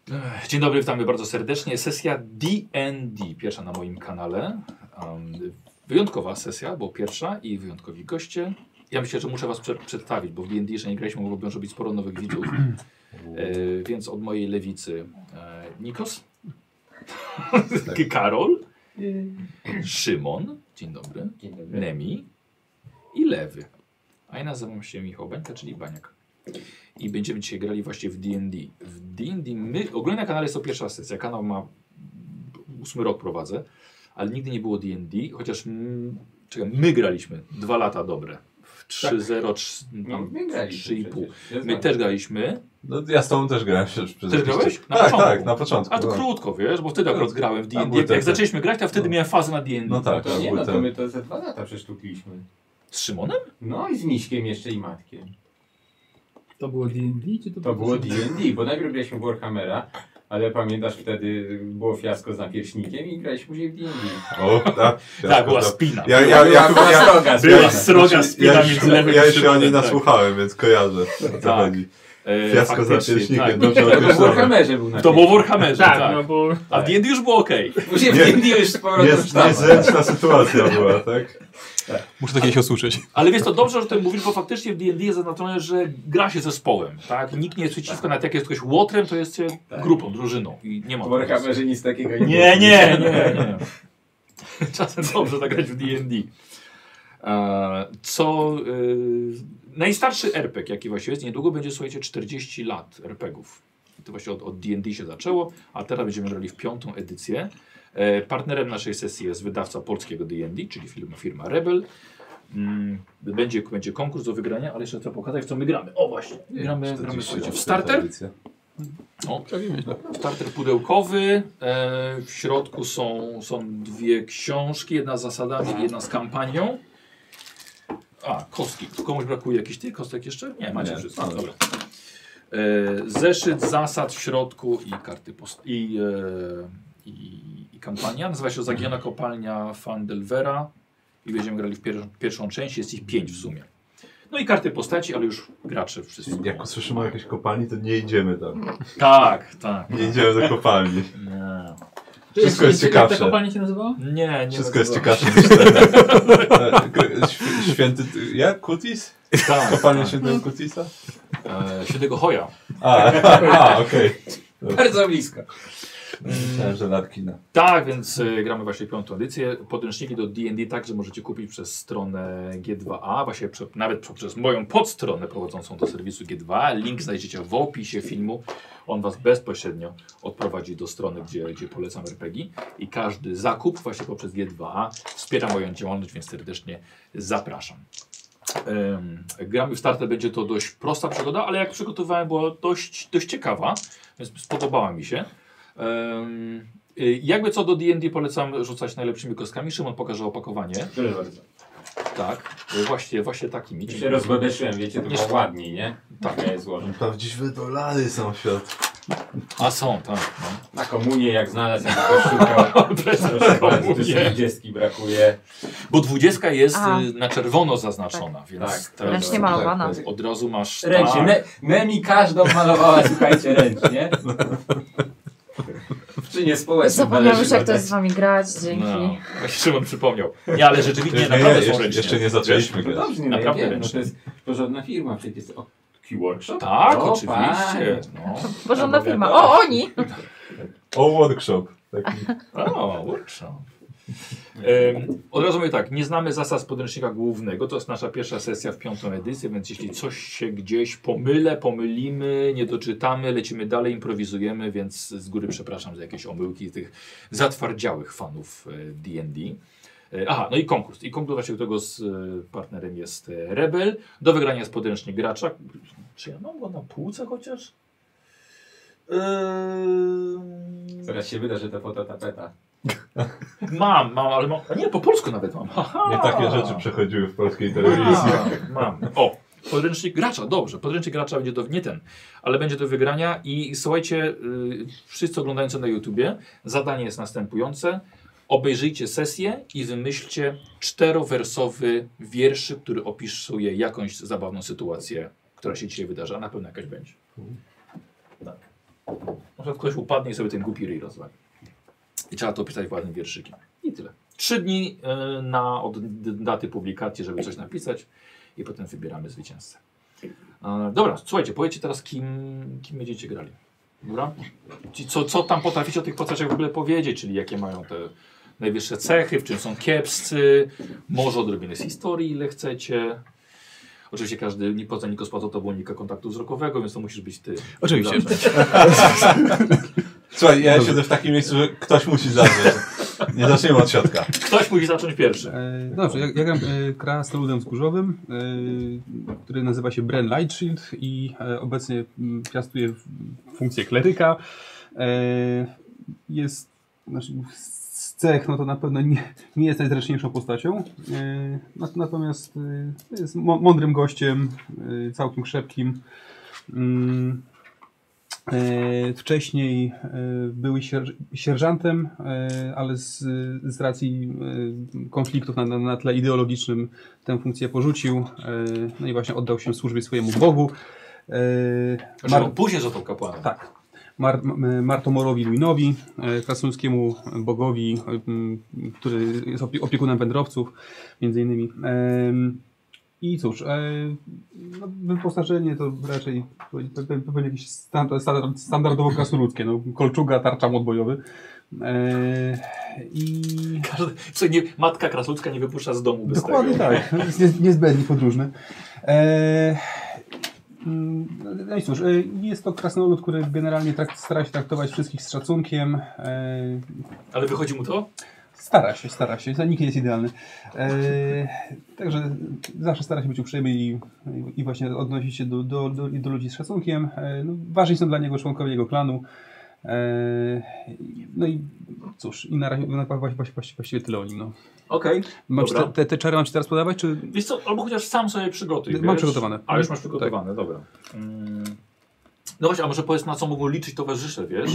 Dzień dobry, witamy bardzo serdecznie. Sesja D&D, pierwsza na moim kanale. Wyjątkowa sesja, bo pierwsza i wyjątkowi goście. Ja myślę, że muszę was przedstawić, bo w D&D jeszcze nie graliśmy, mogło być być sporo nowych widzów. Więc od mojej lewicy Nikos, tak. Karol, Szymon, dzień dobry, Nemi i Lewy. A ja nazywam się Michał Bańka, czyli Baniak. I będziemy dzisiaj grali właśnie w D&D. W D&D ogólnie na kanale jest to pierwsza sesja. Kanał ma 8 rok prowadzę, ale nigdy nie było D&D, chociaż my graliśmy 2 lata dobre. W 3.0, tak. 3,5. My też graliśmy. No, ja z tobą też grałem przez Też grałeś? Tak, na początku. A to krótko, wiesz, bo wtedy akurat grałem w D&D. Jak zaczęliśmy grać, to wtedy miałem fazę na D&D. No tak. To my to za 2 lata przesztukliśmy. Z Szymonem? No i z Miśkiem jeszcze i Matkiem. To było D&D czy to było D&D, bo najpierw graliśmy w Warhammera, ale pamiętasz, wtedy było fiasko z napierśnikiem i graliśmy później w D&D. O, tak, była spina. Była sroga spina między lewym i Ja się o niej nasłuchałem, więc kojarzę, o co chodzi. Fiasko z napierśnikiem, tak. dobrze określone. To w Warhammerze był To było w Warhammerze, tak. No bo... A w D&D już było okej. Później w D&D już z powrotem niezręczna sytuacja była, tak? Muszę to kiedyś usłyszeć. Ale wiesz, to dobrze, że o tym mówisz, bo faktycznie w D&D jest zaznaczone, że gra się zespołem, tak? Nikt nie jest przeciwko, nawet jak jest ktoś łotrem, to jest grupą, drużyną i nie ma. W Warhammerze nic takiego nie było. Nie. Czasem dobrze zagrać w D&D. Najstarszy RPG, jaki właśnie jest, niedługo będzie, słuchajcie, 40 lat RPGów. I to właśnie od D&D się zaczęło, a teraz będziemy grali w 5. edycję. Partnerem naszej sesji jest wydawca polskiego D&D, czyli firma Rebel. Będzie konkurs do wygrania, ale jeszcze chcę pokazać, w co my gramy. O właśnie, gramy słuchajcie, w starter. Starter pudełkowy. W środku są 2 książki, jedna z zasadami i jedna z kampanią. Kostki. Komuś brakuje jakichś tych kostek jeszcze? Nie, macie wszystko. Dobra. Zeszyt zasad w środku i karty i kampania. Nazywa się Zagięta kopalnia Fandelwera i będziemy grali w pierwszą część. Jest ich 5 w sumie. No i karty postaci, ale już gracze wszyscy. Jak usłyszymy o jakiejś kopalni, to nie idziemy tam. Tak. Nie idziemy do kopalni. Nie. Wszystko jest ciekawsze. Jak ta kopalnia się nazywała? Nie. Wszystko jest ciekawsze niż Święty... Jak? Kutis? Tak. Kopalnia Świętego Kutisa? Świętego Hoja. Okej. Bardzo blisko. Myślałem, że Larkina. Tak, więc gramy właśnie 5. edycję. Podręczniki do D&D także możecie kupić przez stronę G2A, właśnie nawet przez moją podstronę prowadzącą do serwisu G2A. Link znajdziecie w opisie filmu. On was bezpośrednio odprowadzi do strony, gdzie polecam RPG. I każdy zakup właśnie poprzez G2A wspiera moją działalność, więc serdecznie zapraszam. Gramy w starter, będzie to dość prosta przygoda, ale jak przygotowałem, była dość ciekawa, więc spodobała mi się. Jakby co do D&D polecam rzucać najlepszymi kostkami. Szymon pokaże opakowanie. Proszę bardzo. Tak, właśnie takimi. Już się rozbebeszyłem, wiecie, to było ładniej, nie? Tak. Ja je złożę. Prawdziwe dolary są w środku. A są, tak. No. Na komunię jak znalazł, jak ktoś szukał. Proszę bardzo, tu 20 brakuje. Bo 20 jest na czerwono zaznaczona, więc tak, ręcznie malowana. Od razu masz... Ręcznie. Nemi każdą malowała, słuchajcie, ręcznie. Czy nie społecznie. Zapomniałem już, jak to jest z wami grać, dzięki. No, właśnie Szymon przypomniał. Nie, ale rzeczywiście naprawdę są ręcznie. Jeszcze nie zaczęliśmy grać. Dobrze, nie naprawdę wiem, ręcznie. To jest porządna firma przecież. Workshop? Tak, oczywiście. No. Porządna firma. O, oni! Workshop. Workshop. Od razu mówię tak, nie znamy zasad z podręcznika głównego, to jest nasza pierwsza sesja w 5. edycję, więc jeśli coś się gdzieś pomylimy, nie doczytamy, lecimy dalej, improwizujemy, więc z góry przepraszam za jakieś omyłki tych zatwardziałych fanów D&D. No i konkurs. I konkurs właśnie którego z partnerem jest Rebel. Do wygrania jest podręcznik gracza. Czy ja mam go na półce chociaż? Zaraz się wyda, że to fototapeta. Mam, ale mam. Nie, po polsku nawet mam. Nie takie rzeczy przechodziły w polskiej telewizji. Mam. Podręcznik gracza, dobrze. Podręcznik gracza będzie nie ten, ale będzie do wygrania. I słuchajcie, wszyscy oglądający na YouTubie, zadanie jest następujące. Obejrzyjcie sesję i wymyślcie 4-wersowy wierszyk, który opisuje jakąś zabawną sytuację, która się dzisiaj wydarza. Na pewno jakaś będzie. Tak. Na przykład ktoś upadnie i sobie ten głupi ryj rozwali. I trzeba to pisać ładnym wierszykiem. I tyle. 3 dni od daty publikacji, żeby coś napisać i potem wybieramy zwycięzcę. Dobra, słuchajcie, powiedzcie teraz, kim będziecie grali. Dobra? Co tam potraficie o tych postaciach w ogóle powiedzieć, czyli jakie mają te najwyższe cechy, w czym są kiepscy, może odrobinę z historii, ile chcecie. Oczywiście każdy, poza Nikos to unika kontaktu wzrokowego, więc to musisz być ty. Oczywiście. Słuchaj, ja siedzę w takim miejscu, że ktoś musi zacząć. Nie zaczniemy od środka. Ktoś musi zacząć pierwszy. Dobrze, ja gram krasnoludem wzgórzowym, który nazywa się Bren Lightshield i obecnie piastuje funkcję kleryka. Jest, z cech, no to na pewno nie jest najzręczniejszą postacią, natomiast jest mądrym gościem, całkiem krzepkim. Wcześniej był sierżantem, ale z racji konfliktów na tle ideologicznym tę funkcję porzucił. No i właśnie oddał się służbie swojemu Bogu. Później został kapłanem. Tak. Martomorowi Luinowi, krasnoludzkiemu bogowi, który jest opiekunem wędrowców, między innymi. I cóż, no, wyposażenie to raczej pewnie jakieś standardowo krasnoludzkie, no, kolczuga, tarcza, młot bojowy. Matka krasnoludzka nie wypuszcza z domu bez dokładnie tego. Tak, jest niezbędnie podróżny. No i cóż, jest to krasnolud, który generalnie stara się traktować wszystkich z szacunkiem. Ale wychodzi mu to? Stara się. Nikt nie jest idealny. Także zawsze stara się być uprzejmy i właśnie odnosić się do ludzi z szacunkiem. No, ważni są dla niego członkowie jego klanu. No i cóż, i na razie właściwie tyle o nim. No. Okej. Te czary mam ci teraz podawać? Czy... Wiesz co, albo chociaż sam sobie przygotuj. Mam przygotowane. A już masz przygotowane, dobra. No właśnie, a może powiedz, na co mogą liczyć towarzysze, wiesz?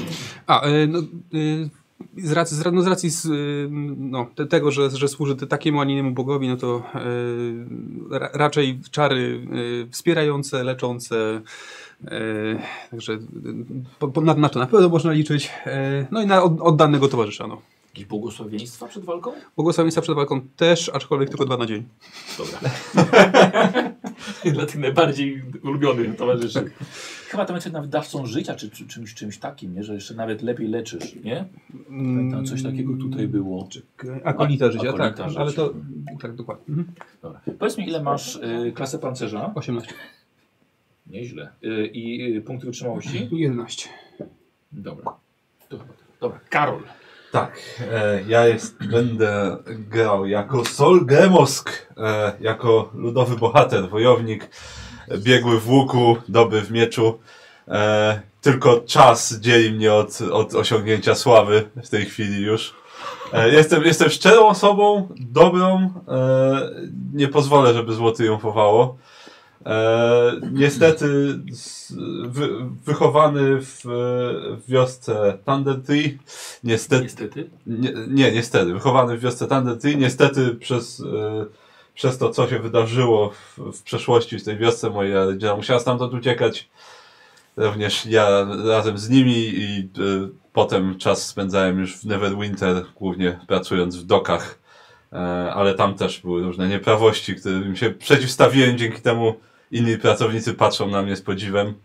Z racji tego, że służy takiemu, a nie innemu bogowi, no to raczej czary wspierające, leczące, także na to na pewno można liczyć. No i na oddanego towarzysza. No. Jakieś błogosławieństwa przed walką? Błogosławieństwa przed walką też, aczkolwiek tylko 2 na dzień. Dobra. Dla tych najbardziej ulubionych towarzyszy. Tak. Chyba tam jesteś nawet dawcą życia, czy czymś takim, nie? Że jeszcze nawet lepiej leczysz, nie? Tam coś takiego tutaj było. Akolita życia, akolita tak. życia. Ale to tak, dokładnie. Mhm. Dobra. Powiedz mi, ile masz klasę pancerza? 18. Nieźle. I punkty wytrzymałości? 11. Dobra. Dobra. Karol. Tak, ja będę grał jako Sol Gemosk, jako ludowy bohater, wojownik, biegły w łuku, dobry w mieczu. Tylko czas dzieli mnie od osiągnięcia sławy w tej chwili już. Jestem szczerą osobą, dobrą, nie pozwolę, żeby zło triumfowało. Niestety wychowany w wiosce Thunder Tree. Niestety? Niestety. Wychowany w wiosce Thunder Tree. Niestety przez to, co się wydarzyło w przeszłości w tej wiosce, moja rodzina musiała stamtąd uciekać. Również ja razem z nimi i potem czas spędzałem już w Neverwinter, głównie pracując w dokach. Ale tam też były różne nieprawości, którym się przeciwstawiłem, dzięki temu inni pracownicy patrzą na mnie z podziwem.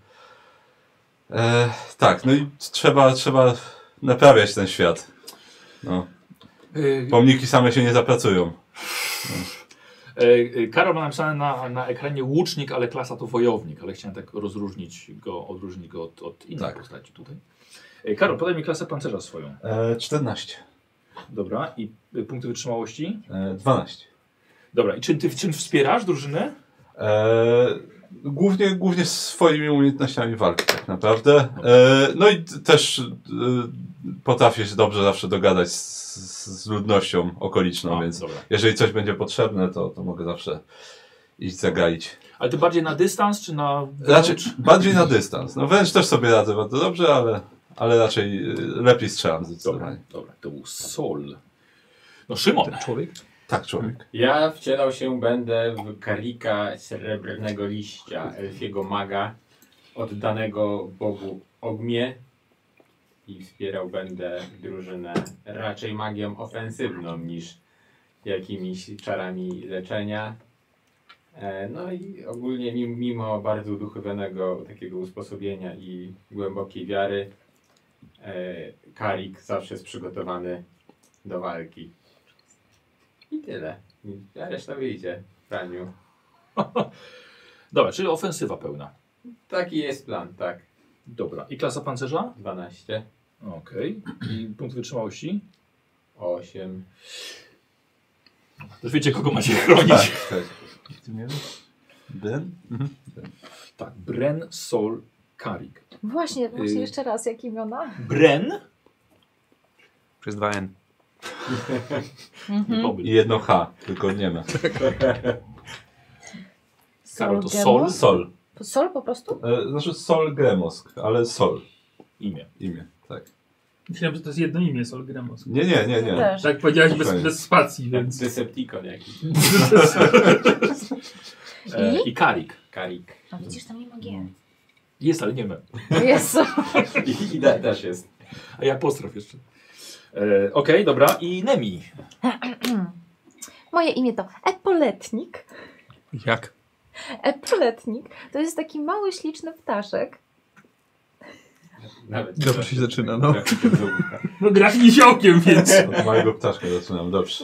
Tak, no i trzeba naprawiać ten świat. No. Pomniki same się nie zapracują. No. Karol ma napisane na ekranie łucznik, ale klasa to wojownik, ale chciałem tak odróżnić go od innej postaci tutaj. Karol, podaj mi klasę pancerza swoją. 14. Dobra, i punkty wytrzymałości? 12. Dobra, i czym wspierasz drużynę? Głównie swoimi umiejętnościami walki tak naprawdę. No i też potrafię się dobrze zawsze dogadać z ludnością okoliczną, więc dobra. Jeżeli coś będzie potrzebne, to mogę zawsze iść zagaić. Ale ty bardziej na dystans, czy na wręcz? Raczej bardziej na dystans. No wręcz też sobie radzę bardzo dobrze, ale raczej lepiej strzelam zdecydowanie. Dobra, to był Sol. No Szymon. Ten człowiek? Tak, człowiek. Ja wcielał się będę w Karika Srebrnego Liścia, elfiego maga, oddanego Bogu Ogmie i wspierał będę drużynę raczej magią ofensywną niż jakimiś czarami leczenia. No i ogólnie mimo bardzo uduchowionego takiego usposobienia i głębokiej wiary, Karik zawsze jest przygotowany do walki. I tyle. A reszta wyjdzie w praniu. Dobra, czyli ofensywa pełna. Taki jest plan, tak. Dobra. I klasa pancerza? 12, Okej. I punkt wytrzymałości? 8. Już wiecie, kogo macie chronić. Tak. Ben? Tak, Bren, Sol, Karik. Właśnie jeszcze raz, jakie imiona? Bren? Przez 2N. Nie pomyl. I jedno H, tylko nie ma. Karol, to Gemos? Sol. To Sol po prostu? Znaczy Sol Gremosk, ale Sol. Imię. Imię, tak. Myślałem, że to jest jedno imię, Sol Gremos. Nie. Też. Tak powiedziałeś bez, Fajnie. bez spacji, więc... Decepticon jakiś. I Karik. Karik. A widzisz, tam nie ma G. Jest, ale nie ma. Jezu. I też jest. A ja pozdrow jeszcze. Okej, dobra. I Nemi. Moje imię to Epoletnik. Jak? Epoletnik to jest taki mały, śliczny ptaszek. Nawet Dobrze się zaczyna, no. No gra niziołkiem, więc... Od małego ptaszka zaczynam, dobrze.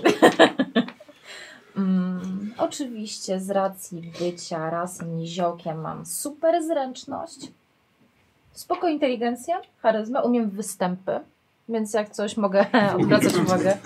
Oczywiście z racji bycia rasem niziołkiem mam super zręczność, spoko inteligencja, charyzmę, umiem występy, więc jak coś mogę odwracać uwagę.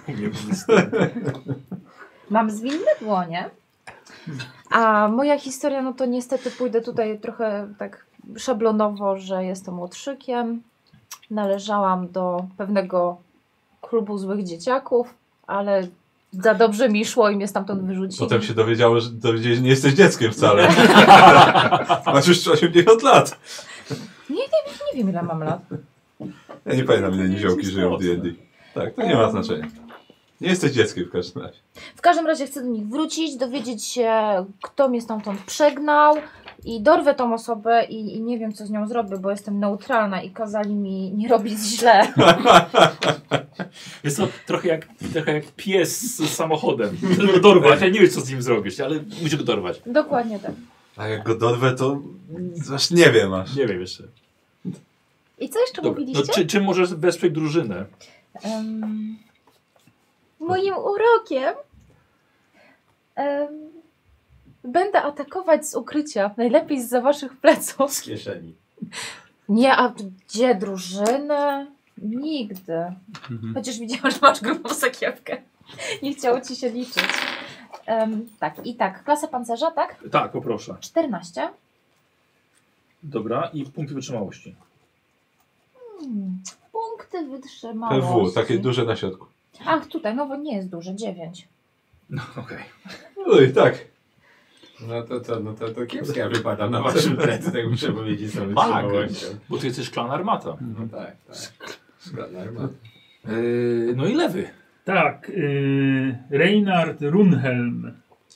Mam zwinne dłonie, a moja historia, no to niestety pójdę tutaj trochę tak szablonowo, że jestem łotrzykiem, należałam do pewnego klubu złych dzieciaków, ale za dobrze mi szło i mnie stamtąd wyrzucili. Potem się dowiedzieli, że nie jesteś dzieckiem wcale. Masz już 80 lat. Nie wiem, ile mam lat. Ja nie pamiętam, ile niziołki żyją w D&D. Tak, to nie ma znaczenia. Nie jesteś dzieckiem w każdym razie. W każdym razie chcę do nich wrócić, dowiedzieć się, kto mnie stamtąd przegnał i dorwę tą osobę i nie wiem, co z nią zrobię, bo jestem neutralna i kazali mi nie robić źle. Jest to trochę jak pies z samochodem. Go dorwać, ja nie wiem, co z nim zrobisz, ale musisz go dorwać. Dokładnie tak. A jak go dorwę, to aż nie wiem aż. Nie wiem jeszcze. I co jeszcze Dobra. No, mówiliście? czym możesz wesprzeć drużynę? Moim urokiem będę atakować z ukrycia, najlepiej zza waszych pleców. Z kieszeni. Nie, a gdzie drużynę? Nigdy. Chociaż widziałam, że masz grubą sakiewkę. Nie chciało ci się liczyć. Tak, i tak. Klasa pancerza, tak? Tak, poproszę. 14. Dobra, i punkty wytrzymałości. Punkty wytrzymałości. PW, takie duże na środku. Ach, tutaj, no bo nie jest duże, 9. No, okej. No i tak. No to co, no to kiepsko ja wypadam na waszym plecy, tak muszę powiedzieć sobie Mag, wytrzymałością. bo ty jesteś szklana armata. No tak. Szklana armata. No i lewy. Tak, Reinhard Runhelm.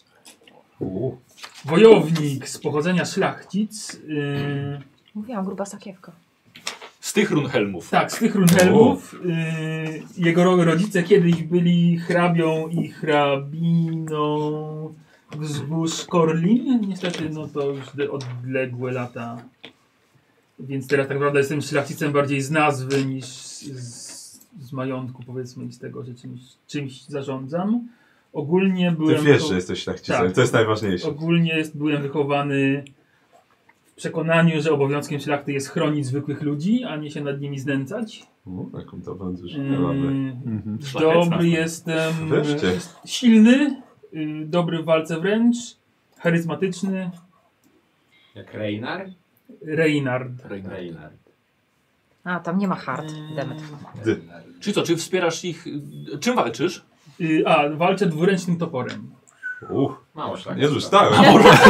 Wojownik z pochodzenia szlachcic. Mówiłam, gruba sakiewka. Z tych Runhelmów. Tak, z tych Runhelmów. Jego rodzice kiedyś byli hrabią i hrabiną wzgórz Korlin. Niestety, no to już odległe lata. Więc teraz tak naprawdę jestem szlachcicem bardziej z nazwy niż z majątku, powiedzmy, i z tego, że czymś zarządzam. Ogólnie byłem... Ty wiesz, że jesteś szlachcicem, Tak. to jest najważniejsze. Ogólnie byłem wychowany w przekonaniu, że obowiązkiem szlachty jest chronić zwykłych ludzi, a nie się nad nimi znęcać. Jaką to wątpię mamy. Dobry jestem, Wreszcie. silny, dobry w walce wręcz, charyzmatyczny. Jak Reinar? Reinhard. Reinard. A, tam nie ma hard. Demet. Czyli co, czy wspierasz ich... Czym walczysz? Walczę dwuręcznym toporem. Mało szlak. Nie rzucałem.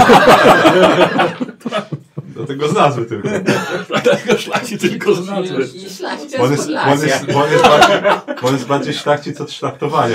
Do tego z nazwy tylko. Dlatego szlachci tylko z nazwy. On jest bardziej szlachcic od szlachtowania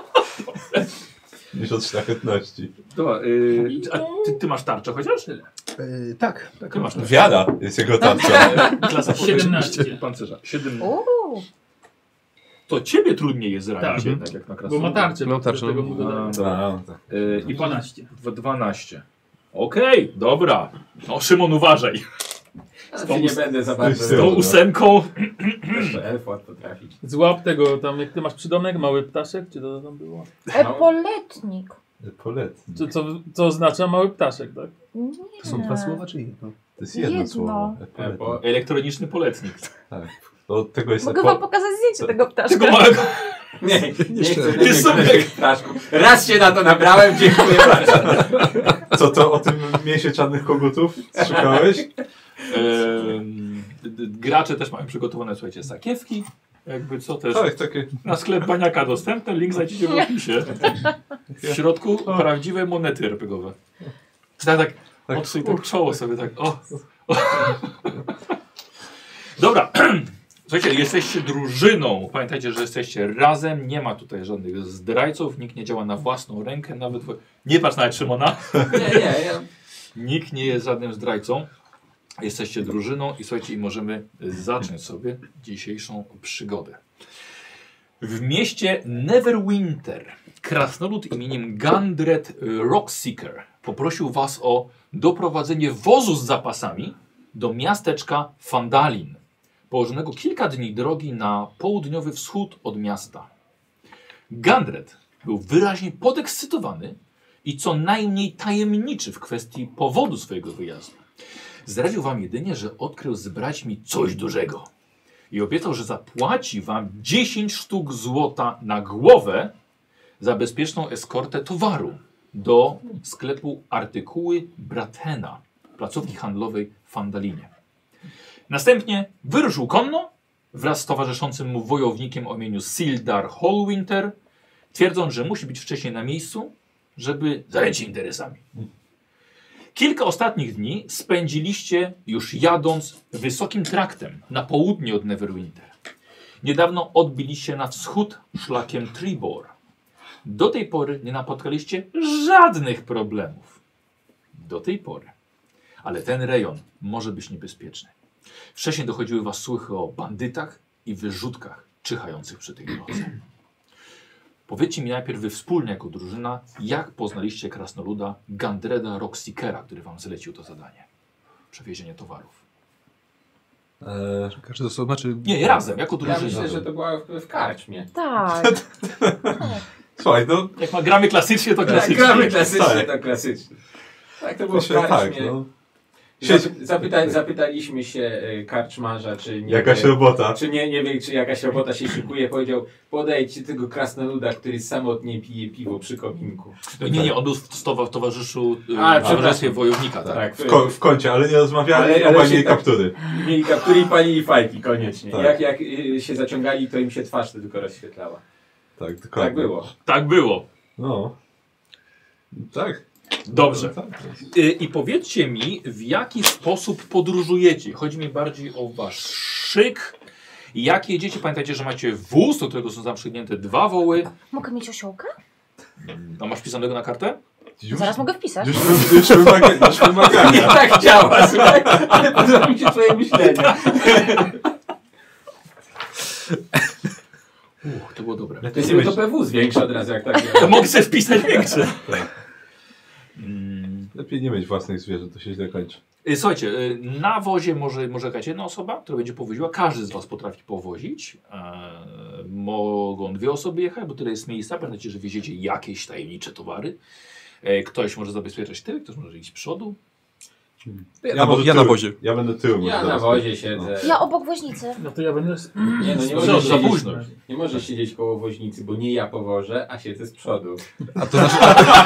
niż od szlachetności. Dobra, a ty masz tarczę chociaż? Tak. Ty masz na Wiara jest jego tarcza. klasa 17. pancerza. 7. Uuu. To ciebie trudniej jest zranić Tak. jednak jak na Bo krasnoludach. ma tarczę. Mam tarczę. Tego mu dodałem. Tak. I 12. 12. Okej, dobra. No Szymon, uważaj. Znaczy, nie będę za bardzo... Z Z tą tą ósemką. To elf łatwo trafić. Złap tego tam, jak ty masz przydomek, mały ptaszek, czy to tam było? Epoletnik. Poletni. Co oznacza mały ptaszek, tak? Nie. To są 2 słowa czy jedno? To jest jedno Jedno. słowo. Poletni. Elektroniczny poletnik. Tak. Od tego jest Mogę wam pokazać zdjęcie tego ptaszka. Tego małego. Nie chcę Ty sobie- ptaszku. Raz się na to nabrałem, dziękuję bardzo. Co to o tym mięsie czarnych kogutów szukałeś? Gracze też mają przygotowane, słuchajcie, sakiewki. Jakby co też. Tak, takie. Na sklep Baniaka dostępne, link znajdziecie w opisie. W środku prawdziwe monety RPGowe. Tak, odsuń tak czoło sobie, tak. O. Dobra. Słuchajcie, jesteście drużyną. Pamiętajcie, że jesteście razem. Nie ma tutaj żadnych zdrajców. Nikt nie działa na własną rękę. Nawet. Nie patrz nawet Szymona. Nie. Nikt nie jest żadnym zdrajcą. Jesteście drużyną i słuchajcie, i możemy zacząć sobie dzisiejszą przygodę. W mieście Neverwinter krasnolud imieniem Gandred Rockseeker poprosił was o doprowadzenie wozu z zapasami do miasteczka Fandalin, położonego kilka dni drogi na południowy wschód od miasta. Gandred był wyraźnie podekscytowany i co najmniej tajemniczy w kwestii powodu swojego wyjazdu. Zdradził wam jedynie, że odkrył z braćmi coś dużego i obiecał, że zapłaci wam 10 sztuk złota na głowę za bezpieczną eskortę towaru do sklepu Artykuły Bratena, placówki handlowej w Fandalinie. Następnie wyruszył konno wraz z towarzyszącym mu wojownikiem o imieniu Sildar Hallwinter, twierdząc, że musi być wcześniej na miejscu, żeby zająć się interesami. Kilka ostatnich dni spędziliście już jadąc wysokim traktem na południe od Neverwinter. Niedawno odbiliście na wschód szlakiem Tribor. Do tej pory nie napotkaliście żadnych problemów. Do tej pory. Ale ten rejon może być niebezpieczny. Wcześniej dochodziły was słuchy o bandytach i wyrzutkach czyhających przy tej drodze. Powiedzcie mi najpierw wy wspólnie jako drużyna, jak poznaliście krasnoluda Gandreda Rockseekera, który wam zlecił to zadanie. Przewiezienie towarów. Każdy to znaczy... Nie, razem, jako Ja drużyna. myślę, że to była w karczmie. Tak. Słuchaj, no. Jak gramy klasycznie, to Tak, klasycznie. gramy klasycznie, Tak. to klasycznie. Tak, to było w Myślę, tak, karczmie. no. Zapytaliśmy się karczmarza, czy nie Jakaś wie, robota. Czy nie wie, czy jakaś robota się szykuje. Powiedział, podejdźcie tego krasnoluda, który samotnie pije piwo przy kominku. Nie, on był w towarzyszu A, w towarzystwie wojownika, tak? Tak, W kącie, ale nie rozmawiali, Ale obaj się mieli tak- kaptury. mieli kaptury i palili fajki koniecznie. Tak. Jak się zaciągali, to im się twarz tylko rozświetlała. Tak, dokładnie. Tak było. Tak było. No. Tak. Dobrze. Tak. I powiedzcie mi, w jaki sposób podróżujecie. Chodzi mi bardziej o wasz szyk. Jak jedziecie? Pamiętajcie, że macie wóz, do którego są zaprzygnięte 2 woły. Mogę mieć osiołka? A masz wpisanego na kartę? Już, Zaraz mogę wpisać. już wymagania. Nie tak działa, słuchaj, ale podoba mi się twoje myślenie. To było dobre. To jest to PW zwiększa od razu, jak tak Ja działa. mogę sobie wpisać większe. Lepiej nie mieć własnych zwierząt, to się źle kończy. Słuchajcie, na wozie może jakaś jedna osoba, która będzie powoziła. Każdy z was potrafi powozić. Mogą 2 osoby jechać, bo tyle jest miejsca. Pamiętajcie, że wieziecie jakieś tajemnicze towary. Ktoś może zabezpieczać tył, ktoś może iść z przodu. Ja na wozie. Ja będę tyłem. Ja na wozie siedzę. Ja obok woźnicy. No to ja będę... Nie, no nie Co, możesz za siedzieć, późno. nie możesz siedzieć koło woźnicy, bo nie ja powożę, a siedzę z przodu. A to znaczy...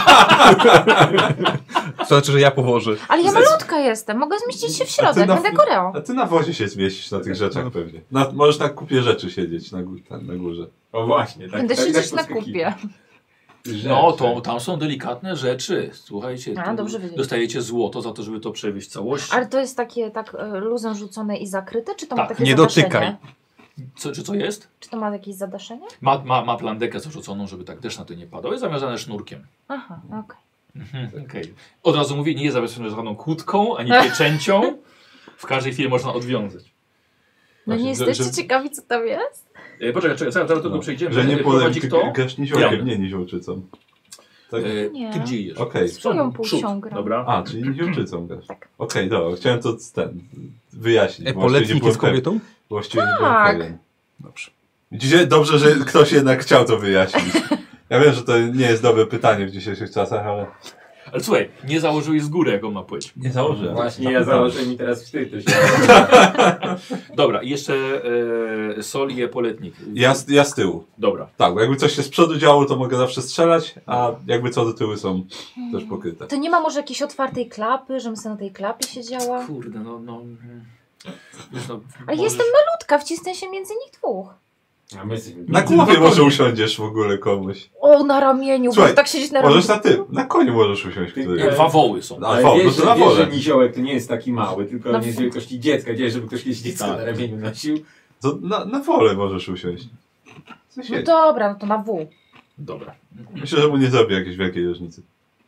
To znaczy, że ja powożę. Ale ja malutka jestem. Mogę zmieścić się w środek. Będę Koreo. A ty na wozie się zmieścisz na tych rzeczach pewnie. Możesz na kupie rzeczy siedzieć na górze. O właśnie, tak. Będę tak, siedzieć tak na podskakiwać. kupie. No, to tam są delikatne rzeczy. Słuchajcie, A, tu dobrze wiedzieć. dostajecie złoto za to, żeby to przewieźć całości. Ale to jest takie tak luzem rzucone i zakryte? Czy to ma Tak, takie nie zadaszenie? dotykaj. Co jest? Czy to ma jakieś zadaszenie? Ma plandekę zarzuconą, żeby tak deszcz na to nie padał. Jest zawiązane sznurkiem. Aha, okej. Okej. Od razu mówię, nie jest zabezpieczone żadną kłódką, ani pieczęcią. W każdej chwili można odwiązać. No nie jesteście ciekawi, co tam jest? Poczekaj, zaraz do tego przejdziemy. Że nie prowadzi kto? grasz niziołkiem, nie niziołczycą. Tak? Nie. Ty gdzie idziesz? Okej. Swoją Przód. płcią gram. Dobra. A, czyli niziołczycą grasz. Tak. Okej, dobra, chciałem to wyjaśnić. bo Epoletnik jest kobietą? Właściwie nie byłem Tak. pewien. Dobrze. Widzicie? Dobrze, że ktoś jednak chciał to wyjaśnić. Ja wiem, że to nie jest dobre pytanie w dzisiejszych czasach, ale... Ale słuchaj, nie założyłeś z góry, jaką ma płeć. Nie założyłem. Właśnie ja założę mi teraz wstyd. To się Dobra, i jeszcze Sol i Epoletnik. Ja z tyłu. Dobra. Tak, bo jakby coś się z przodu działo, to mogę zawsze strzelać, a jakby co do tyłu są też pokryte. To nie ma może jakiejś otwartej klapy, żebym sobie na tej klapie siedziała? Kurde, Wiesz, A jestem malutka, wcisnę się między nich dwóch. A my jesteśmy... Na głowie może usiądziesz w ogóle komuś. O, na ramieniu, Słuchaj, bo tak siedzieć na ramieniu. Możesz na koniu możesz usiąść. Który... Dwa woły są. A, Ale no wiesz, to na wiesz, wolę. że niziołek to nie jest taki mały, tylko Na on jest wielkości dziecka. Wiesz, żeby ktoś kiedyś dziecko Tak. na ramieniu nosił. To na wolę możesz usiąść. Co No się... dobra, no to na W. Dobra. Myślę, że mu nie zrobi jakiejś wielkiej różnicy.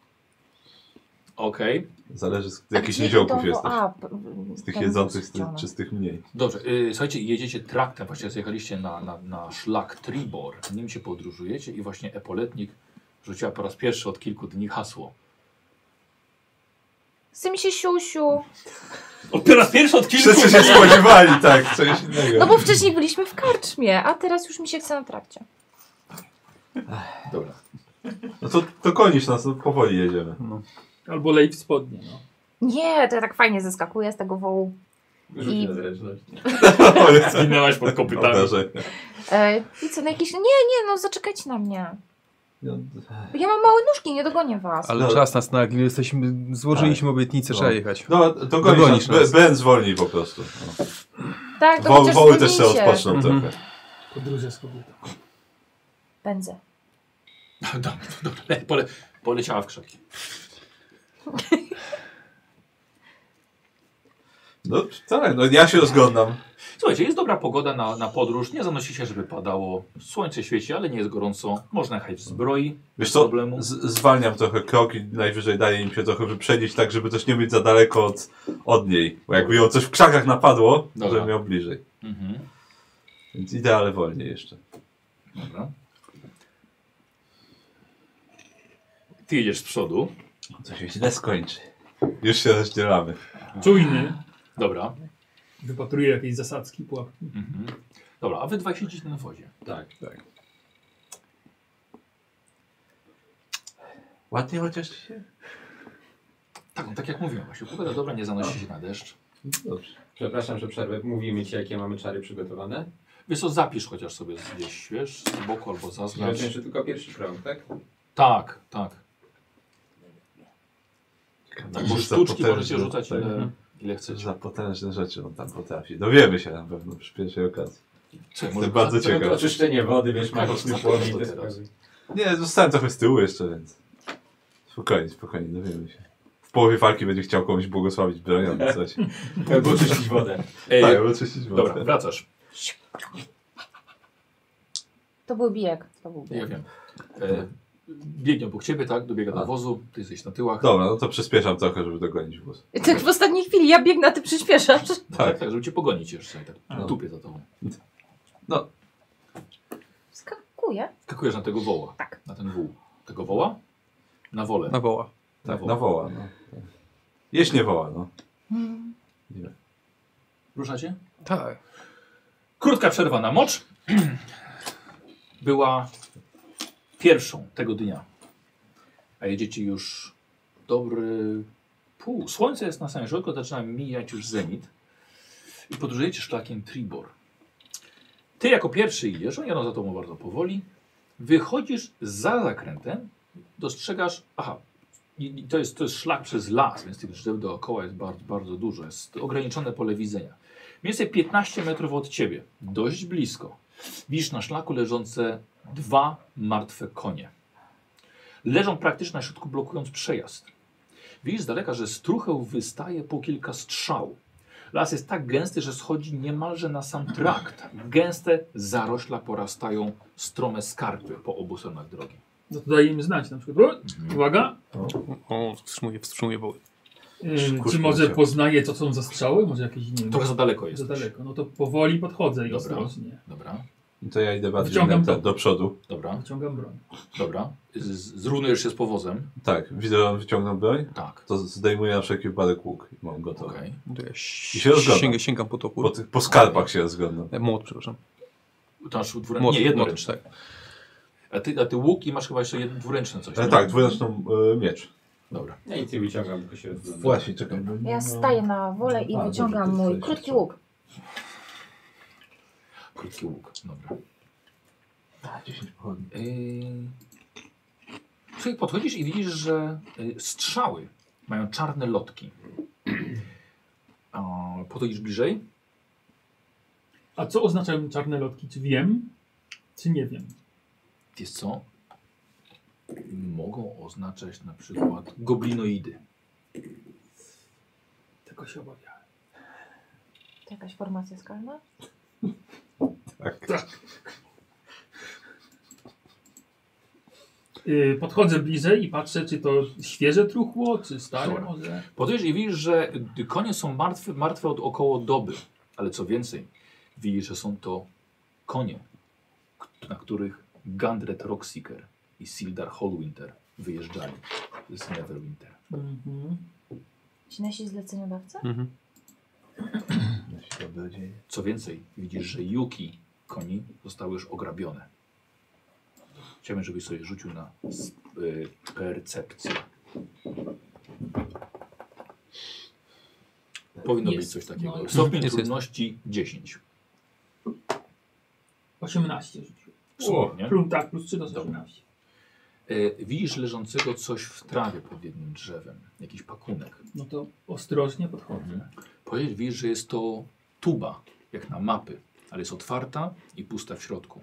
Okej. Zależy z A jakich gdzie niziołków to- jesteś. Z tych ten jedzących ściana. czy z tych mniej. Dobrze, słuchajcie, jedziecie traktem, właściwie zjechaliście na szlak Tribor. Nim się podróżujecie i właśnie Epoletnik rzuciła po raz pierwszy od kilku dni hasło. Chce mi się siusiu. Po raz pierwszy od kilku Wszyscy się spodziewali, tak, coś innego. No bo wcześniej byliśmy w karczmie, a teraz już mi się chce na trakcie. Dobra. No to konisz nas, no powoli jedziemy. Albo lej w spodnie, no. Nie, to ja tak fajnie zeskakuję z tego wołu. Rzuć na zręczność. Zginęłaś pod kopytami. Obrażenia. I co, na jakieś... Nie, no zaczekajcie na mnie. Ja mam małe nóżki, nie dogonię was. Ale czas nas nagli, złożyliśmy obietnicę, trzeba jechać. No to Dogonisz gonisz nas. Ben zwolni po prostu. No. Tak, to chociaż Woły też się zwolnijcie. odpoczną Mhm. trochę. Podróże z kobietą. Pędzę. Dobra, poleciała w krzaki. No tak, no ja się rozglądam. Słuchajcie, jest dobra pogoda na podróż. Nie zanosi się, żeby padało. Słońce świeci, ale nie jest gorąco. Można jechać w zbroi. Wiesz Bez co, problemu. zwalniam trochę krok i najwyżej daję im się trochę wyprzedzić, tak żeby też nie być za daleko od niej. Bo jakby ją coś w krzakach napadło, to Dobra. żebym miał bliżej. Mhm. Więc idę, ale wolniej jeszcze. Dobra. Ty jedziesz z przodu. To się źle skończy. Już się rozdzielamy. Czujny. Dobra. Wypatruję jakiejś zasadzki, pułapki. Mhm. Dobra, a wy dwaj siedzicie na wozie. Tak. Ładnie chociaż się... Tak, no, tak jak mówiłem, właśnie pogoda dobra, nie zanosi się na deszcz. Dobrze. Przepraszam, że przerwę. Mówimy ci, jakie mamy czary przygotowane. Wiesz co, zapisz chociaż sobie gdzieś, wiesz, z boku albo zaznacz. Rozumiem, że tylko pierwszy krąg, tak? Tak, tak. Tak, bo Za sztuczki potężne, możecie rzucać tak. ile chcecie. Za potężne rzeczy on tam potrafi. Dowiemy się na pewno przy pierwszej okazji. Słuchaj, Jestem bardzo To ciekaw. oczyszczenie wody, wiesz, Karol, magiczny zapytaj płomień. to te teraz. sprawy. Nie, zostałem trochę z tyłu jeszcze, więc... Spokojnie, dowiemy się. W połowie walki będzie chciał komuś błogosławić broń albo coś. Albo oczyścić wodę. Tak, albo czyścić wodę. Dobra, wracasz. To był bieg. Ja wiem. Biegnie obok ciebie, tak? Dobiega do wozu, ty jesteś na tyłach. Dobra, no to przyspieszam trochę, żeby dogonić wóz. I tak w ostatniej chwili ja biegnę, a ty przyspieszasz. Tak, tak, żeby cię pogonić jeszcze. Tak, No. tupię za tobą. No, Skakuję. Skakujesz na tego woła. Tak. Na ten wół. Tego woła? Na wolę. Na woła. tak, na woła, no. Jeść nie woła, no. Hmm. Nie. Ruszacie? Tak. Krótka przerwa na mocz. Była pierwszą tego dnia. A jedziecie już dobry pół. Słońce jest na samym środku, zaczyna mijać już zenit. I podróżujecie szlakiem Tribor. Ty jako pierwszy idziesz, oni jadą za tobą bardzo powoli. Wychodzisz za zakrętem, dostrzegasz, i to jest szlak przez las, więc tych drzew dookoła jest bardzo, bardzo dużo. Jest ograniczone pole widzenia. Mniej więcej 15 metrów od ciebie, dość blisko, widzisz na szlaku leżące 2 martwe konie. Leżą praktycznie na środku, blokując przejazd. Widzisz z daleka, że z trucheł wystaje po kilka strzał. Las jest tak gęsty, że schodzi niemalże na sam trakt. Gęste zarośla porastają strome skarpy po obu stronach drogi. No to daje im znać na przykład. Uwaga! O, wstrzymuję woły. Czy może poznaje, co są za strzały? Może jakieś, nie wiem, Trochę za daleko jest. za daleko. No to powoli podchodzę i Dobra. ostrożnie. Dobra, To ja idę bardziej Wyciągam do przodu. dobra, Wyciągam broń. dobra. Zrównujesz się z powozem? Tak, widzę, że on wyciągnął broń. Tak. To zdejmuję na wszelki wypadek łuk i mam gotowy. Okej. To ja się rozglądam. sięgam po topór. Po skarpach się rozglądam. Młot, przepraszam. To masz dwuręczny? Młot, Nie, jednoręczny. tak. A ty łuk i masz chyba jeszcze dwuręczny coś, nie? Tak, dwuręczną miecz. Dobra. Ja nic nie wyciągam, tylko się rozglądam. Właśnie, czekaj. Ja staję na wolę i wyciągam dobrze, to mój jest krótki jeszcze. łuk. Krótki łuk, dobra. 10 pochodni. Słuchaj, podchodzisz i widzisz, że strzały mają czarne lotki. Podchodzisz bliżej. A co oznaczają czarne lotki? Czy wiem? Czy nie wiem? Wiesz co? Mogą oznaczać na przykład goblinoidy. Tego się obawiałem. To jakaś formacja skalna? Tak. Podchodzę bliżej i patrzę, czy to świeże truchło, czy stare Dobra. może. Podchodzisz i widzisz, że konie są martwe od około doby. Ale co więcej, widzisz, że są to konie, na których Gandret Rockseeker i Sildar Hallwinter wyjeżdżali z Neverwinter. Mhm. Ci nasi zleceniodawcy? Mhm. Co więcej, widzisz, że juki koni zostały już ograbione. Chciałbym, żebyś sobie rzucił na percepcję. Powinno być coś takiego. No, Stopień jest. trudności 10. 18 rzuciłem. Super, nie? Tak, plus 3 to jest Dobra. 18. Widzisz leżącego coś w trawie pod jednym drzewem. Jakiś pakunek. No to ostrożnie podchodzę. Widzisz, że jest to tuba, jak na mapy, ale jest otwarta i pusta w środku.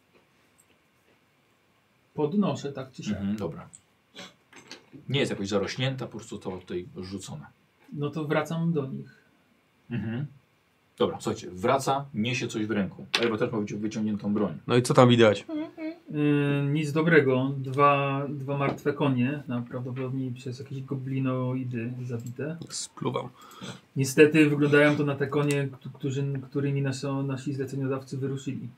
Podnoszę tak czy siak. Dobra. Nie jest jakoś zarośnięta, po prostu została tutaj rzucona. No to wracam do nich. Dobra, słuchajcie, wraca, niesie coś w ręku. Albo też ma wyciągniętą broń. No i co tam widać? Nic dobrego. Dwa martwe konie, prawdopodobnie przez jakieś goblinoidy zabite. Spluwam. Niestety wyglądają to na te konie, którymi nasi zleceniodawcy wyruszyli.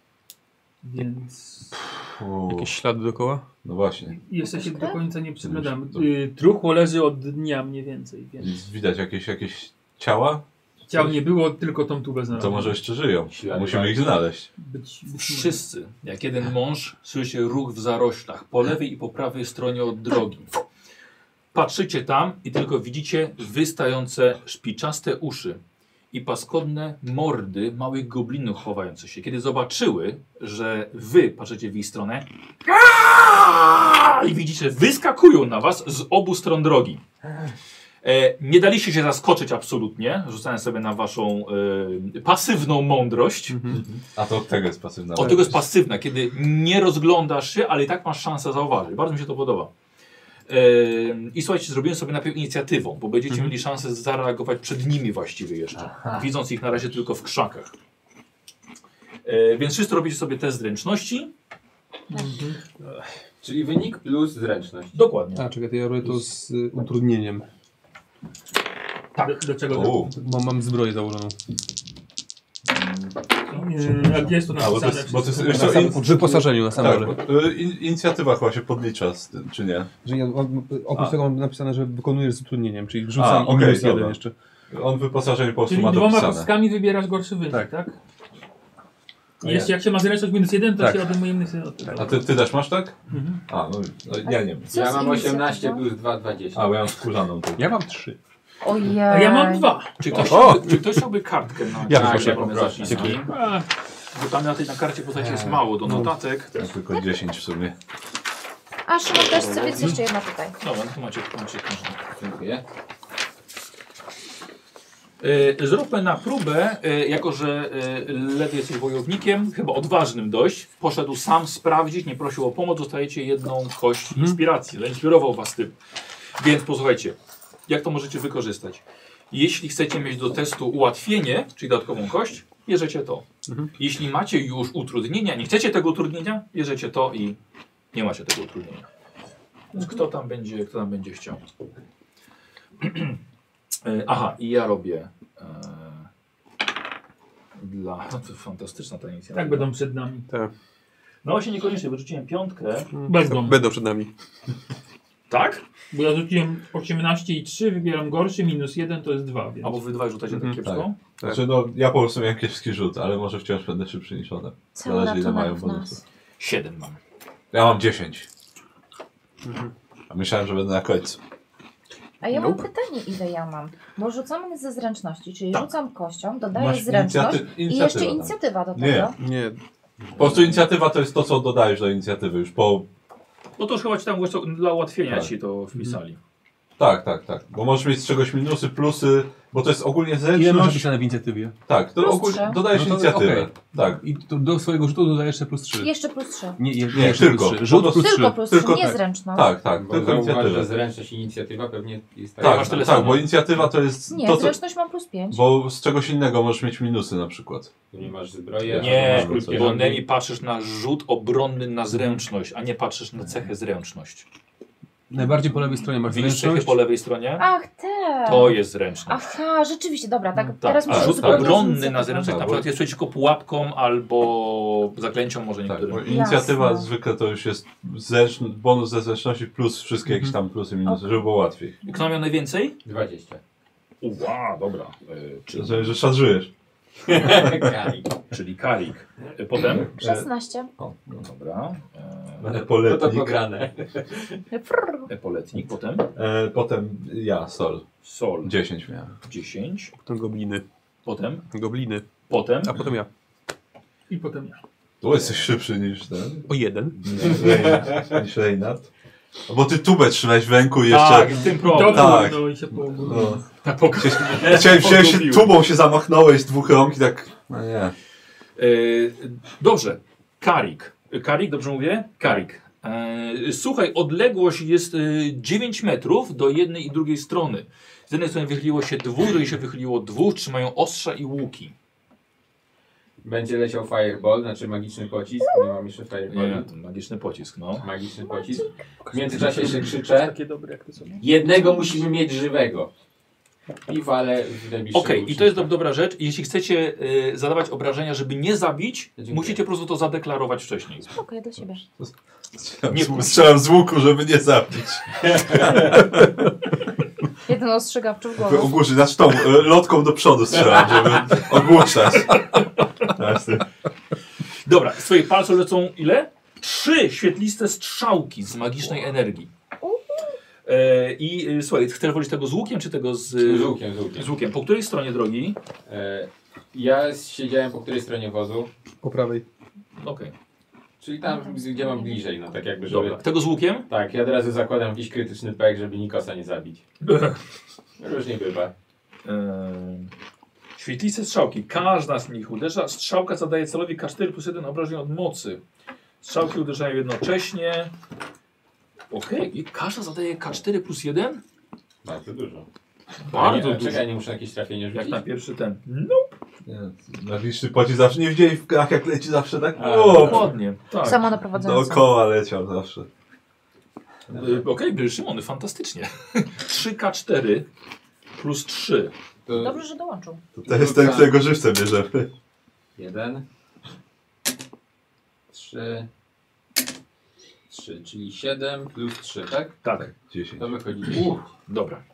Więc Jakieś ślady dookoła? No właśnie. jeszcze się do końca nie przyglądam. To- Truchło leży od dnia mniej więcej, więc Więc widać jakieś ciała? ciał nie było, tylko tą tubę To znalazłem. może jeszcze żyją. Ślady Musimy ich znaleźć. być Wszyscy, jak jeden mąż, słyszy ruch w zaroślach, po lewej i po prawej stronie od drogi. Patrzycie tam i tylko widzicie wystające szpiczaste uszy i paskodne mordy małych goblinów chowających się. Kiedy zobaczyły, że wy patrzycie w ich stronę i widzicie, wyskakują na was z obu stron drogi. Nie daliście się zaskoczyć absolutnie, rzucając sobie na waszą pasywną mądrość. A to od tego jest pasywna. Od tego jest pasywna, kiedy nie rozglądasz się, ale i tak masz szansę zauważyć. Bardzo mi się to podoba. I słuchajcie, zrobiłem sobie najpierw inicjatywą, bo będziecie mieli szansę zareagować przed nimi właściwie jeszcze, widząc ich na razie tylko w krzakach. Więc wszyscy robicie sobie test zręczności. Czyli wynik plus zręczność. Dokładnie. A, czekaj, to ja robię to z utrudnieniem. Do czego? O, Mam zbroję założoną. Jak jest to bo to napisane? jest, bo to jest wszystko? jeszcze W wyposażeniu na samym dole. tak, bo, inicjatywa chyba się podlicza z tym, czy nie? Że ja, oprócz tego mam napisane, że wykonujesz z utrudnieniem, czyli wrzucam A, okej, minus jeden dobra. jeszcze. On wyposażenie po prostu Czyli ma dwoma dopisane. kostkami wybierasz gorszy wynik, Tak. tak? I jeszcze jak się ma zręczność -1, to Tak. się odejmuje -1 od tego. A ty też masz tak? Mhm. A, no ja nie wiem. Co Ja z mam inicjatywą? 18 plus 2, 20. A, bo ja mam skórzaną. To. Ja mam 3. Ojej. A ja mam 2. Czy ktoś chciałby kartkę na Ja na proszę. na zapiski? A, Bo tam na tej na karcie postaci jest mało do notatek. Ja tylko 10 w sumie. A Szymon też chce, więc jeszcze jedna tutaj. Dobra, no to macie każdy. Dziękuję. Zróbmy na próbę, jako że Lew jesteś wojownikiem, chyba odważnym dość, poszedł sam sprawdzić, nie prosił o pomoc, dostajecie jedną kość inspiracji, zainspirował was tym. Więc posłuchajcie, jak to możecie wykorzystać? Jeśli chcecie mieć do testu ułatwienie, czyli dodatkową kość, bierzecie to. Jeśli macie już utrudnienia, nie chcecie tego utrudnienia, bierzecie to i Nie macie tego utrudnienia. Więc kto tam będzie chciał? Aha, i ja robię to fantastyczna ta inicjatywa. Tak będą przed nami. Tak. No właśnie niekoniecznie, wyrzuciłem 5. Będą przed nami. Tak? Bo ja rzuciłem 18 i 3, wybieram gorszy, -1 to jest 2. Więc... Albo wy dwaj rzucacie tak kiepsko? Tak. Znaczy, no, ja po prostu miałem kiepski rzut, ale może wciąż będę szybszy niż one. Cały Zależy, ile mają ratunek w bonusów. nas. 7 mam. Ja mam 10. A myślałem, że będę na końcu. A ja mam pytanie, ile ja mam. Bo rzucamy ze zręczności, czyli Tak. rzucam kością, dodaję Masz zręczność i jeszcze tam. inicjatywa do tego. Nie. Nie. Po prostu inicjatywa to jest to, co dodajesz do inicjatywy już po... No to już chyba ci tam dla ułatwienia Tak. ci to wpisali. Tak. Bo możesz mieć z czegoś minusy, plusy, bo to jest ogólnie Ile zręczność. masz napisane w inicjatywie? Tak, to Plus ogólnie 3. dodajesz No to inicjatywę. okej. Tak. I to do swojego rzutu dodajesz jeszcze +3. Jeszcze +3. Nie, tylko. plus 3. Rzut Po plus prostu- 3. Tylko +3, Tylko nie tak. zręczność. Tak, Bo tylko zauważ, że inicjatywę. zręczność i inicjatywa pewnie jest tak. Tak, masz tyle tak, samo. bo inicjatywa to jest Nie, to, co... zręczność mam +5. Bo z czegoś innego możesz mieć minusy na przykład. Nie masz zbroję, Nie, a masz bo Nemi patrzysz na rzut obronny na zręczność, a nie patrzysz na cechę zręczność. Najbardziej po lewej stronie masz Widzisz cechy zręczność. po lewej stronie? Ach, te. To jest zręczność. Aha, rzeczywiście, dobra, tak. Tak, Teraz a muszę rzut zupełnie obronny inicjatywę. na zręczność na Tak, przykład bo- jest przeciwko pułapkom albo zaklęciom może Tak, niektórym. bo inicjatywa Jasne. zwykle to już jest bonus ze zręczności plus wszystkie jakieś tam plusy, minusy, żeby było łatwiej. Kto miał najwięcej? 20. Wow, dobra. Że szarżujesz. Czyli Karik. Potem? 16. Dobra. No to Epoletnik. pograne. Frrr. Epoletnik. Potem? Potem ja, Sol. Sol. 10 miałem. 10. Potem gobliny. Potem? Gobliny. Potem? A potem ja. I potem ja. Tu jesteś szybszy niż ten. O 1. Niż Reinhard. No bo ty tubę trzymałeś w ręku i jeszcze... Tak, w tym problem. Tak. No i się położyło. No. Tak, Chciałem się Pogubił. tubą się zamachnąłeś z dwóch rąk i tak... No nie. Dobrze. Karik. Karik, dobrze mówię? Karik. Słuchaj, odległość jest 9 metrów do jednej i drugiej strony. Z jednej strony wychyliło się dwóch, z drugiej się wychyliło dwóch, trzymają ostrza i łuki. Będzie leciał fireball, znaczy magiczny pocisk. Nie mam jeszcze Nie, fireball. to magiczny pocisk, no. Magiczny pocisk. W międzyczasie się krzyczę. Takie dobre jak to są. Jednego musimy mieć żywego. I walę w najbliższego Okej, i to jest dobra rzecz. Jeśli chcecie zadawać obrażenia, żeby nie zabić, Dziękuję. musicie po prostu to zadeklarować wcześniej. Spoko, ja do siebie. Strzelam z łuku, żeby nie zabić. Jeden ostrzegawczy w Żeby głowę. ogłuszyć, znaczy tą lotką do przodu strzelam, żeby ogłuszać. Jasne. Dobra, z twojej palców lecą ile? 3 świetliste strzałki z magicznej energii. Słuchaj, chcesz wolić tego z łukiem, czy tego z... Z łukiem, z łukiem. Z łukiem. Po której stronie drogi? Ja siedziałem po której stronie wozu. Po prawej. Okej, Czyli tam, gdzie mam bliżej, no tak jakby, żeby... dobra. Tego z łukiem? Tak, ja od razu zakładam jakiś krytyczny pek, żeby Nikosa nie zabić. Różnie bywa. Świetliste strzałki. Każda z nich uderza. Strzałka zadaje celowi K4 plus 1 obrażeń od mocy. Strzałki uderzają jednocześnie. Okej, i każda zadaje K4 plus 1? Bardzo dużo. Bardzo nie, dużo. Czekaj, nie muszę na jakieś trafienie Jak rzucić. na pierwszy ten. No, Nie, magiczny pocisk zawsze, nie widzieli w grach jak leci zawsze tak? A, dokładnie. Tak. Samo naprowadzające. Dookoła leciał zawsze. Okej, Szymony, fantastycznie. 3K4 plus 3. To Dobrze, że dołączył. To jest ten, którego żywcem bierzemy. 1, 3, czyli 7 plus 3, tak? Tak. 10. To wychodzi 10. Dobra.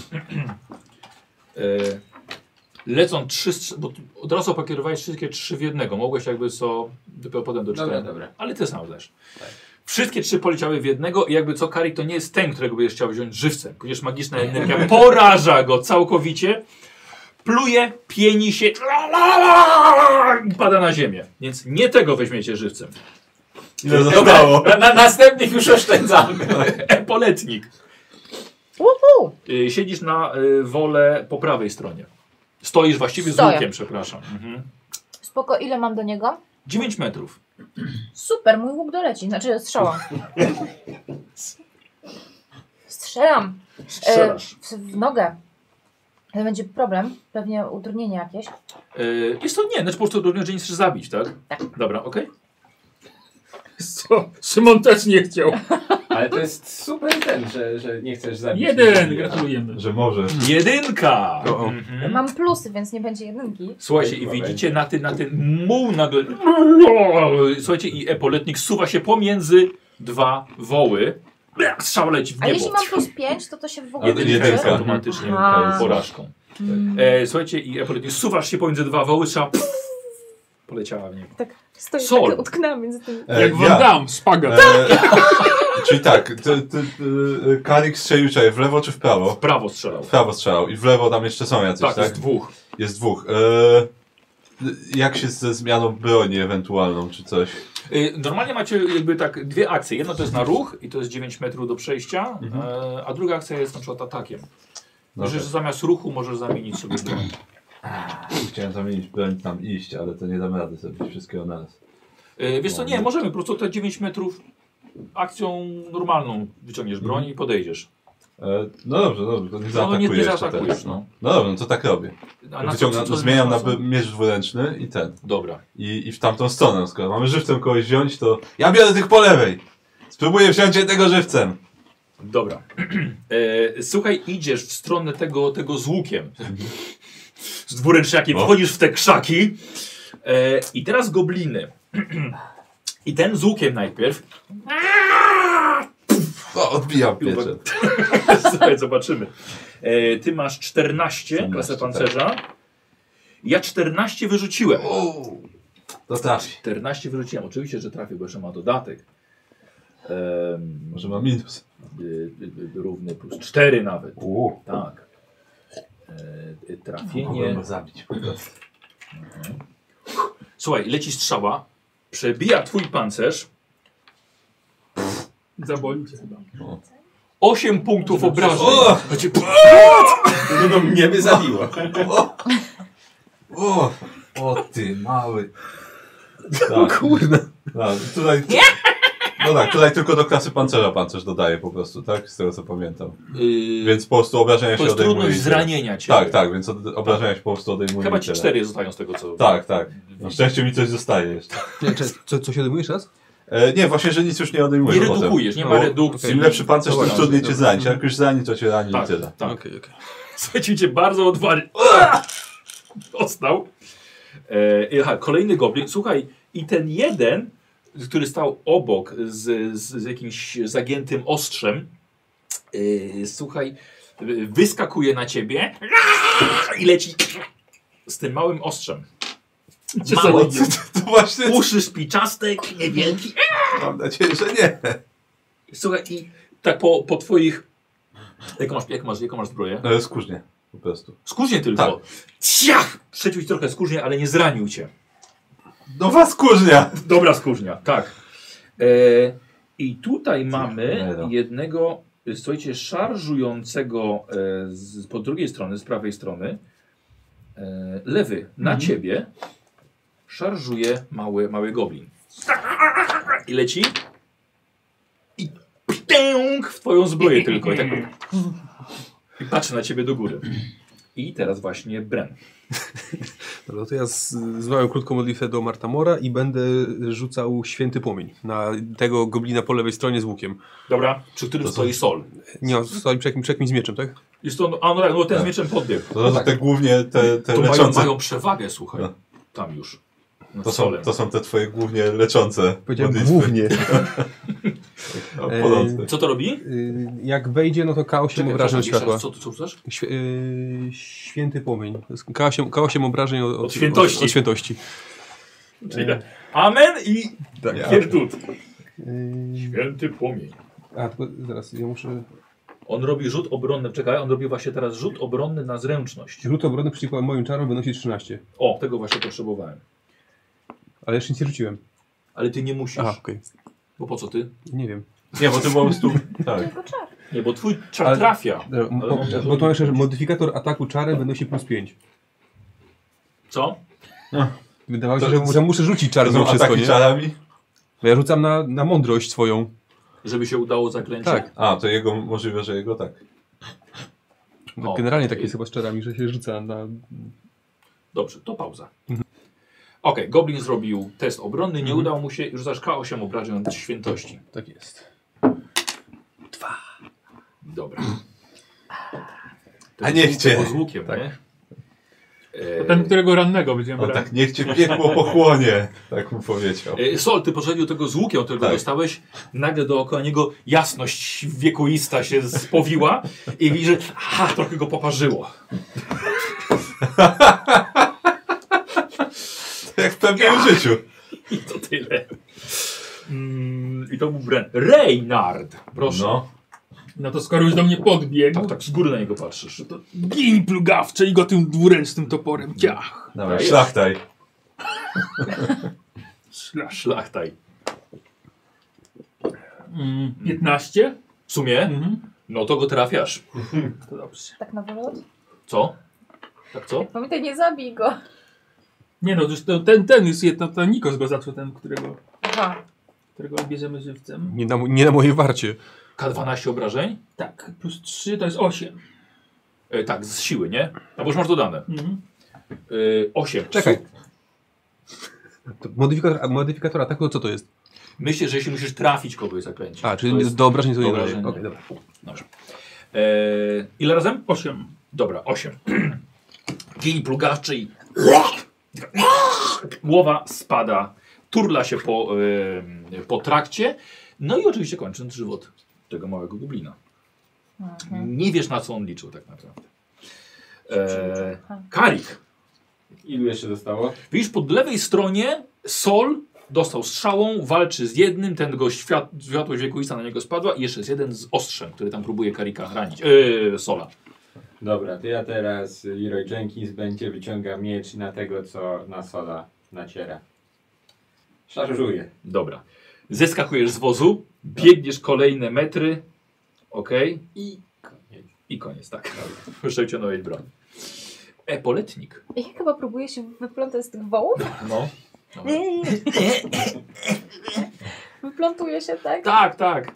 Lecą 3, bo od razu pokierowałeś wszystkie 3 w jednego. Mogłeś jakby co dopiero potem doczytać. Dobra. Ale ty sam też. Tak. Wszystkie 3 poleciały w jednego i jakby co, Karik to nie jest ten, którego będziesz chciał wziąć żywcem. Ponieważ magiczna energia poraża go całkowicie. Pluje, pieni się i pada na ziemię. Więc nie tego weźmiecie żywcem. Ile zostało? Na następnych już oszczędzamy. Epoletnik. Uhu! Siedzisz na wolę po prawej stronie. Stoisz właściwie Stoję. z łukiem, przepraszam. Spoko, ile mam do niego? 9 metrów. Super, mój łuk doleci, znaczy strzała. Strzelam. Strzelasz. W nogę. To będzie problem, pewnie utrudnienie jakieś. Jest to nie, znaczy po prostu również, że nie chcesz zabić, tak? Tak. Dobra, okej. Co? Szymon też nie chciał. Ale to jest super że nie chcesz zabić. 1, gratulujemy. Że możesz. 1! Ja mam plusy, więc nie będzie jedynki. Słuchajcie, i widzicie na ten muł nagle... Słuchajcie, i epoletnik suwa się pomiędzy dwa woły. Strzał leci w A niebo. jeśli mam plus 5, to się w ogóle Jedynka liczy? Jedynka automatycznie A. porażką. Słuchajcie, i epoletnik suwasz się pomiędzy dwa woły, strzał poleciała w niebo. Tak stoję, Sol. tak utknęłam między tymi. Jak Van Damme, szpagat. Czyli tak, Karik strzelił czekaj, w lewo czy w prawo? W prawo strzelał. W prawo strzelał i w lewo tam jeszcze są jacyś, Tak, tak? jest dwóch. Jest dwóch. Jak się ze zmianą broni ewentualną, czy coś? Normalnie macie jakby tak dwie akcje. Jedna to jest na ruch i to jest 9 metrów do przejścia, a druga akcja jest na przykład atakiem. Myślę, że zamiast ruchu możesz zamienić sobie broń. Chciałem zamienić broń tam iść, ale to nie damy rady sobie wszystkiego naraz. Wiesz co, nie, możemy po prostu te 9 metrów akcją normalną wyciągniesz broń i podejdziesz. No dobrze, to nie No zaatakuję nie jeszcze zaatakujesz, teraz. no. No dobrze, no to tak robię. A na Zmieniam na co? miecz dwuręczny i ten. Dobra. I w tamtą stronę. Skoro mamy żywcem kogoś wziąć, to ja biorę tych po lewej. Spróbuję wziąć jednego żywcem. Dobra. Słuchaj, idziesz w stronę tego z łukiem. Z dwuręczniakiem wchodzisz w te krzaki. I teraz gobliny. I ten z łukiem najpierw. O, odbijam piecze. Słuchaj, zobaczymy. Ty masz 14 klasę pancerza. Ja 14 wyrzuciłem. To trafi. 14 wyrzuciłem. Oczywiście, że trafię, bo jeszcze ma dodatek. Może ma minus. Równy plus 4 nawet. Tak. Trafienie. Mogłem go zabić po prostu. Słuchaj, leci strzała. Przebija twój pancerz. Zaboli cię chyba. 8 punktów obrażeń. No mnie by zabiło. O ty mały. Tak. Kurde. Tutaj, no tak, tutaj tylko do klasy pancerza pancerz dodaje po prostu, tak? Z tego co pamiętam. Więc po prostu obrażenia to się jest odejmuje. trudność zranienia cię. Tak, więc obrażenia się po prostu odejmuje. Chyba ci 4 zostają z tego co... Tak. Na szczęście mi coś zostaje jeszcze. Co się odejmujesz raz? Nie, właśnie, że nic już nie odejmuje. Nie redukujesz, nie ma redukcji. Im lepszy pancerz, tym trudniej cię zranić. Mhm. Jak już zrani, to cię rani Tak, i tyle. tak. Okej. Słuchajcie, cię bardzo odwali. Dostał. Kolejny goblin. Słuchaj, i ten jeden, który stał obok z jakimś zagiętym ostrzem, słuchaj, wyskakuje na ciebie i leci z tym małym ostrzem. Mały, To właśnie. uszy spiczaste, niewielki. Mam nadzieję, że nie. Słuchaj, i tak po twoich... Jaką masz zbroję? Skórznie, po prostu. Skórznie tylko. Tak. Ciach! Przeciął ci trochę skórznie, ale nie zranił cię. Nowa skórznia! Dobra skórznia, tak. I tutaj mamy jednego, słuchajcie, szarżującego po drugiej strony, z prawej strony. Lewy na ciebie szarżuje mały goblin. I leci. I ptęk w twoją zbroję tylko. I tak i patrzy na ciebie do góry. I teraz właśnie Bren. Dobra, to ja zwałem krótką modlitwę do Martamora i będę rzucał święty płomień na tego goblina po lewej stronie z łukiem. Dobra, przy którym stoi Sol. Nie, stoi przy jakimś z mieczem, tak? Jest to, no ten z mieczem podbiegł. To te głównie te To leczące. mają przewagę, słuchaj. No. Tam już. To są te twoje głównie leczące. Powiedziałem modlitwy. głównie. Płonące. Co to robi? Jak wejdzie, no to K8 obrażeń od światła. Co rzucasz? Święty płomień. To jest K8 obrażeń Od świętości. Od świętości. Czyli amen i Tak. pierdut. Święty płomień. A, tylko zaraz, ja muszę... On robi rzut obronny, czekaj, on robi właśnie teraz rzut obronny na zręczność. Rzut obronny przeciwko moim czarom wynosi 13. O, tego właśnie potrzebowałem. Ale jeszcze nic nie rzuciłem. Ale ty nie musisz. Aha, okej. Bo po co ty? Nie wiem. Nie, bo ty po prostu. Tak. Tylko czar. Nie, bo twój czar Ale- trafia. Bo to jeszcze, że modyfikator ataku czarem wynosi plus 5. Co? Wydawało się, To- że muszę rzucić czar To mimo są wszystko, ataki nie? czarami? Bo ja rzucam na mądrość swoją. Żeby się udało zaklęcie? Tak. A, to jego możliwe, że jego tak. O, Generalnie tak jest chyba z czarami, że się rzuca na... Dobrze, to pauza. Okej, Goblin zrobił test obronny, nie udało mu się, rzucasz K8 obrażeń od świętości. Tak jest. Dobra. A niech cię. Z łukiem, Tak. nie? Ten, którego rannego będziemy O brać. tak, niech cię piekło pochłonie, tak mu powiedział. Sol, ty poszedł tego z łukiem, którego Tak. dostałeś, nagle dookoła niego jasność wiekuista się spowiła i widzisz, że trochę go poparzyło. Jak w pewnym życiu. I to tyle. I to był Bren. Reynard, proszę. No. No to skoro już do mnie podbiegł, Tak, z góry na niego patrzysz. to gin plugawcze i go tym dwuręcznym toporem. Ciach. Dawaj, Dajesz. szlachtaj. Szlachtaj. 15? W sumie? Mhm. No to go trafiasz. To dobrze. Tak na wylot? Co? Tak co? Pamiętaj, nie zabij go. Nie no, już ten jest jedno, to Nikos go zaczął, ten, którego bierzemy żywcem. Nie na mojej warcie. K12 obrażeń? Tak, plus 3 to jest 8. Tak, z siły, nie? No bo już masz dodane. 8. Czekaj. To modyfikator ataku, to co to jest? Myślę, że jeśli musisz trafić kogoś zaklęcie. A, czyli To jest do obrażeń to nie daje. obrażenie. Okej, dobra. Dobrze. Ile razem? 8. Dobra, 8. Kij plugawczy i głowa spada, turla się po trakcie, no i oczywiście kończąc żywot tego małego goblina. Nie wiesz, na co on liczył tak naprawdę. Karik. Ilu jeszcze zostało? Widzisz, po lewej stronie Sol dostał strzałą, walczy z jednym, ten go światłość wiekuista na niego spadła i jeszcze jest jeden z ostrzem, który tam próbuje Karika ranić. Sola. Dobra, to ja teraz, Leroy Jenkins, będzie wyciąga miecz na tego, co na Sola naciera. Szarżuję. Dobra. Zeskakujesz z wozu, biegniesz kolejne metry. Okej. I koniec, tak. Wyszczęcionałeś broń. Epoletnik. Ja chyba próbuję się wyplątać z tych wołów. No. Dobra. Wyplątuje się, tak? Tak, tak.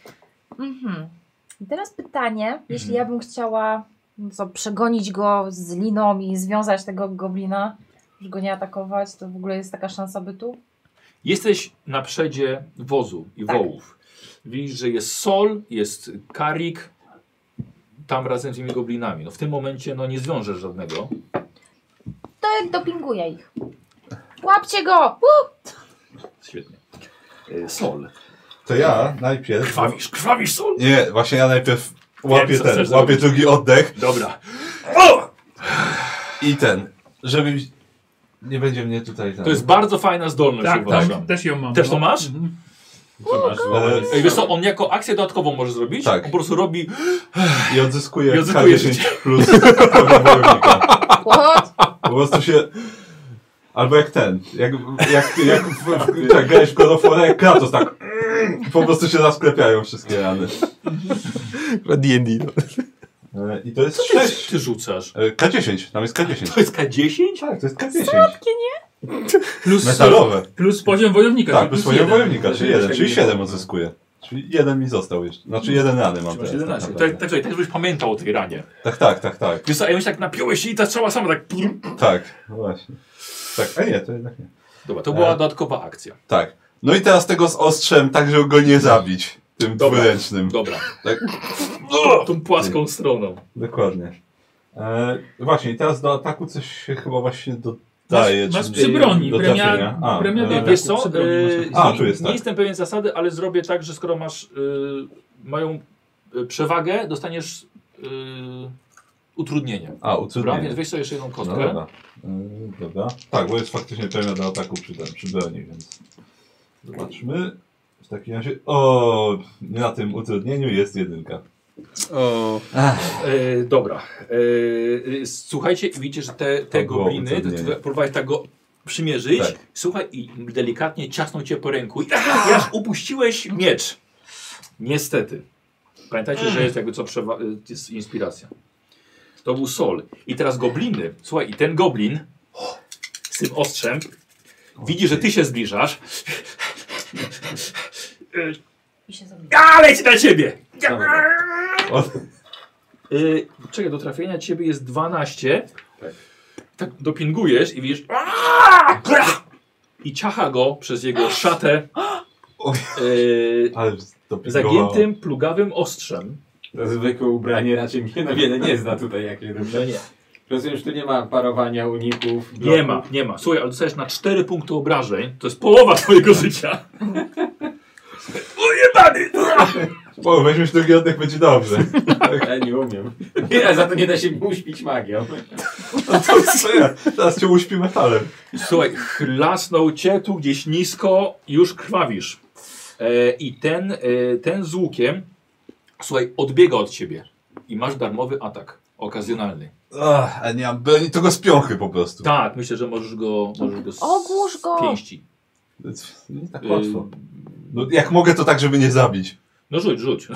I teraz pytanie, jeśli ja bym chciała przegonić go z liną i związać tego goblina, już go nie atakować, to w ogóle jest taka szansa bytu? Jesteś na przedzie wozu i wołów. Widzisz, że jest Sol, jest Karik, tam razem z tymi goblinami. No w tym momencie nie zwiążesz żadnego. To dopinguję ich. Łapcie go! Świetnie. Sol. To ja najpierw... Krwawisz Sol? Nie, właśnie ja najpierw łapię co chcesz łapię zrobić. drugi oddech Dobra. i żeby... Nie będzie mnie tutaj... To jest bardzo fajna zdolność, Tak, uważam. też ją mam. Też to masz? Mhm. Co masz? Ej, wiesz co, on jako akcję dodatkową może zrobić? Tak. On po prostu robi... I odzyskuje I odzyskuje K10 plus poziom wojownika. What? Po prostu się... Albo jak ten, jak grałeś w God of War, jak Kratos, tak po prostu się zasklepiają wszystkie rany. D&D, no. I to jest Co 6. ty rzucasz? K10, tam jest K10. To jest K10? Tak, to jest K10. Plus, Metalowe. plus poziom wojownika. Tak, czyli plus plus poziom 1. wojownika, czyli 1, czyli 7 odzyskuję. Czyli 1 mi został jeszcze. Znaczy 1 rany mam teraz. 11. Tak, Tak, żebyś pamiętał o tej ranie. tak. Wiesz co, a ja myślę, tak napiąłeś się i ta strzała sama tak... Tak, no właśnie. Tak, a nie, to jednak nie. Dobra, to była dodatkowa akcja. Tak. No i teraz tego z ostrzem, tak żeby go nie zabić. Tym Dobra. dwuręcznym. Dobra. Tak. Tą płaską stroną. Dokładnie. Właśnie, i teraz do ataku coś się chyba właśnie dodaje. Masz czy- przy broni. do trafienia. Premia do Wiesz co, przy broni masz. tu jest nie tak. jestem pewien zasady, ale zrobię tak, że skoro masz mają przewagę, dostaniesz utrudnienie. A, Dobra, utrudnienie. więc weź sobie jeszcze jedną No kostkę. dobra. Dobra. Tak, bo jest faktycznie premia do ataku przy broni, więc zobaczmy. W takim razie... O, na tym utrudnieniu jest 1. O. Dobra. Słuchajcie, widzicie, że te było gobliny, utrudnienie. próbowałeś tak go przymierzyć. Tak. Słuchaj, i delikatnie ciasną cię po ręku. I aż upuściłeś miecz. Niestety. Pamiętajcie, że jest jakby co jest inspiracja. To był Sol. I teraz gobliny. Słuchaj, i ten goblin z tym ostrzem widzi, że ty się zbliżasz. I się zabije. A, leci na ciebie! O, Czekaj, do trafienia ciebie jest 12. Tak. tak dopingujesz i widzisz i ciacha go przez jego szatę Ale zagiętym, plugawym ostrzem. To zwykłe ubranie raczej mnie na wiele nie zna tutaj, jak nie dobrze. No nie. Rozumiem, że tu nie ma parowania, uników, Nie ma. Słuchaj, ale dostajesz na 4 punkty obrażeń. To jest połowa twojego życia. Ujebany! O, weźmiesz drugi oddech, będzie dobrze. Ja nie umiem. Ja za to nie da się uśpić magią. No to co ja? Teraz cię uśpi metalem. Słuchaj, chlasnął cię tu gdzieś nisko, już krwawisz. I ten z łukiem, słuchaj, odbiega od ciebie. I masz darmowy atak, okazjonalny. A nie mam broni, to go z piąchy po prostu. Tak, myślę, że możesz go Ogłusz go! z pięści. Nie tak łatwo. No, jak mogę, to tak, żeby nie zabić. No rzuć.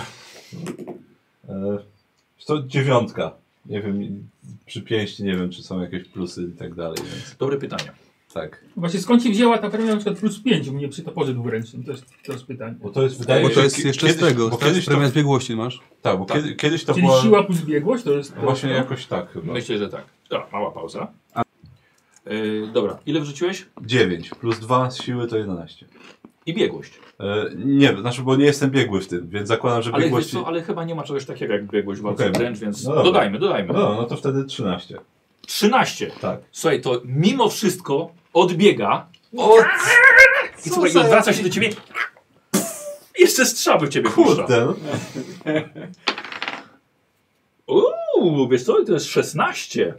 To 9. Nie wiem, przy pięści nie wiem, czy są jakieś plusy i tak dalej, więc Dobre pytanie. tak. Właśnie skąd się wzięła ta premia na przykład plus 5 u mnie przy toporze dwuręcznym? To jest pytanie. Bo to jest, wydaje Bo mi to się, jest jeszcze z tego, bo tak? kiedyś Premia to, zbiegłości masz. tak, bo kiedyś to Czyli była... siła plus biegłość to jest... Właśnie jakoś tak chyba. Myślę, że tak. Dobra, mała pauza. Dobra, ile wrzuciłeś? 9 plus 2 z siły to 11. I biegłość. Nie, znaczy, bo nie jestem biegły w tym, więc zakładam, że Ale, biegłość... wiesz co, ale chyba nie ma czegoś takiego jak biegłość w walce Okej. wręcz, więc No dobra. dodajmy. No to wtedy 13. 13. Tak. Słuchaj, to mimo wszystko odbiega i słuchaj, i odwraca się do ciebie. Jeszcze strzały w ciebie puszcza. Kurde, no. Wiesz co, to jest 16.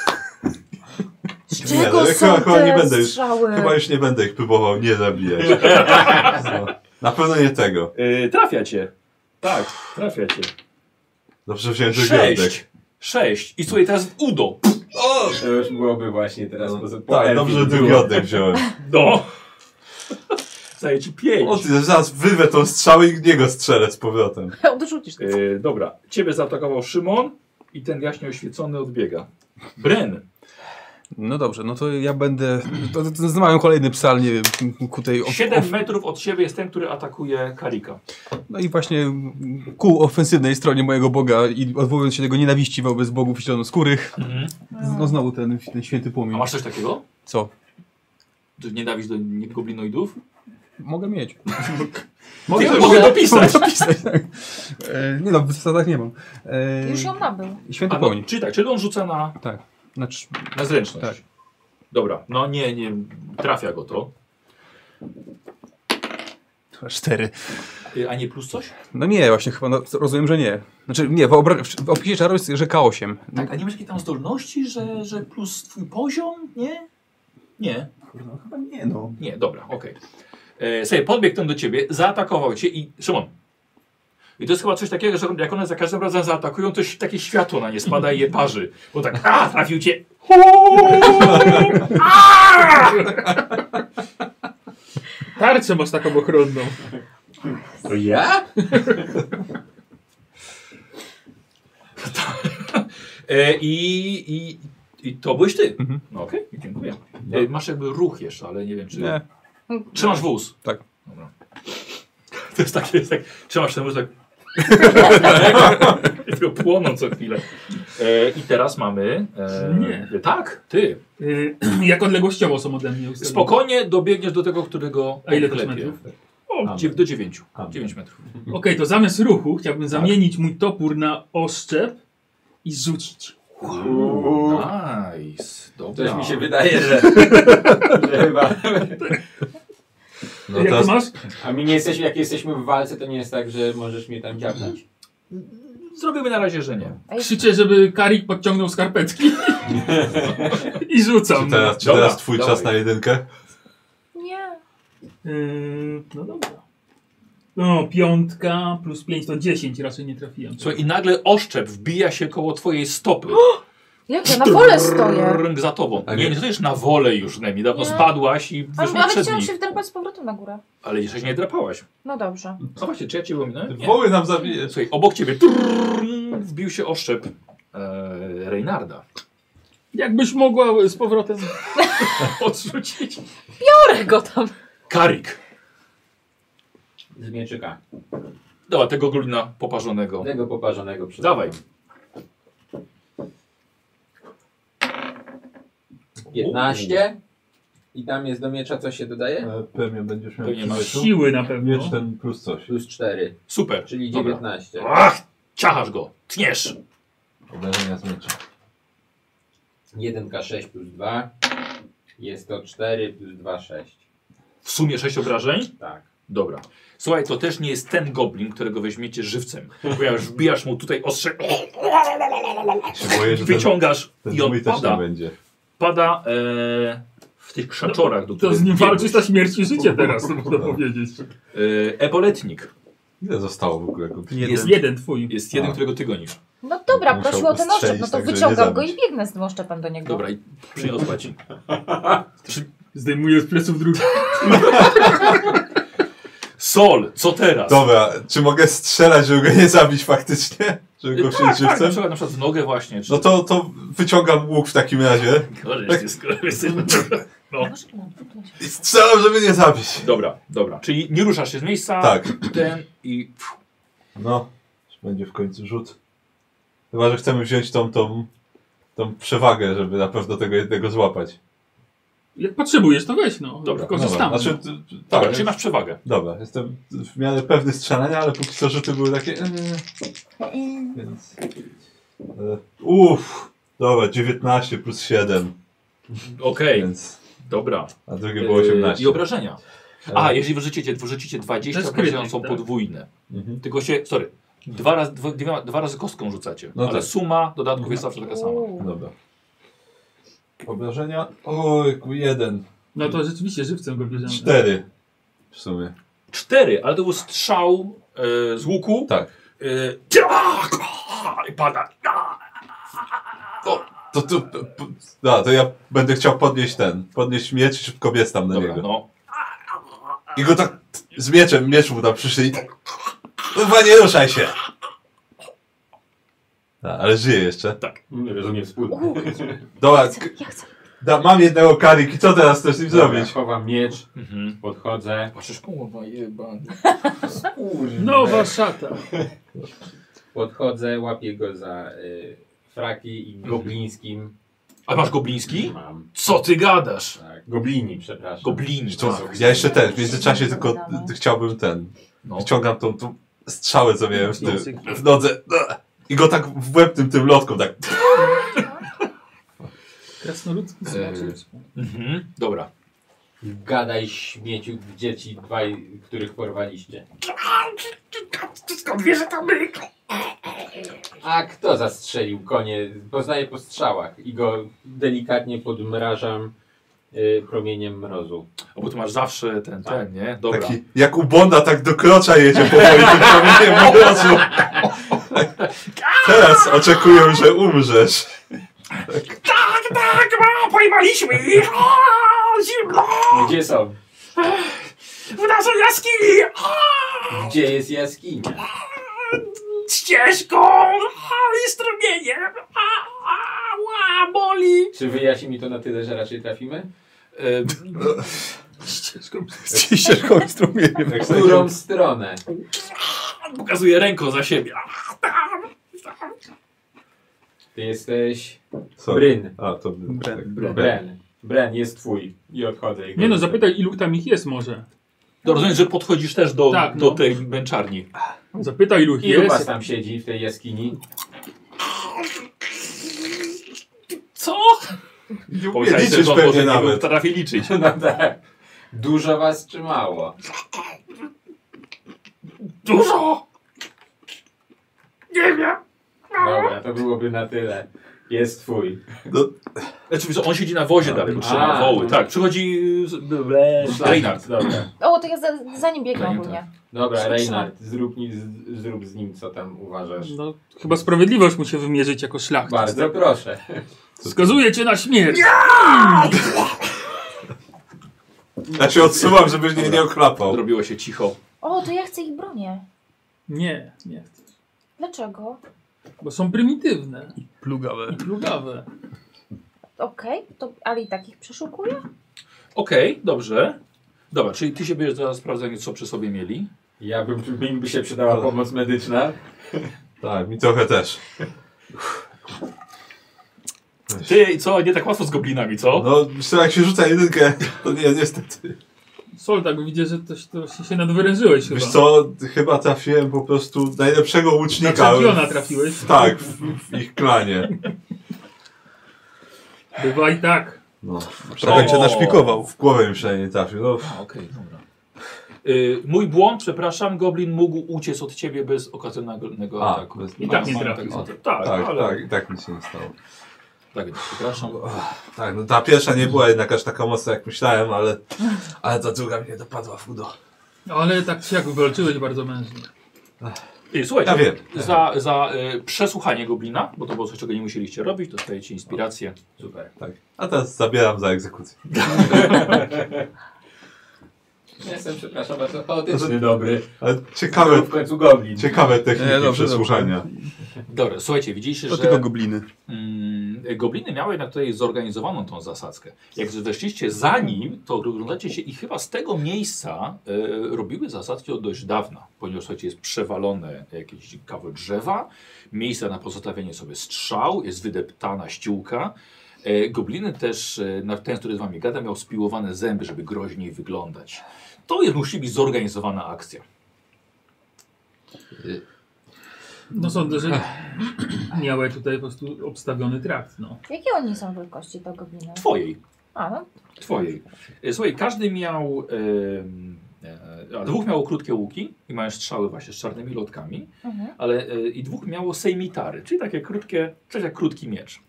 Z Nie, czego no, są chyba te nie będę już- strzały? Chyba już nie będę ich próbował nie zabijać. No, na pewno nie tego. Trafia cię. Tak, trafia cię. Dobrze wziąłem drugi oddech. 6. I słuchaj, teraz udo. To już byłoby właśnie teraz po Tak, elfie dobrze, że drugi było. oddech wziąłem. No. Zaję ci 5. O ty, zaraz wyrwę tą strzałę i niego strzelę z powrotem. Odrzucisz to. Dobra, ciebie zaatakował Szymon i ten jaśnie oświecony odbiega. Bren. No dobrze, no to ja będę... To mają kolejny psalnie ku tej... 7 metrów od siebie jest ten, który atakuje Karika. No i właśnie ku ofensywnej stronie mojego Boga i odwołując się do jego nienawiści wobec bogów zielonoskórych, no znowu ten święty A płomień. masz coś takiego? Co? Nienawiść do goblinoidów? Mogę mieć. Mogę dopisać. Tak. Nie no, w zasadach nie mam. Już ją nabył. Święty A, no, płomień. czyli tak, czyli on rzuca na Tak. Znaczy, zręczność. Tak. Dobra, no nie, trafia go to. 4. A nie plus coś? No nie, właśnie chyba, no, rozumiem, że nie. Znaczy nie, w opisie czaru jest, że K8. Tak, a nie masz jakiej tam zdolności, że plus twój poziom? Nie? Nie. No chyba nie, no. Nie, dobra, okej. Sobie podbiegł ten do ciebie, zaatakował cię i... Szymon. I to jest chyba coś takiego, że jak one za każdym razem zaatakują, to takie światło na nie spada i je parzy. Bo tak, trafił cię. Tarczę masz taką ochronną. To ja? I to byłeś ty. Mhm. No okej, dziękuję. Masz jakby ruch jeszcze, ale nie wiem czy... Nie. Trzymasz wóz. Tak. Dobra. To jest tak, trzymasz ten wóz tak... I tylko płoną co chwilę. I teraz mamy... Nie. Tak, ty. Jak odległościowo są ode mnie ustawione? Spokojnie dobiegniesz do tego, którego A ile to jest odklepie. metrów? O, do 9. 9 metrów. Okej, to zamiast ruchu chciałbym zamienić mój topór na oszczep i rzucić. Nice. Dobra. Coś mi się wydaje, że chyba... No Jak teraz to masz? A my nie jesteśmy, jak jesteśmy w walce, to nie jest tak, że możesz mnie tam dziabnąć? Zrobimy na razie, że nie. Krzyczę, żeby Karik podciągnął skarpetki. I rzucam. czy teraz, Dobra, teraz twój dawaj. czas na jedynkę? Nie. No dobra. No, 5 plus 5 to 10, raczej nie trafiłem. Słuchaj, i nagle oszczep wbija się koło twojej stopy. Jak ja na wolę stoję. Za tobą. A Nie, nie- nie stoisz na wolę już, niedawno Nie. spadłaś i wyszłaś Ale przed chciałam nich. się wdrapać z powrotem na górę. Ale jeszcze się nie drapałaś. No dobrze. No właśnie, czy ja cię pominąłem? Nie. Woły nam zabijesz. Słuchaj, obok ciebie wbił się oszczep Reynarda. Jakbyś mogła z powrotem... Odrzucić. Biorę go tam. Karik. Z mieczyka. Dobra, tego glina poparzonego. Tego poparzonego przed Dawaj. 15. I tam jest do miecza, co się dodaje? Pewnie będziesz miał Pewnie masz Siły na pewno. miecz ten plus coś. Plus 4, Super. czyli Dobra. 19. Ach, ciachasz go. Tniesz. Obrażenia z miecza. 1k6 plus 2. Jest to 4 plus 2, 6. W sumie 6 obrażeń? Tak. Dobra. Słuchaj, to też nie jest ten goblin, którego weźmiecie żywcem. Bo jak już wbijasz mu tutaj ostrze, Się boję, że wyciągasz ten i on zły też nie pada. będzie. Pada w tych krzaczorach. Do To których z nim biegłeś. walczysz na śmierć i życie teraz, to można powiedzieć. Eboletnik. Ile zostało w ogóle goblin? Jest, Jeden twój. jest jeden, A. którego ty gonisz. No dobra, Musiał prosił o ten oszczep, ustrzelić, no to tak, żeby wyciągam nie go i zabić. biegnę z tym oszczepem do niego. Dobra, i przyniosła ci. Zdejmuję z pleców drugi. Sol, co teraz? Dobra, czy mogę strzelać, żeby go nie zabić faktycznie? Żeby go wziąć Tak, na żywcem? przykład w nogę właśnie. Czy... No to wyciągam łuk w takim razie Gorzej, no. i strzelam, żeby nie zabić. Dobra. Czyli nie ruszasz się z miejsca. Tak. Ten i... No, będzie w końcu rzut. Chyba, że chcemy wziąć tą przewagę, żeby na pewno tego jednego złapać. Jak potrzebujesz, to weź, no. Dobra, Korzystamy. Znaczy, Dobra, tak, czyli masz przewagę. dobra, jestem w miarę pewny strzelania, ale póki co rzuty były takie... Więc... Dobra, 19 plus 7, Okej, więc... Dobra. A drugie było 18. I obrażenia. A, jeżeli wyrzucicie 20, To jest obrażenia krytyk, są tak? podwójne. Mhm. Tylko się, dwa razy kostką rzucacie. No ale tak. suma dodatków jest zawsze taka sama. Dobra. Obrażenia? Oj, 1. No to rzeczywiście żywcem go bierzemy. 4 w sumie. 4, ale to był strzał z łuku. Tak. I pada. To ja będę chciał podnieść miecz i szybko biec tam na Dobra, niego. no. I go tak z mieczem, miecz mu tam przyszli i tak... Chyba nie ruszaj się! Ale żyje jeszcze. Nie rozumiem wspólnie. Dobra, Ja chcę. mam jednego karik i co teraz chcesz z nim zrobić? Chowam miecz, Mhm. podchodzę. Patrzysz, kurwa, jebany. Nowa szata. Podchodzę, łapię go za fraki i goblińskim. A masz gobliński? Mam. Co ty gadasz? Tak, goblini, przepraszam. Goblini, To, tak. ja jeszcze w międzyczasie tylko chciałbym No. wyciągam tą strzałę, co miałem w nodze i go tak w łeb tym lotką tak... Krasnoludzki zobaczyć. Dobra. Gadaj śmieciu, dzieci dwaj, których porwaliście. Skąd wiesz, że to my? A kto zastrzelił konie? Poznaję po strzałach i go delikatnie podmrażam promieniem mrozu. O, bo tu masz zawsze ten, nie? Dobra. Taki, jak u Bonda tak do krocza jedzie powoli tym kamieniem mrozu. Teraz oczekuję, że umrzesz. Tak, pojmaliśmy ich! Zimno! Gdzie są? W naszej jaskini! Gdzie jest jaskinia? Ścieżką! I strumieniem! Boli! Czy wyjaśni mi to na tyle, że raczej trafimy? Ścieżką strumieniem. W którą stronę? Pokazuje ręką za siebie. Ty jesteś Co? Bryn. A, to Bren. Bren jest twój. I odchodzę. Nie no, zapytaj ilu tam ich jest może. To rozumiem, że podchodzisz też do, Tak, do no. tej męczarni. Zapytaj ilu ich Ilu was jest. tam siedzi w tej jaskini? Co? nie Pomyślałeś, liczysz że on pewnie może nie nawet. potrafi liczyć. No tak. Dużo was czy mało? Dużo! Nie wiem. Dobra, to byłoby na tyle. Jest twój. Znaczy, wiesz, on siedzi na wozie dalej, bo trzyma woły. Tak, przychodzi Reinhard. Dobra. O, to ja za nim biegnę Za nim, ogólnie. Dobra, Reinhard, zrób z nim co tam uważasz. No, chyba sprawiedliwość mu się wymierzyć jako szlachcic. Bardzo proszę. Skazuję cię na śmierć. Ja się odsuwam, żebyś nie ochlapał. Zrobiło się cicho. O, to ja chcę ich bronię. Nie, nie chcę. Dlaczego? Bo są prymitywne Plugawe. i plugawe. Okej, to ale i takich przeszukuję? Okej, dobrze. Dobra, czyli ty się bierzesz za sprawdzenie, co przy sobie mieli. Mi by się przydała pomoc medyczna. Tak, mi trochę też. Ty, co? Nie tak łatwo z goblinami, co? No, myślę, jak się rzuca jedynkę, to nie, niestety. Sol, tak widzę, że to się nadwyrężyłeś chyba. Wiesz co, chyba trafiłem po prostu najlepszego Na łucznika. czempiona trafiłeś. Tak, w ich klanie. Bywa i tak. No. Trochę cię O. naszpikował. W głowę mi przynajmniej trafił. No, Okej, dobra. Mój błąd, przepraszam, goblin mógł uciec od ciebie bez okazjonalnego ataku. bez- I tak nie Mam trafił. Tak, tak, ale... tak, i tak nic się nie stało. Tak, przepraszam. Tak, no ta pierwsza nie była jednak aż taka mocna jak myślałem, ale ta druga mnie dopadła w udo. Ale tak czy jak walczyłeś bardzo mężnie. Słuchajcie, Ja wiem. za przesłuchanie goblina, bo to było coś, czego nie musieliście robić, dostajecie inspirację. Super. Tak. A teraz zabieram za egzekucję. Jestem, przepraszam bardzo, chaotyczny, dobry. Ale ciekawe, W końcu goblin. ciekawe techniki dobrze, przesłuchania. Dobra, słuchajcie, widzieliście, To że tylko gobliny. gobliny miały jednak tutaj zorganizowaną tą zasadzkę. Jak weszliście za nim, to oglądacie się i chyba z tego miejsca robiły zasadzki od dość dawna, ponieważ słuchajcie, jest przewalone jakieś kawał drzewa, miejsce na pozostawienie sobie strzał, jest wydeptana ściółka. Gobliny też, ten, który z wami gada, miał spiłowane zęby, żeby groźniej wyglądać. To musi być zorganizowana akcja. No sądzę, że miałeś tutaj po prostu obstawiony trakt, no. Jakie oni są wielkości, to gobliny? Twojej. A, no. Twojej. Słuchaj, każdy miał... dwóch miało krótkie łuki i mają strzały właśnie z czarnymi lotkami, ale i dwóch miało sejmitary, czyli takie krótkie, coś jak krótki miecz.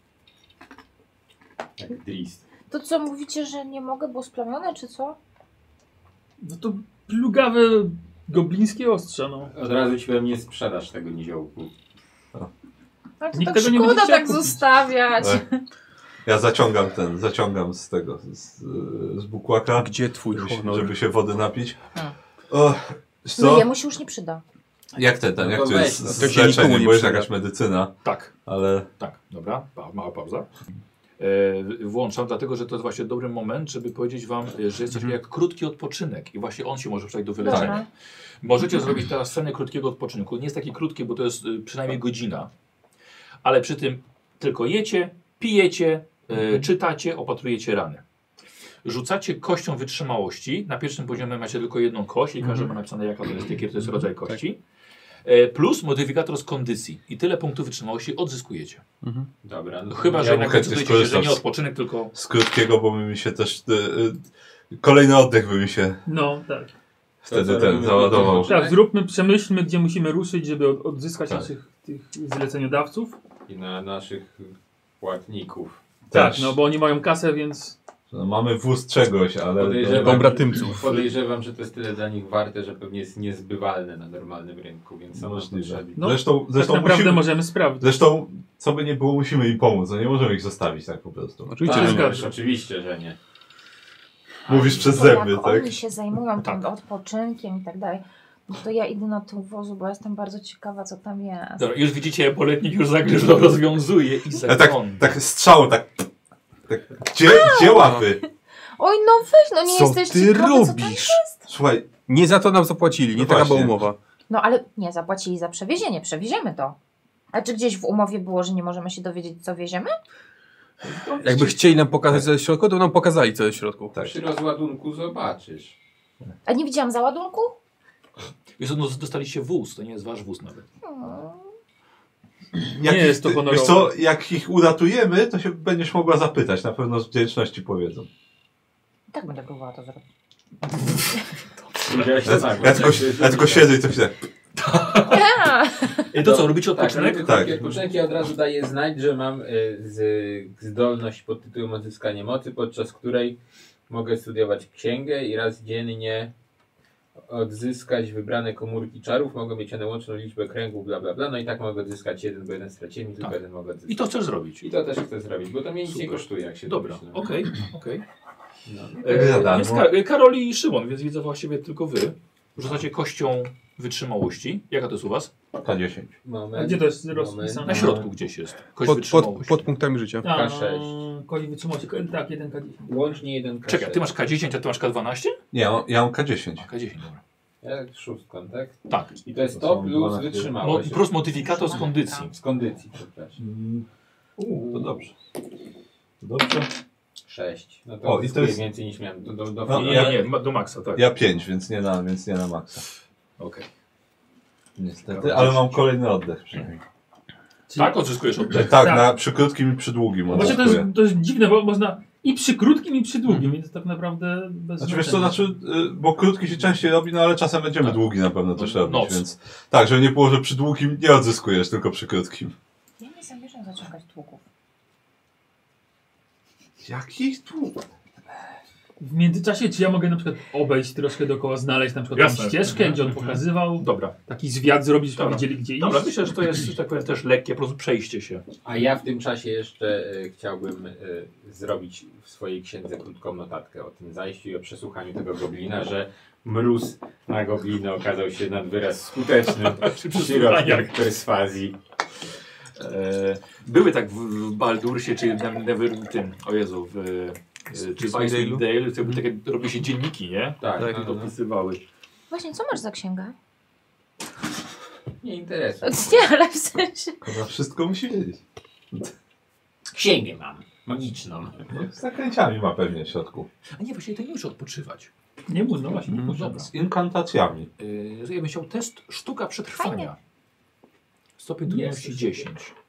Jak Drist. To co, mówicie, że nie mogę, bo splamione, czy co? No to plugawe goblińskie ostrze, no. Od razu ci powiem, nie sprzedasz tego niziołku. Ale to Nikt tak tego nie szkoda będzie chciał tak kupić. zostawiać. Ja zaciągam z tego, z bukłaka, Gdzie twój honor? żeby się wody napić. A. O, wiesz No co? jemu się już nie przyda. Jak No jak to to weź, jest no z to się nikomu leczeniem, nie bo jest przyda. jakaś medycyna, Tak, ale tak, dobra, mała pauza. Włączam, dlatego że to jest właśnie dobry moment, żeby powiedzieć wam, że jest coś jak krótki odpoczynek i właśnie on się może przydać do wyleczenia. Dobra. Możecie zrobić teraz scenę krótkiego odpoczynku. Nie jest taki krótki, bo to jest przynajmniej godzina, ale przy tym tylko jecie, pijecie, czytacie, opatrujecie rany. Rzucacie kością wytrzymałości. Na pierwszym poziomie macie tylko jedną kość i każdy ma napisane, jaka to jest, jaki to jest rodzaj kości. Plus modyfikator z kondycji. I tyle punktów wytrzymałości odzyskujecie. Dobra. No Chyba, że ja jednak bym chętnie decydujecie, że skorzystał nie z- odpoczynek, tylko... z krótkiego, bo mi się też kolejny oddech by mi się No, tak. wtedy co robimy? załadował. Tak, przemyślmy, gdzie musimy ruszyć, żeby odzyskać Tak. naszych tych zleceniodawców. I na naszych płatników. Tak, Też. no bo oni mają kasę, więc No, mamy wóz czegoś, ale Pobratymców. Podejrzewam, że to jest tyle dla nich warte, że pewnie jest niezbywalne na normalnym rynku, więc są możliwe. potrzebni. No, Zresztą tak naprawdę musimy, możemy sprawdzić. zresztą co by nie było, musimy im pomóc. No nie możemy ich zostawić tak po prostu. Oczywiście, Tak, że zgadzam. wiesz, oczywiście, że nie. Mówisz przez To zęby, jak tak? oni się zajmują tym Tak. odpoczynkiem i tak dalej, no to ja idę na tył wozu, bo jestem bardzo ciekawa, co tam jest. Dobra, już widzicie, poletnik już zagryzł, rozwiązuje i A tak, zagląda. tak strzał, tak. Gdzie łapy? Oj, no weź, no nie Co jesteś ty ciekawy, co tam robisz? Słuchaj, Nie za to nam zapłacili, nie No taka była właśnie. umowa. No ale nie, zapłacili za przewiezienie, przewieziemy to. A czy gdzieś w umowie było, że nie możemy się dowiedzieć, co wieziemy? Jakby chcieli nam pokazać co jest w środku, to nam pokazali co jest w środku. tak. Przy rozładunku zobaczysz. A nie widziałam załadunku? Wiesz, no, dostaliście wóz, to nie jest wasz wóz nawet. Jak Nie ich, jest to honorowe. wiesz co, jak ich uratujemy, to się będziesz mogła zapytać. Na pewno z wdzięczności powiedzą. I tak będę próbowała to zrobić. Widziałeś to tak, Ja tylko siedzę i to się... I to co, robicie Tak, odpoczynek? robię Tak. krótki odpoczynek i od razu daję znać, że mam zdolność pod tytułem odzyskanie mocy, podczas której mogę studiować księgę i raz dziennie odzyskać wybrane komórki czarów. Mogą mieć one łączną liczbę kręgów, bla bla bla. No i tak mogę odzyskać jeden, bo jeden straciłem i tylko Tak. jeden mogę odzyskać. I to chcesz zrobić. I to też chcę zrobić, bo to mnie nic nie Super. kosztuje, jak się Dobra, domyślam. okej. No. za darmo. Jest Karol i Szymon, więc widzę właściwie tylko wy. Rzucacie kością wytrzymałości. Jaka to jest u was? K10. A Moment. gdzie to jest Moment. rozpisane? Na środku gdzieś jest. Kość Pod wytrzymałości. punktami życia. A, K6. Kozi wytrzymałości. Tak, 1K10. Łącznie jeden K6. Czekaj, ty masz K10, a ty masz K12? Nie, ja mam K10. K10, dobra. Ja szóstką, tak? Tak. I to jest To to są plus 12. wytrzymałość. Plus modyfikator z kondycji. Z kondycji, przepraszam. To dobrze. Dobrze. 6. No to O, i to jest... więcej niż miałem do No, Nie, do maksa, tak. Ja 5, więc nie na maksa. Okej. Niestety, ale mam kolejny oddech przynajmniej. Tak, odzyskujesz oddech. Tak, przy krótkim i przy długim Właśnie to jest dziwne, bo można i przy krótkim, i przy długim, więc tak naprawdę bez znaczy, wiesz co, bo krótki się częściej robi, no ale czasem będziemy długi na pewno też robić, więc tak, żeby nie było, że przy długim nie odzyskujesz, tylko przy krótkim. Ja nie zamierzam zaciągać długów. Jaki dług? W międzyczasie, czy ja mogę na przykład obejść troszkę dookoła, znaleźć na przykład tą ścieżkę, gdzie on pokazywał, Dobra. taki zwiat zrobić, żeby wiedzieli gdzie iść? Dobra, myślę, że to jest, że tak powiem, też lekkie po prostu przejście się. A ja w tym czasie jeszcze chciałbym zrobić w swojej księdze krótką notatkę o tym zajściu i o przesłuchaniu tego goblina, że mróz na gobliny okazał się nad wyraz skutecznym środkiem perswazji. Były tak w Baldursie, czy w tym, o Jezu, czy w Icewind Dale, to takie robi się dzienniki, nie? Tak, I dopisywały. Właśnie, co masz za księgę? Nie interesuje. Nie, ale w sensie... Chyba wszystko musi wiedzieć. Księgę mam, magiczną. Z zakręciami ma pewnie w środku. A nie, właściwie to nie muszę odpoczywać. Nie mów, no właśnie, nie mów. Dobra. Z inkantacjami. Ja bym chciał test sztuka przetrwania. Fajnie. Stopień trudności 10.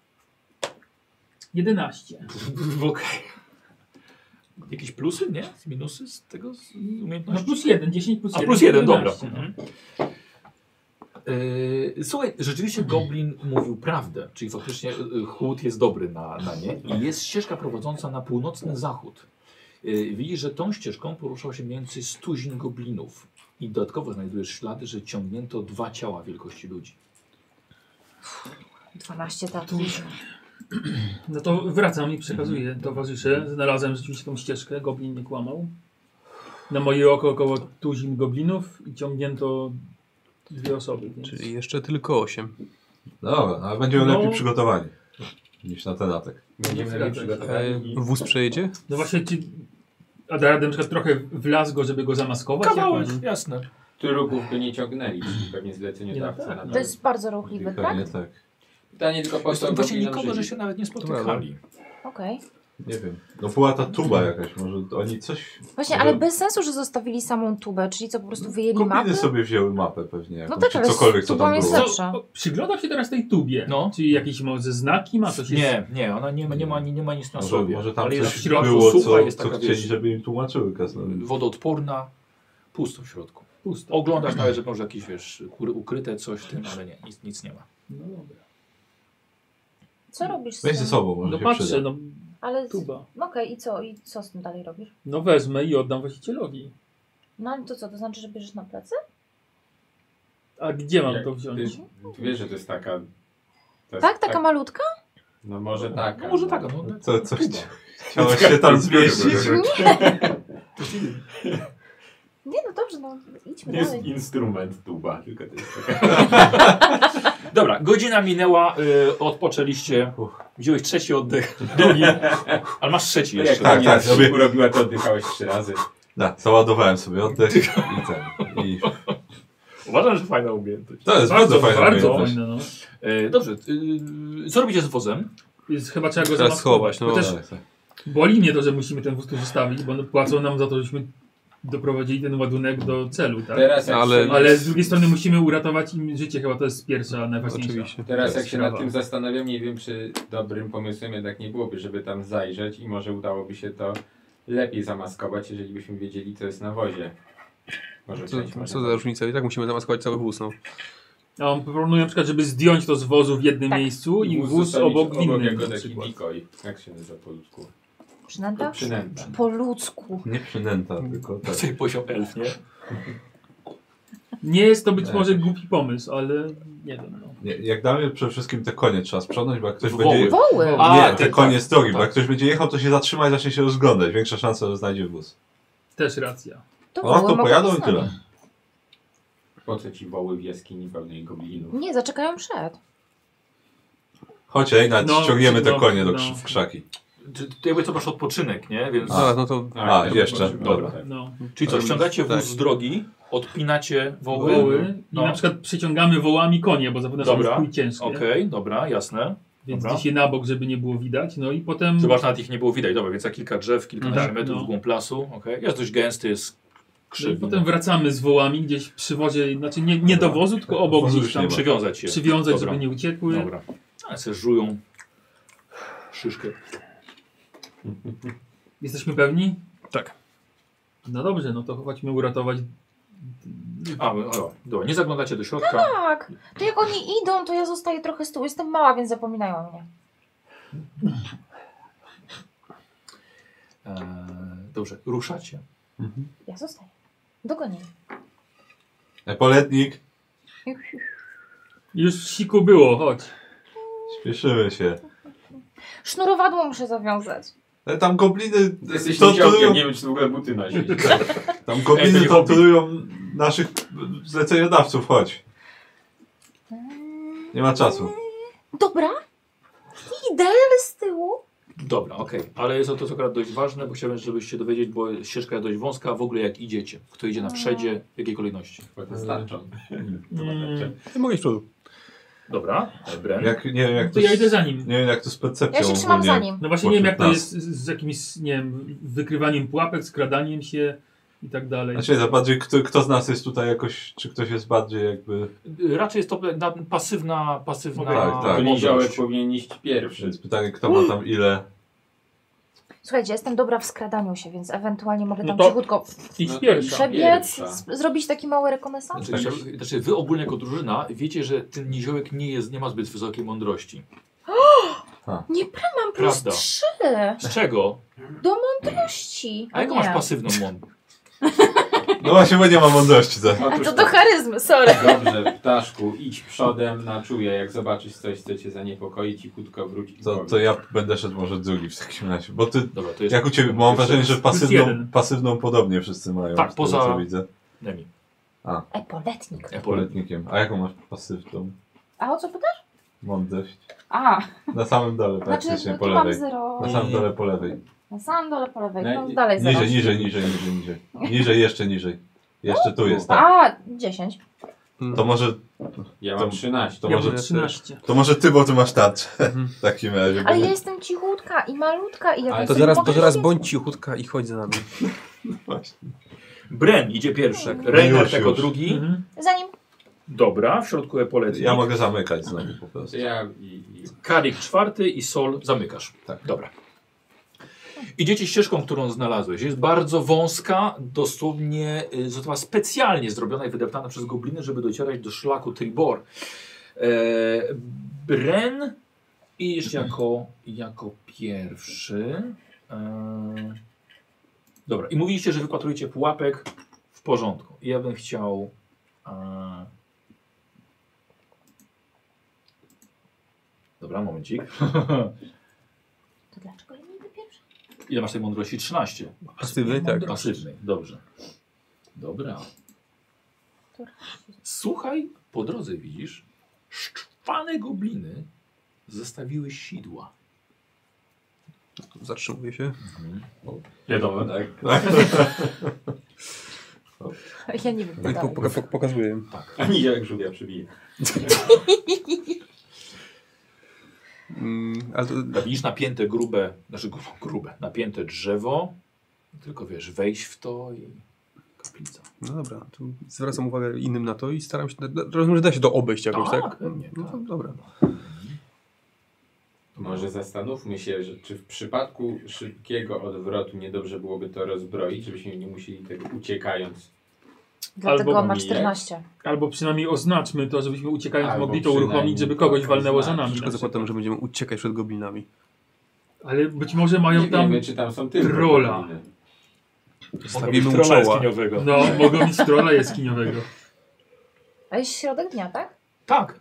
11. Okej. Jakieś plusy, nie? Minusy z tego umiejętności? No plus 1, 10 plus 1. A plus 1, dobra. 11, no. Słuchaj, rzeczywiście Goblin mówił prawdę, czyli faktycznie chłód jest dobry na nie i jest ścieżka prowadząca na północny zachód. Widzisz, że tą ścieżką poruszał się mniej więcej 100 goblinów i dodatkowo znajdujesz ślady, że ciągnięto 2 ciała wielkości ludzi. 12 takich. No to wracam i przekazuję towarzysze. Znalazłem rzeczywiście tą ścieżkę, goblin nie kłamał. Na moje oko około 100 goblinów i ciągnięto 2 osoby. Więc... Czyli jeszcze tylko 8. Dobra, ale będziemy lepiej przygotowani niż na ten atak. Będziemy lepiej przygotowani. Wóz przejedzie? No właśnie, a da radę na przykład trochę wlazł go, żeby go zamaskować? Kawałek, jakoś? jasne. Ruchów by nie ciągnęli, czyli pewnie zleceniodawca. Nie, no tak. To jest bardzo ruchliwy, tak? Pewnie tak. Pytanie tylko po co Właśnie goblinom nikogo, że żyć. się nawet nie spotykali. Okej. Nie wiem. No była ta tuba jakaś, może oni coś... Właśnie, ale bez sensu, że zostawili samą tubę, czyli co, po prostu wyjęli Gobliny mapy? sobie wzięły mapę pewnie jakąś, No tak, czy ale cokolwiek co tubą tam jest było. lepsza. Przyglądam się teraz tej tubie. No. Czyli jakieś może znaki ma? Coś jest... Nie, ona nie ma nic na sobie. Może tam ale jest w coś środku było, sucha, jest co taka, chcieli, wiesz, żeby im tłumaczyły krasnoludy. wodoodporna, pusto w środku. Pusto. Oglądasz nawet, że może jakieś, wiesz, ukryte coś w tym, ale nie, nic nie ma. No dobra. Co robisz z Weź ze tym? sobą, może No się patrzę, przyda. no Ale... tuba. Okej, i co? I co z tym dalej robisz? No wezmę i oddam właścicielowi. No ale to co, to znaczy, że bierzesz na plecy? A gdzie mam Jak to wziąć? Ty wiesz, że to jest taka... To jest Tak, taka malutka? No może taka. No może tak, no. Co chciałeś się tam zmieścić? Nie, no dobrze, no idźmy Nie jest dalej. instrument tuba, tylko to jest taka... Dobra, godzina minęła, odpoczęliście, wziąłeś trzeci oddech, drugi, ale masz trzeci Jak jeszcze. Tak, tak, sobie sobie- urobiła, to oddychałeś 3 razy. Da, załadowałem sobie oddech i ten. I Uważam, że fajna umiejętność. to jest bardzo fajna Bardzo umiejętność. fajne, no. Dobrze, co robicie z wozem? Jest, chyba trzeba go Teraz zamaskować. schować, no. Chociaż Tak, tak. boli mnie to, że musimy ten wóz tu zostawić, bo płacą nam za to, żeśmy doprowadzili ten ładunek do celu, tak? Teraz jak, Ale- się, Ale z drugiej strony musimy uratować im życie, chyba to jest pierwsza, najważniejsza. Oczywiście. teraz jak się nad sprawa. tym zastanawiam, nie wiem czy dobrym pomysłem jednak nie byłoby, żeby tam zajrzeć i może udałoby się to lepiej zamaskować, jeżeli byśmy wiedzieli, co jest na wozie. Może część Co może za różnica? I tak musimy zamaskować cały wóz, no. A on proponuje na przykład, żeby zdjąć to z wozu w jednym Tak. miejscu i wóz zostawić obok w innym jako na taki przykład. decoy. Jak się nazywa po ludzku? Przynęta? Przynęta. Po ludzku. Nie przynęta, tylko tak. Tutaj poziom elf, nie? Nie jest to być może głupi pomysł, ale nie wiem, no. Nie, jak damy przede wszystkim te konie trzeba sprzątnąć, bo jak ktoś Woły. będzie... Woły! A, Nie, te tak, konie tak, z drogi, tak. bo jak ktoś będzie jechał, to się zatrzyma i zacznie się rozglądać. Większa szansa, że znajdzie wóz. Też racja. To No woły to mogą pojadą być i z nami. tyle. Po co ci woły w jaskini pełnej goblinów? Nie, zaczekają przed. Chodź, ej, nawet No, ściągniemy te no, konie no. w krzaki. Ty jakby co masz odpoczynek, nie? Więc... Dobra, no to A, to jeszcze. zobaczymy. Dobra. Tak. No. Czyli co, ściągacie wóz Tak. z drogi, odpinacie woły. Woły i No. na przykład przyciągamy wołami konie, bo zapewne są Dobra. chuj ciężkie. Okej, dobra, jasne. Więc Dobra. gdzieś je na bok, żeby nie było widać. No i potem... Zobacz, nawet ich nie było widać. Dobra, więc za kilka drzew, kilkanaście Tak, metrów no. w głąb lasu. Okay. Jest dość gęsty, jest No i krzywy. potem wracamy z wołami gdzieś przy wozie, znaczy nie do wozu, tylko obok Wozu gdzieś już tam nie ma. Przywiązać je. przywiązać, Dobra. żeby nie uciekły. Dobra. Ale sobie żują szyszkę. Jesteśmy pewni? Tak. No dobrze, no to chodźmy uratować. Dobra, nie zaglądacie do środka. Tak. To jak oni idą, to ja zostaję trochę z tyłu. Jestem mała, więc zapominają o mnie. Dobrze, ruszacie. Ja zostaję. Dogonię. Epoletnik, Już w siku było, chodź. śpieszymy się. Sznurowadło muszę zawiązać. Ale tam gobliny Jesteś torturują, niziołkiem, nie wiem czy w ogóle buty nosić. tam Ej, gobliny to nie torturują naszych zleceniodawców, chodź. Nie ma czasu. Dobra. Idę, ale z tyłu. Dobra, okej. Ale jest to akurat dość ważne, bo chciałbym, żebyście się dowiedzieć, bo ścieżka jest dość wąska. W ogóle jak idziecie. Kto idzie na przodzie, w jakiej kolejności. Potem starczą. Ja mogę iść z przodu. Dobra, Bren. Nie wiem jak To ja idę za nim. Nie wiem jak to z percepcją Ja się trzymam ogólnie. za nim. No właśnie nie wiem jak to Pośród jest z jakimś, nie wiem, wykrywaniem pułapek, skradaniem się i tak dalej. Znaczy, to bardziej kto z nas jest tutaj jakoś, czy ktoś jest bardziej jakby... Raczej jest to pasywna Tak, tak. To mądrość. niziołek powinien iść pierwszy. Więc pytanie, kto ma tam ile... Słuchajcie, jestem dobra w skradaniu się, więc ewentualnie mogę tam No to- cichutko Idź No to pierwsza. przebiec, Pierwsza. zrobić taki mały rekonesans. Znaczy wy ogólnie jako drużyna wiecie, że ten niziołek nie ma zbyt wysokiej mądrości. Nie, mam plus Prawda. 3 Z czego? do mądrości. A jaką Nie. masz pasywną mądrość? No właśnie, bo nie ma mądrości. A Otóż to do charyzmy, sorry. Dobrze, ptaszku, idź przodem na czuje. Jak zobaczysz coś, co cię zaniepokoi, cichutko wróć i To powiedz. ja będę szedł może drugi w takim razie. Bo ty, Dobra, to jest... jak u ciebie, bo mam wrażenie, że jeden. pasywną podobnie wszyscy mają. Tak, z tego, poza- co widzę. Nemi. Epoletnik. Poletnikiem. A jaką masz pasywną A o co pytasz? mądrość? A, Na samym dole praktycznie, znaczy po tu mam lewej. 0. Na samym dole po lewej. Na samym dole po lewej, No no i- dalej 0. Niżej. Niżej, jeszcze niżej. Jeszcze tu jest, tak. A, 10. To może, Ja mam 13. to Ja może, mam 13. to może ty, bo ty masz tarczę. W takim razie. Ale bo- ja jestem cichutka i malutka i ja Ale tak To sobie zaraz mogę bądź cichutka i chodź za nami. Właśnie. Bren idzie pierwszy. Reinhardt jako już. drugi. Mhm. za nim. Dobra, w środku epoletnik. Ja mogę zamykać znowu po prostu. Ja Karik czwarty i Sol zamykasz. Tak. Dobra. Idziecie ścieżką, którą znalazłeś. Jest bardzo wąska, dosłownie została specjalnie zrobiona i wydeptana przez gobliny, żeby docierać do szlaku Tribor. Bren idziesz jako pierwszy. Dobra, i mówiliście, że wypatrujecie pułapek w porządku. Ja bym chciał... Dobra, momencik. To dlaczego ja nie idę pierwszy? Ile masz tej mądrości? 13. Pasywnej, tak. Pasywnej, dobrze. Dobra. Słuchaj, po drodze widzisz, szczwane gobliny zestawiły sidła. Zatrzymuję się. wiadomo, tak. Ja nie wiem, co dalej. Pokazuję. Tak. A niziołek żółwia przybije. Ale to, Widzisz napięte grube, napięte drzewo. Tylko wiesz, wejść w to i kaplica. no dobra, to zwracam uwagę innym na to i staram się... Rozumiem, że da się to obejść jakoś, Tak, tak? pewnie, No to tak. dobra. Może zastanówmy się, że czy w przypadku szybkiego odwrotu niedobrze byłoby to rozbroić, żebyśmy nie musieli tego uciekając. Dlatego Albo on ma mijać. 14. Albo przynajmniej oznaczmy to, żebyśmy uciekając Albo mogli to uruchomić, przynajmniej żeby kogoś trochę walnęło za znać. nami. Szkoda na potem, przykład. że będziemy uciekać przed goblinami. Ale być może mają Nie tam... wiemy, czy tam są tylko trolla. gobliny. Stawimy mu trolla czoła. jaskiniowego. No, mogą mieć trolla jaskiniowego. A jest środek dnia, tak? Tak.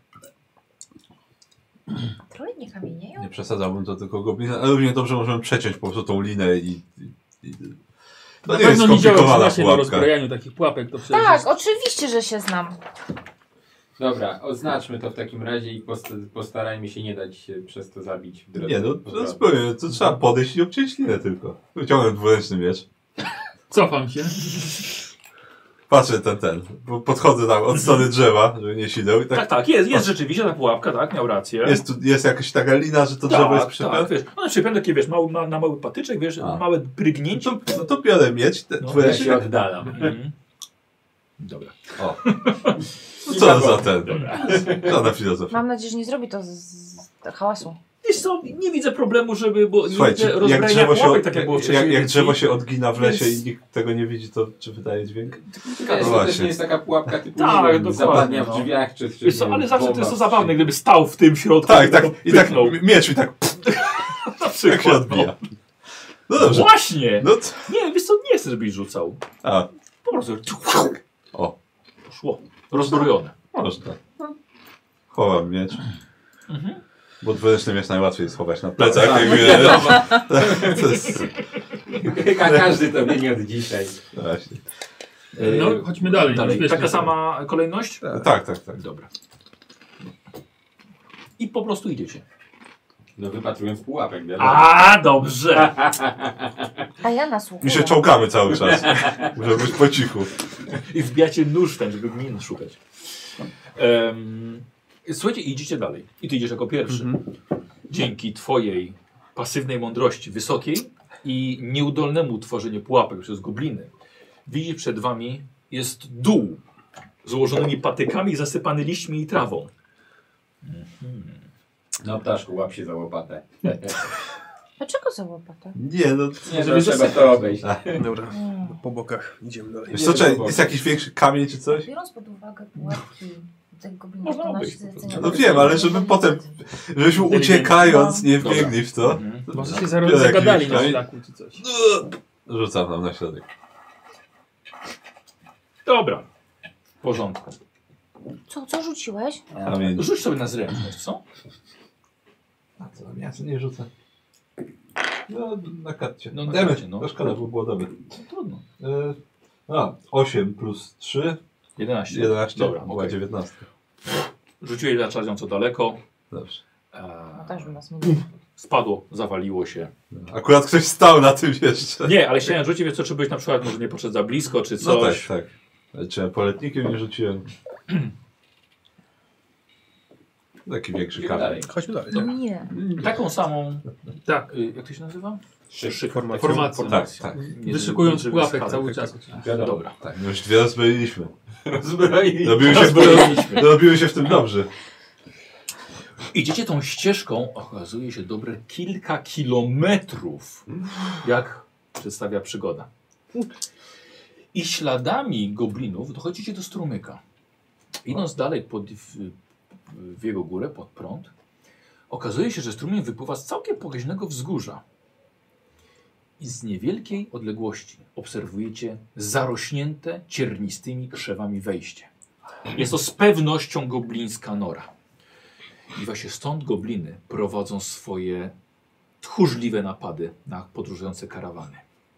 A trolle nie kamienieją? Nie przesadzałbym to tylko gobliny, ale równie dobrze możemy przeciąć po prostu tą linę i... To Na nie jest pewno niziołek skomplikowana zna się na pułapka. rozbrajaniu takich pułapek. To przecież Tak, jest... oczywiście, że się znam. Dobra, oznaczmy to w takim razie i postarajmy się nie dać się przez to zabić w drodze. Nie, no powrotu. to spokojnie, to trzeba podejść i obciąć linę tylko. Wyciągnę dwuręczny miecz. Cofam się. Patrzę bo podchodzę tam od strony drzewa, żeby nie sideł. I Tak, jest rzeczywiście ta pułapka, tak, miał rację. Jest jakaś taka lina, że to drzewo jest przypięte? Tak, wiesz, one przypięte takie, wiesz, na mały patyczek, wiesz, małe prygnięcie. No to biorę miecz. Ja się oddalam. Dobra. O. Co za Co na filozofię? Mam nadzieję, że nie zrobi to hałasu. Wiesz co, nie widzę problemu, żeby, bo Słuchajcie, nie widzę rozbrajania pułapek, tak jak było wcześniej. Jak drzewo się odgina w lesie i nikt tego nie widzi, to czy wydaje dźwięk? To też nie jest taka pułapka typu dokładnie, zapadnia w drzwiach, czy wiesz co, ale zawsze to jest to zabawne, gdyby stał w tym środku. Tak, i tak miecz i tak na przykład, tak się odbija. No dobrze. Właśnie! No nie, wiesz co, nie chcę, żebyś rzucał. Po prostu. O. Poszło. Rozbrojone. Można. Chowam miecz. Bo dwuręczny miecz najłatwiej schować na plecach. Każdy to mnie od dzisiaj. Właśnie. No, chodźmy dalej. Taka sama kolejność? Tak. Dobra. I po prostu idziecie. No wypatrując pułapek, wiadomo. Dobrze. A ja nasłuchuję. My się czołgamy cały czas. Żeby być po cichu. I wbijacie nóż ten, żeby min szukać. Słuchajcie, idziecie dalej. I ty idziesz jako pierwszy. Dzięki twojej pasywnej mądrości, wysokiej i nieudolnemu tworzeniu pułapek przez gobliny, widzisz przed wami jest dół złożonymi patykami zasypany liśćmi i trawą. No ptaszku, łap się za łopatę. Dlaczego za łopatę? Nie, no... Nie, żeby trzeba to obejść. Dobra, po bokach idziemy dalej. Wiesz co, jest jakiś większy kamień czy coś? Biorąc pod uwagę pułapki tych goblinów, Można to obejść. No wiem, ale żeby potem, żebyśmy uciekając nie wbiegli w to. Może się zagadali na szlaku czy coś. Rzucam nam na środek. Dobra. W porządku. Co rzuciłeś? Kamień. Rzuć sobie na zręczność, co? A co, ja nie rzucę. No, na karcie. No, na Dajmy, karcie, no. to szkoda, bo było dobre. Trudno. 8 plus 3. 11. 11. Dobra, była okej. 19. Rzuciłeś zaczarniająco daleko. Dobrze. No też by nas minęło. Spadło, zawaliło się. Akurat ktoś stał na tym jeszcze. Nie, ale chciałem rzucić, wiesz co, czy byś na przykład może nie poszedł za blisko, czy No coś. tak. Ale czy ja poletnikiem nie rzuciłem? Taki większy kamień. Dalej. Chodźmy dalej. Nie. Taką samą, Tak. jak to się nazywa? Szyk. Formacja. Tak. Nie, Wyszukując żeby pułapek skalę. cały czas. Dobra. Tak, no już 2 rozbroiliśmy. Rozbroili. Robiły się w tym dobrze. Idziecie tą ścieżką, okazuje się dobre kilka kilometrów, jak przedstawia przygoda. I śladami goblinów dochodzicie do strumyka. Idąc dalej w jego górę, pod prąd, okazuje się, że strumień wypływa z całkiem pokaźnego wzgórza. I z niewielkiej odległości obserwujecie zarośnięte ciernistymi krzewami wejście. Jest to z pewnością goblińska nora. I właśnie stąd gobliny prowadzą swoje tchórzliwe napady na podróżujące karawany.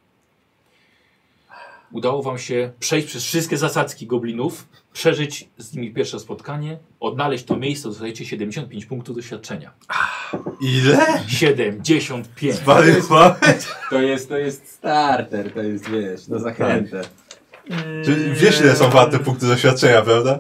Udało wam się przejść przez wszystkie zasadzki goblinów, przeżyć z nimi pierwsze spotkanie, odnaleźć to miejsce, dostajecie 75 punktów doświadczenia. Ile? 75. To jest starter, to jest, wiesz, na zachętę. Czyli wiesz, ile są warte punkty doświadczenia, prawda?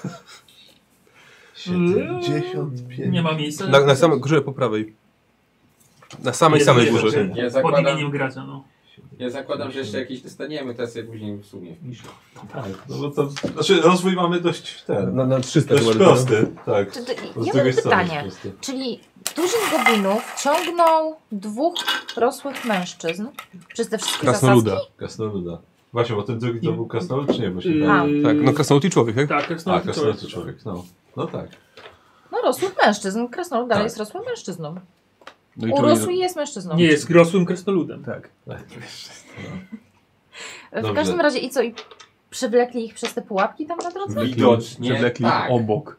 75. Nie ma miejsca. Na samej górze po prawej. Na samej górze. Ja Pod zakładam, imieniem gracza, no. ja zakładam, że jeszcze jakieś dostaniemy, to sobie później w sumie wpiszę. No bo to, znaczy rozwój mamy dość Na 300 dość chyba. prosty. Tak. Ja Z mam drugiej strony pytanie. prosty. Czyli tuzin goblinów ciągnął 2 rosłych mężczyzn przez te wszystkie Krasnoluda. zasadzki? Krasnoluda. Właśnie, bo ten drugi to był krasnolud, czy nie? Bo się Tak, no krasnolud i człowiek, tak? Tak, krasnolud to człowiek, no tak. No rosłych mężczyzn. Krasnolud dalej Tak. jest rosłym mężczyzną. No i Urosły i jest mężczyzną. Nie jest rosłym krasnoludem. Tak. W Dobrze. każdym razie i co? I przewlekli ich przez te pułapki tam na drodze? Widocznie Przewlekli tak. obok.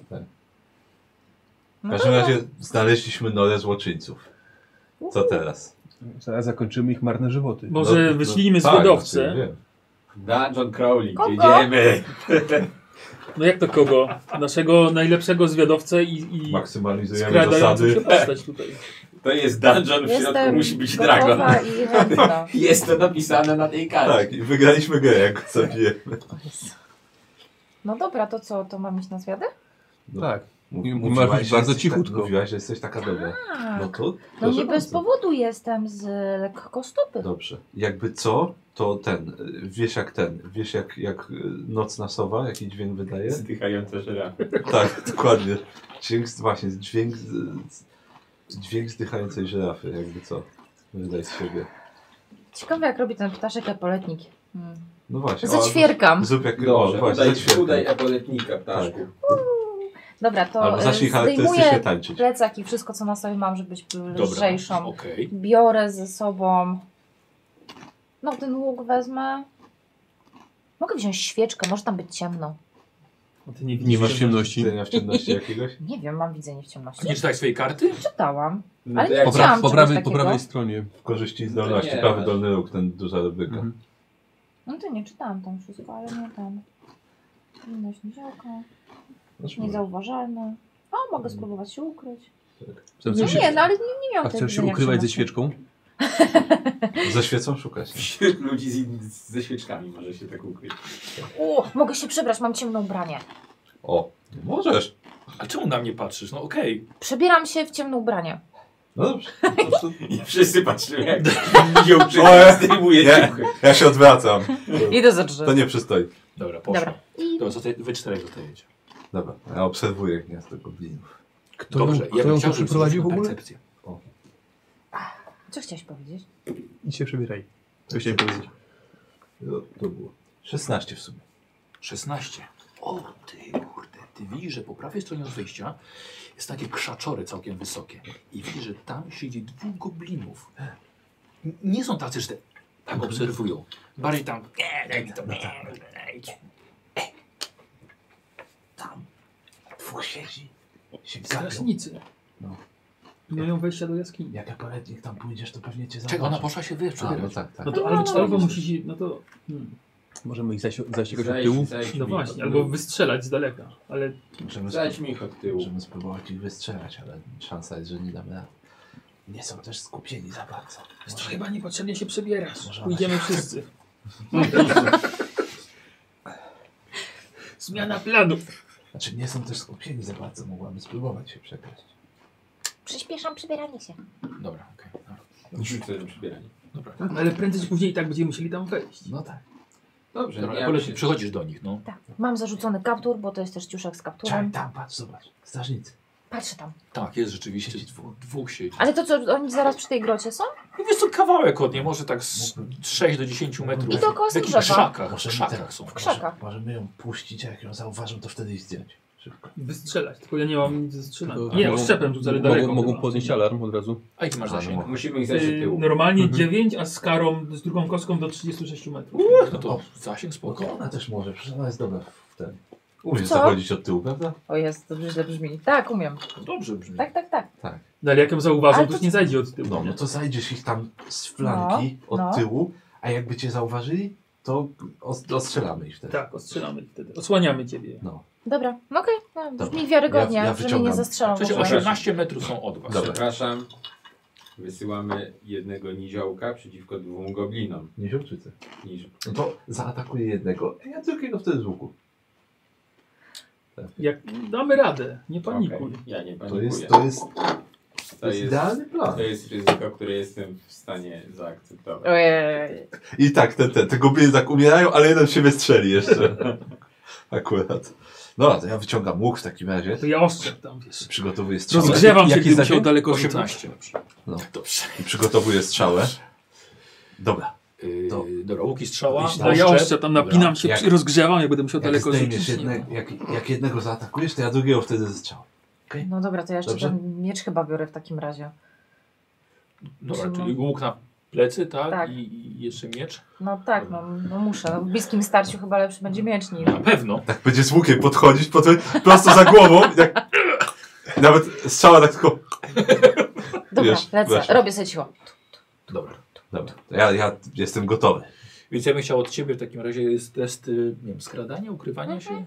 W każdym razie znaleźliśmy norę złoczyńców. Co teraz? Zaraz zakończymy ich marne żywoty. Może wyślijmy tak, zwiadowcę. wiem. Dungeon Crowley, Kogo? jedziemy. No jak to kogo? Naszego najlepszego zwiadowcę i Maksymalizujemy skradającą się zasady. postać tutaj. To jest dungeon, w środku musi być dragon. gotowa i chętna. Jest to napisane na tej karcie. Tak, i wygraliśmy grę, jak go zabijemy. No dobra, to co, to mam iść na zwiady? No, Tak. mówiłaś, Masz być że bardzo jesteś cichutko. Mówiłaś, że jesteś taka dobra. Tak. No to No proszę nie bez bardzo. powodu jestem z lekko stopy. Dobrze. Jakby co, to wiesz jak nocna sowa, jaki dźwięk wydaje? Zdychające żyrafy. Tak, dokładnie. Dźwięk zdychającej żyrafy, jakby co. Wydaj z siebie. Ciekawe jak robi ten ptaszek epoletnik. No właśnie. Zaćwierkam. Zrób jak Dobrze, właśnie, zaćwierkam. udaj epoletnika, ptaszku. Dobra, to Albo zacznij charakterystycznie zdejmuję tańczyć. plecak i wszystko co na sobie mam, żeby być lżejszą. Okej. Biorę ze sobą. No ten łuk wezmę. Mogę wziąć świeczkę, może tam być ciemno. A ty nie Nie masz ciemności. Widzenia w ciemności jakiegoś? Nie wiem, mam widzenie w ciemności. Nie czytałeś swojej karty? Czytałam. No Ale to nie jak po chciałam Po czegoś prawej takiego. stronie. W korzyści i zdolności, nie, prawy masz. dolny róg, ten duża rybryka. Mhm. No to nie czytałam tam wszystko, ale nie tam. Inność niziołka. Znaczy, Niezauważalne. A, mogę spróbować się ukryć. Chcesz No się, nie, no ale nie miałam a tej chcesz się widzenia ukrywać ze w ciemności. świeczką? Ze świecą szukać. Wśród ludzi ze świeczkami może się tak ukryć. Mogę się przebrać, mam ciemne ubranie. O, możesz. A czemu na mnie patrzysz? No okej. Przebieram się w ciemne ubranie. No dobrze. I wszyscy patrzymy jak nizioł zdejmuje Nie. ciuchy. Ja się odwracam. Idę za drzewo. To nie przystoi. Dobra, poszło. Dobra. I Dobra, wy czterech zostajecie. Dobra, ja obserwuję gniazdo goblinów. Dobrze, Kto ją tu żebyś przyprowadził w rzucił na ogóle? percepcję. co chciałeś powiedzieć? Idź się przebieraj. Co chciałem powiedzieć? No, to było 16 w sumie. 16. O ty kurde, ty widzisz, że po prawej stronie od wyjścia jest takie krzaczory całkiem wysokie. I widzisz, że tam siedzi 2 goblinów. Nie są tacy, że tak obserwują. Bardziej tam, daj mi to, Tam 2 siedzi. Się Strażnicy. No. Pilnują wejścia do jaskini. Jak epoletnik tam pójdziesz, to pewnie cię Czego ona poszła się A, przebierać? no tak, tak. No to, ale czterowo musi... No to... Możemy ich zajść jakoś od tyłu? No właśnie, albo wystrzelać z daleka. Ale Zajdź mi ich od tyłu. Możemy spróbować ich wystrzelać, ale szansa jest, że nie damy rady. Nie są też skupieni za bardzo. to chyba niepotrzebnie się przebierać. Może Pójdziemy wszyscy. Zmiana planu. Znaczy nie są też skupieni za bardzo, mogłaby spróbować się przekraść. Przyspieszam przebieranie się. Dobra, okej. Rzucę na przybieranie. Dobra. Ale prędzej czy później i tak będziemy musieli tam wejść. No tak. Dobrze, Dobra, ja polecam, przychodzisz do nich, no. Tak. Mam zarzucony kaptur, bo to jest też ciuszek z Czekaj, kapturem. tam, patrz, zobacz. Strażnicy. Patrzę tam. Tak, jest rzeczywiście Siedzi dwóch siedzi. Ale to co, oni zaraz przy tej grocie są? No wiesz co, kawałek od niej, może tak z 6 do 10 metrów. I dookoła w jakich drzewa. krzakach, Możemy krzakach teraz- są. W krzakach. Możemy ją puścić, a jak ją zauważą, to wtedy ich zdjąć. Szybko. Wystrzelać, tylko ja nie mam nic ze strzelania. To- Nie, mogą- oszczepem tu ale daleko. Mogą chyba. podnieść alarm od razu. A jaki masz zasięg? Musimy ich zajść od tyłu. Normalnie Mhm. 9, a z karą, z drugą kostką do 36 metrów. No to zasięg No to spoko. ona też może, przecież ona jest dobra w ten. Umiesz Co? zachodzić od tyłu, prawda? O jest, to źle brzmi. Tak, umiem. Dobrze brzmi. Tak, tak, tak. Tak. No ale jak ją zauważą, Ale to to już nie zajdzie od tyłu. No to zajdziesz ich tam z flanki, No, od no. tyłu, a jakby cię zauważyli, to ostrzelamy ich wtedy. Tak, ostrzelamy ich wtedy. Osłaniamy ciebie. No. Dobra, no okej. No, Dobra. brzmi wiarygodnie, Ja że mnie nie wyciągam- zastrzelą. Słuchajcie, może. 18 metrów są od was. Dobra. Przepraszam. Wysyłamy jednego niziołka przeciwko 2 goblinom. Niziolczycy. Nizioł. No to zaatakuję jednego, a ja drugiego wtedy z łuku. Jak damy radę, nie panikuj. Okej, ja nie To panikuję. jest idealny plan. To jest ryzyko, które jestem w stanie zaakceptować. Ojej. I tak, te gobliny tak umierają, ale jeden w siebie strzeli jeszcze. Akurat. Dobra, to ja wyciągam łuk w takim razie. To ja ostrzep tam, wiesz. Przygotowuję strzałę. Rozgrzewam się, Jaki gdy musiał zasięg? daleko rzucać. 18. No. Dobrze. I przygotowuję strzałę. Dobra. To- Dobra, łuki strzała. To ja oszczep tam napinam Dobra. się, Jak- rozgrzewam, jak będę musiał Jak daleko zdejmiesz rzucić. jak jednego zaatakujesz, to ja drugiego wtedy ze strzałą. No dobra, to ja jeszcze Dobrze. ten miecz chyba biorę w takim razie. Dobra, czyli łuk na plecy, tak? Tak. I jeszcze miecz? No tak, no muszę. No, w bliskim starciu chyba lepszy będzie miecz niż... Na pewno. Tak będzie z łukiem podchodzić, prosto za głową. Jak... Nawet strzała tak tylko... Dobra, Wiesz, lecę. weszło. Robię sobie cicho. Dobra. Dobra, to ja jestem gotowy. Więc ja bym chciał od ciebie w takim razie jest test, nie wiem, skradania, ukrywania się?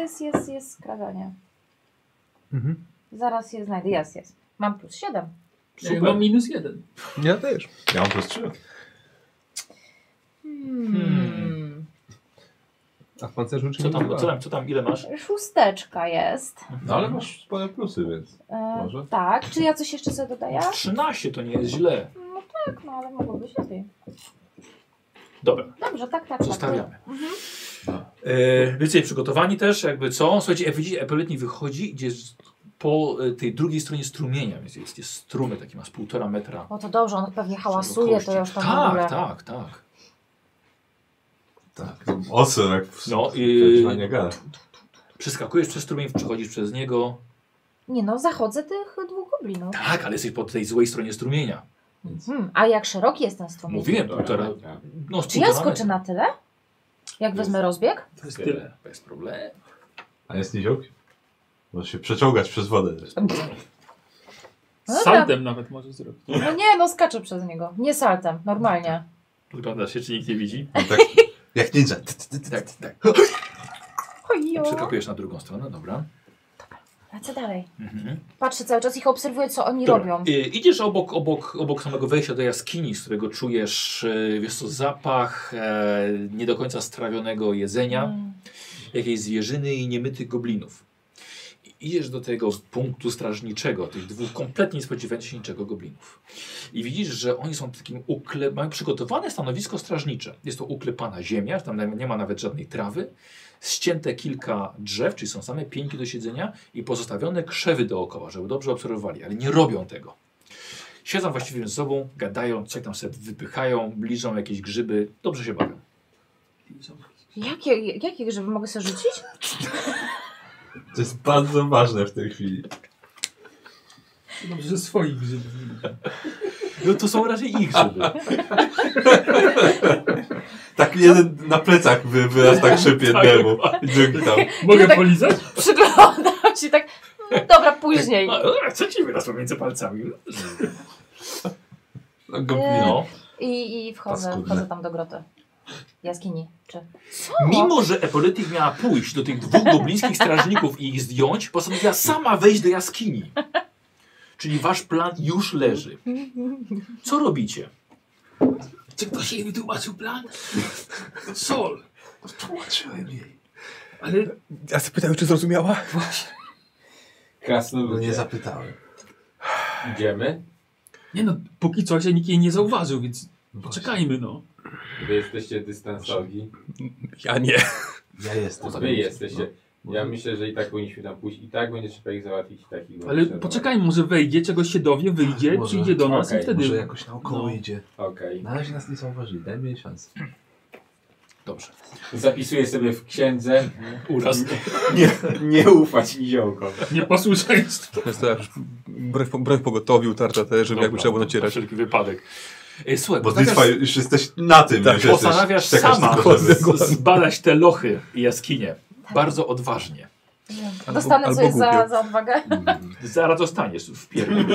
Jest skradanie. Mhm. Zaraz je znajdę. Jest. Mam +7. Super. Mam -1. Ja też. Ja mam +3. A w pancerzu czy Co tam, ile masz? 6 jest. No ale masz spore plusy, więc może? Tak, czy ja coś jeszcze sobie dodaję? 13 to nie jest źle. No tak, no ale mogło być lepiej. Dobra, Dobrze, tak. zostawiamy. Mhm. Wiecie, przygotowani też, jakby co? Słuchajcie, jak widzicie, Epeletni wychodzi, idzie po tej drugiej stronie strumienia, więc jest strumy, taki ma z 1,5 metra. O to dobrze, on pewnie hałasuje, to ja już tam w ogóle... Tak. Tak. Ocean jak w No Niagara. przeskakujesz przez strumień, przechodzisz przez niego. Nie no, zachodzę tych 2 goblinów. Tak, ale jesteś po tej złej stronie strumienia. A jak szeroki jest ten strumień? Mówiłem, 1,5. No, z Czy ja 1,5 skoczę metra. na tyle? Jak wezmę rozbieg? To jest tyle. Bez problemu. A jest niziołki? Możesz się przeciągać przez wodę też. No Z saltem nawet może zrobić. No nie, no skaczę przez niego. Nie saltem, normalnie. Podglądasz się, czy nikt nie widzi? No tak, jak ninja. Tak. Ojo. Przeskakujesz na drugą stronę, dobra. Lecę dalej. Mhm. Patrzę cały czas, ich obserwuję, co oni Dobra. robią. Idziesz obok samego wejścia do jaskini, z którego czujesz, wiesz co, zapach nie do końca strawionego jedzenia, jakiejś zwierzyny i niemytych goblinów. Idziesz do tego punktu strażniczego, tych 2 kompletnie nie spodziewających się niczego goblinów. I widzisz, że oni są takim mają przygotowane stanowisko strażnicze. Jest to uklepana ziemia, tam nie ma nawet żadnej trawy. Ścięte kilka drzew, czyli są same pieńki do siedzenia i pozostawione krzewy dookoła, żeby dobrze obserwowali, ale nie robią tego. Siedzą właściwie ze sobą, gadają, coś tam sobie wypychają, bliżą jakieś grzyby, dobrze się bawią. Jakie grzyby mogę sobie rzucić? To jest bardzo ważne w tej chwili. Dobrze, że swoich grzybów. No to są raczej ich grzyby. Tak jeden na plecach wyraz tak szybie jednemu. I drugi tam. Mogę tak- polizać? Przyglądam się tak, dobra, później. Co ci wyraz pomiędzy palcami? No, goblin. No. I Paskudne. wchodzę tam do groty. Jaskini, czy... Co? Mimo, że Epoletyk miała pójść do tych 2 goblińskich strażników i ich zdjąć, postanowiła sama wejść do jaskini. Czyli wasz plan już leży. Co robicie? Czy ktoś jej wytłumaczył plan? Sol. Tłumaczyłem jej. Ale Ja zapytałem, czy zrozumiała? No Krasnoludzie. nie zapytałem. Idziemy? nie no, póki co się nikt jej nie zauważył, więc poczekajmy no. Wy jesteście dystansowi. Ja nie. Ja jestem. Wy jesteście. Ja myślę, że i tak powinniśmy tam pójść. I tak będzie trzeba ich załatwić. I tak ich Ale będzie poczekajmy, może wejdzie, czegoś się dowie, wyjdzie, Może. przyjdzie do nas Okej, i wtedy... Może jakoś naokoło No. idzie. Okej. Na razie nas nie zauważyli, dajmy jej szansę. Dobrze. Zapisuję sobie w księdze. Uraz. Nie ufać niziołkom. Nieposłuszeństwo. Jest to jak broń pogotowiu, tarcza też, żeby jakby trzeba było Na nacierać. wszelki wypadek. Słuchaj, Bo Litwa już jesteś na tym. Tak, już jesteś, postanawiasz czekasz sama tylko, żeby- zbadać te lochy i jaskinie. Bardzo odważnie. Dostanę albo coś głupio. za odwagę. Zaraz dostaniesz w pierdol.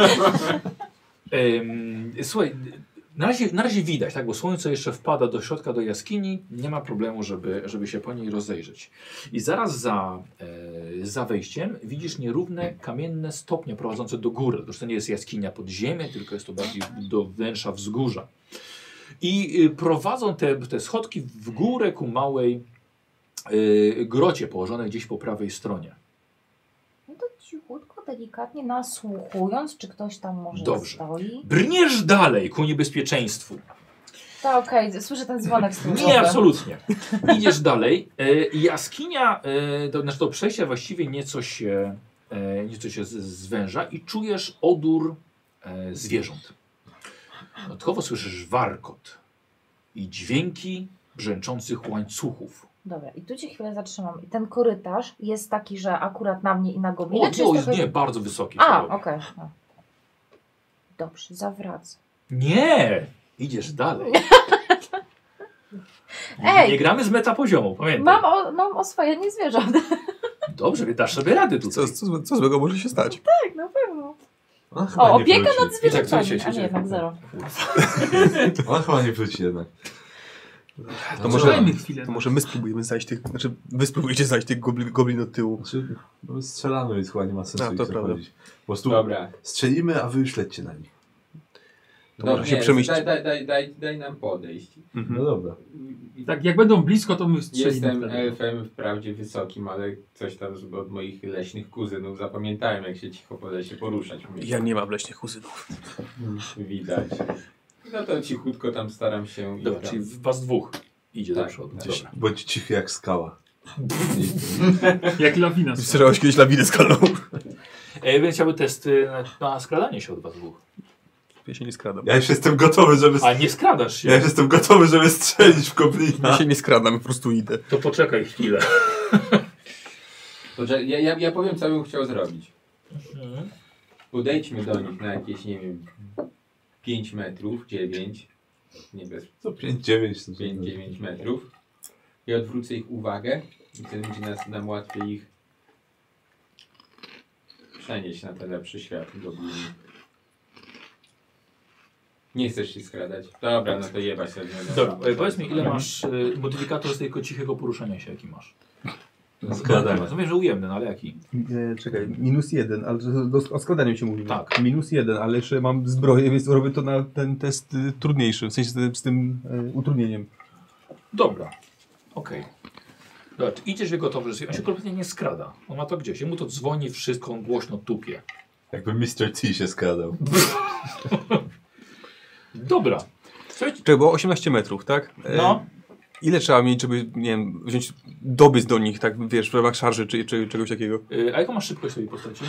Słuchaj, na razie widać, tak, bo słońce jeszcze wpada do środka, do jaskini. Nie ma problemu, żeby się po niej rozejrzeć. I zaraz za wejściem widzisz nierówne kamienne stopnie prowadzące do góry. To nie jest jaskinia pod ziemię, tylko jest to bardziej do wnętrza wzgórza. I prowadzą te schodki w górę ku małej grocie położonej gdzieś po prawej stronie. No to cichutko, delikatnie nasłuchując, czy ktoś tam może Dobrze. stoi. Brniesz dalej ku niebezpieczeństwu. Tak, okej, słyszę ten dzwonek z tym. Nie, absolutnie. Idziesz dalej. Jaskinia, to przejście właściwie nieco się zwęża i czujesz odór zwierząt. Dodatkowo słyszysz warkot i dźwięki brzęczących łańcuchów. Dobra, i tu cię chwilę zatrzymam. I ten korytarz jest taki, że akurat na mnie i na goblinę, czy O, jest trochę... nie, bardzo wysoki. A, okej. No. Dobrze, zawracam. Nie! Idziesz dalej. Ej! Nie gramy z metapoziomu, pamiętaj. Mam oswojenie zwierząt. Dobrze, dasz sobie rady tutaj. Co złego może się stać? Tak, na pewno. On chyba O, nie opieka wróci. nad zwierzętami. I tak, A nie, jednak 0. On chyba nie wróci jednak. To może, Poczekajmy chwilę. to może my spróbujemy zajść tych, znaczy wy spróbujecie zajść tych goblin od tyłu. Znaczy, no strzelamy, więc chyba nie ma sensu A, ich to prawda. zachodzić. Po prostu Dobra. strzelimy, a wy już lećcie na nich. To No może się nie, przemyśleć. daj nam podejść. No dobra. I tak jak będą blisko, to my strzelimy. Jestem wtedy. elfem wprawdzie wysokim, ale coś tam od moich leśnych kuzynów zapamiętałem, jak się cicho po lesie poruszać. Ja nie mam leśnych kuzynów. Widać. No to cichutko tam staram się... Dobra, tam. czyli was dwóch idzie do Tak, przodu. tak. Dobra. Bądź cichy jak skała. Jak lawina. Strzelałeś kiedyś lawinę skalną. Więc chciałby testy na skradanie się od was dwóch. Ja się nie skradam. Ja już jestem gotowy, żeby... A nie skradasz się. Ja już jestem gotowy, żeby strzelić w goblina. Ja się nie skradam, po prostu idę. To poczekaj chwilę. Ja powiem, co bym chciał zrobić. Podejdźmy do nich na jakieś, nie wiem, 5 metrów, 9. Nie bez Co 5-9 to 5-9 metrów. I odwrócę ich uwagę i wtedy będzie nam łatwiej ich przenieść na ten lepszy świat goblini. Nie chcesz się skradać? Dobra, no to jebać sobie. Dobra, powiedz mi, ile masz modyfikator z tego cichego poruszania się, jaki masz? Skradanie. Rozumiem, że ujemny, no ale jaki? Czekaj, -1, ale o skradaniu się mówimy. Tak. -1, ale jeszcze mam zbroję, więc robię to na ten test trudniejszy, w sensie z tym utrudnieniem. Dobra, okej. Dobra, czy idziesz w jego towarzystwie, on się kompletnie nie skrada. On ma to gdzieś, mu to dzwoni, wszystko, on głośno tupie. Jakby Mr. T się skradał. Dobra. Słuchajcie, Czekaj, było 18 metrów, tak? no, Ile trzeba mieć, żeby, nie wiem, wziąć, dobyć do nich, tak, wiesz, w ramach szarży czy czegoś takiego? a jaką masz szybkość swojej postaci?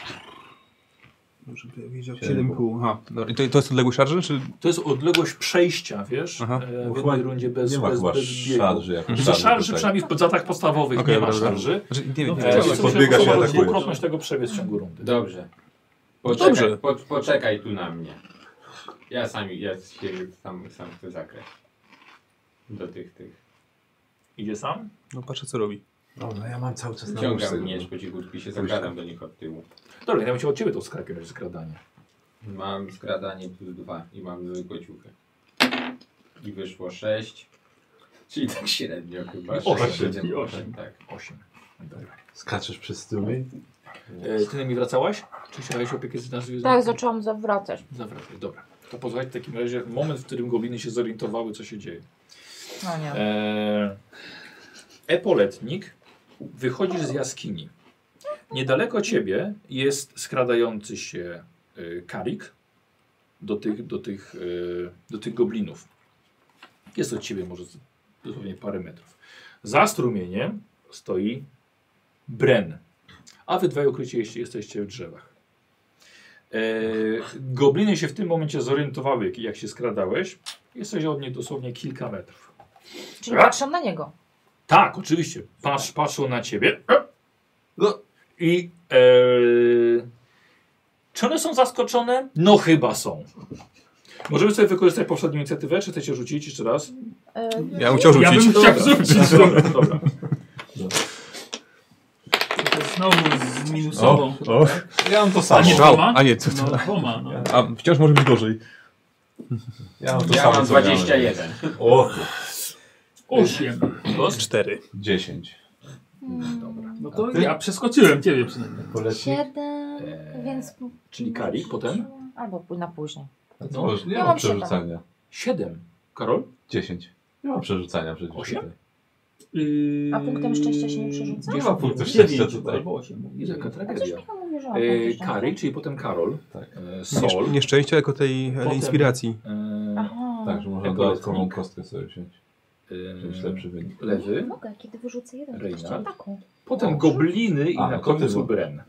Żeby wiedział, 7,5. 7,5. Aha, dobra. I to jest odległość szarży, czy? To jest odległość przejścia, wiesz, Aha. w jednej rundzie bez, nie ma bez, chyba bez biegu. szarży jako Za szarży szarży tutaj. przynajmniej w atakach podstawowych Okej, nie ma dobra, dobra. szarży. Znaczy, nie wiem, No, nie podbiega się, atakuje. dwukrotność tego przebiec w ciągu rundy. Dobrze. Dobrze. Poczekaj tu na mnie. Ja się sam chcę zakrać. Do tych. Idzie sam? No patrzę, co robi. Dobra, ja mam cały czas na Ciągam nóżce. miecz po cichutku i się zakradam do nich od tyłu. Dobra, ja bym chciał od ciebie to skradanie. Mam skradanie +2 i mam zwykłe ciuchy. I wyszło 6. Czyli tak średnio chyba. 8. Będzie I 8. Tak. 8. Dobra. Skaczesz przez strumień? Ty na mi wracałaś? Czy chciałeś opiekę z nas? Tak, zaczęłam zawracać. Zawracać, dobra. To pozwól w takim razie moment, w którym gobliny się zorientowały, co się dzieje. No nie. Epoletnik, wychodzisz z jaskini. Niedaleko ciebie jest skradający się Karik do tych goblinów. Jest od ciebie może dosłownie parę metrów. Za strumieniem stoi Bren, a wy dwaj ukryci jesteście w drzewach. Gobliny się w tym momencie zorientowały, jak się skradałeś. Jesteś od niej dosłownie kilka metrów. Czyli patrzą na niego. Tak, oczywiście. Patrzą na ciebie. No. I czy one są zaskoczone? No chyba są. Możemy sobie wykorzystać poprzednią inicjatywę, czy chcecie rzucić jeszcze raz? Ja bym chciał rzucić. Ja bym chciał rzucić. Dobra. To jest znowu z minusową. O, ja mam to samo. A nie Strzał. dwoma? A nie, co No to? dwoma, no. A wciąż może być gorzej. Ja mam to Ja samo. mam co miałem. 21. O, 8. 4. 10. Dobra. No to ja przeskoczyłem ciebie przynajmniej. Polecik? 7, więc... Czyli Karik potem? Albo na później. No, może nie Ja mam mam przerzucania. 7. Karol? 10. Nie mam przerzucania przecież. 8? tutaj. A punktem szczęścia się nie przerzuca? Nie ma punktu szczęścia 9 tutaj. albo 8. Jest jaka A coś tragedia. Michał mówi, że ma punkty szczęścia. Karik, czyli potem Karol. Tak. Sol. Nieszczęścia jako tej Potem- inspiracji. Aha. Tak, że można Epoletnik. dodatkową kostkę sobie wziąć. Wziąć lepszy wynik. Lewy. Mogę, kiedy wyrzucę jeden, to Reynard. jeszcze taką. Potem gobliny i A, na no to ty końcu bo- Bren.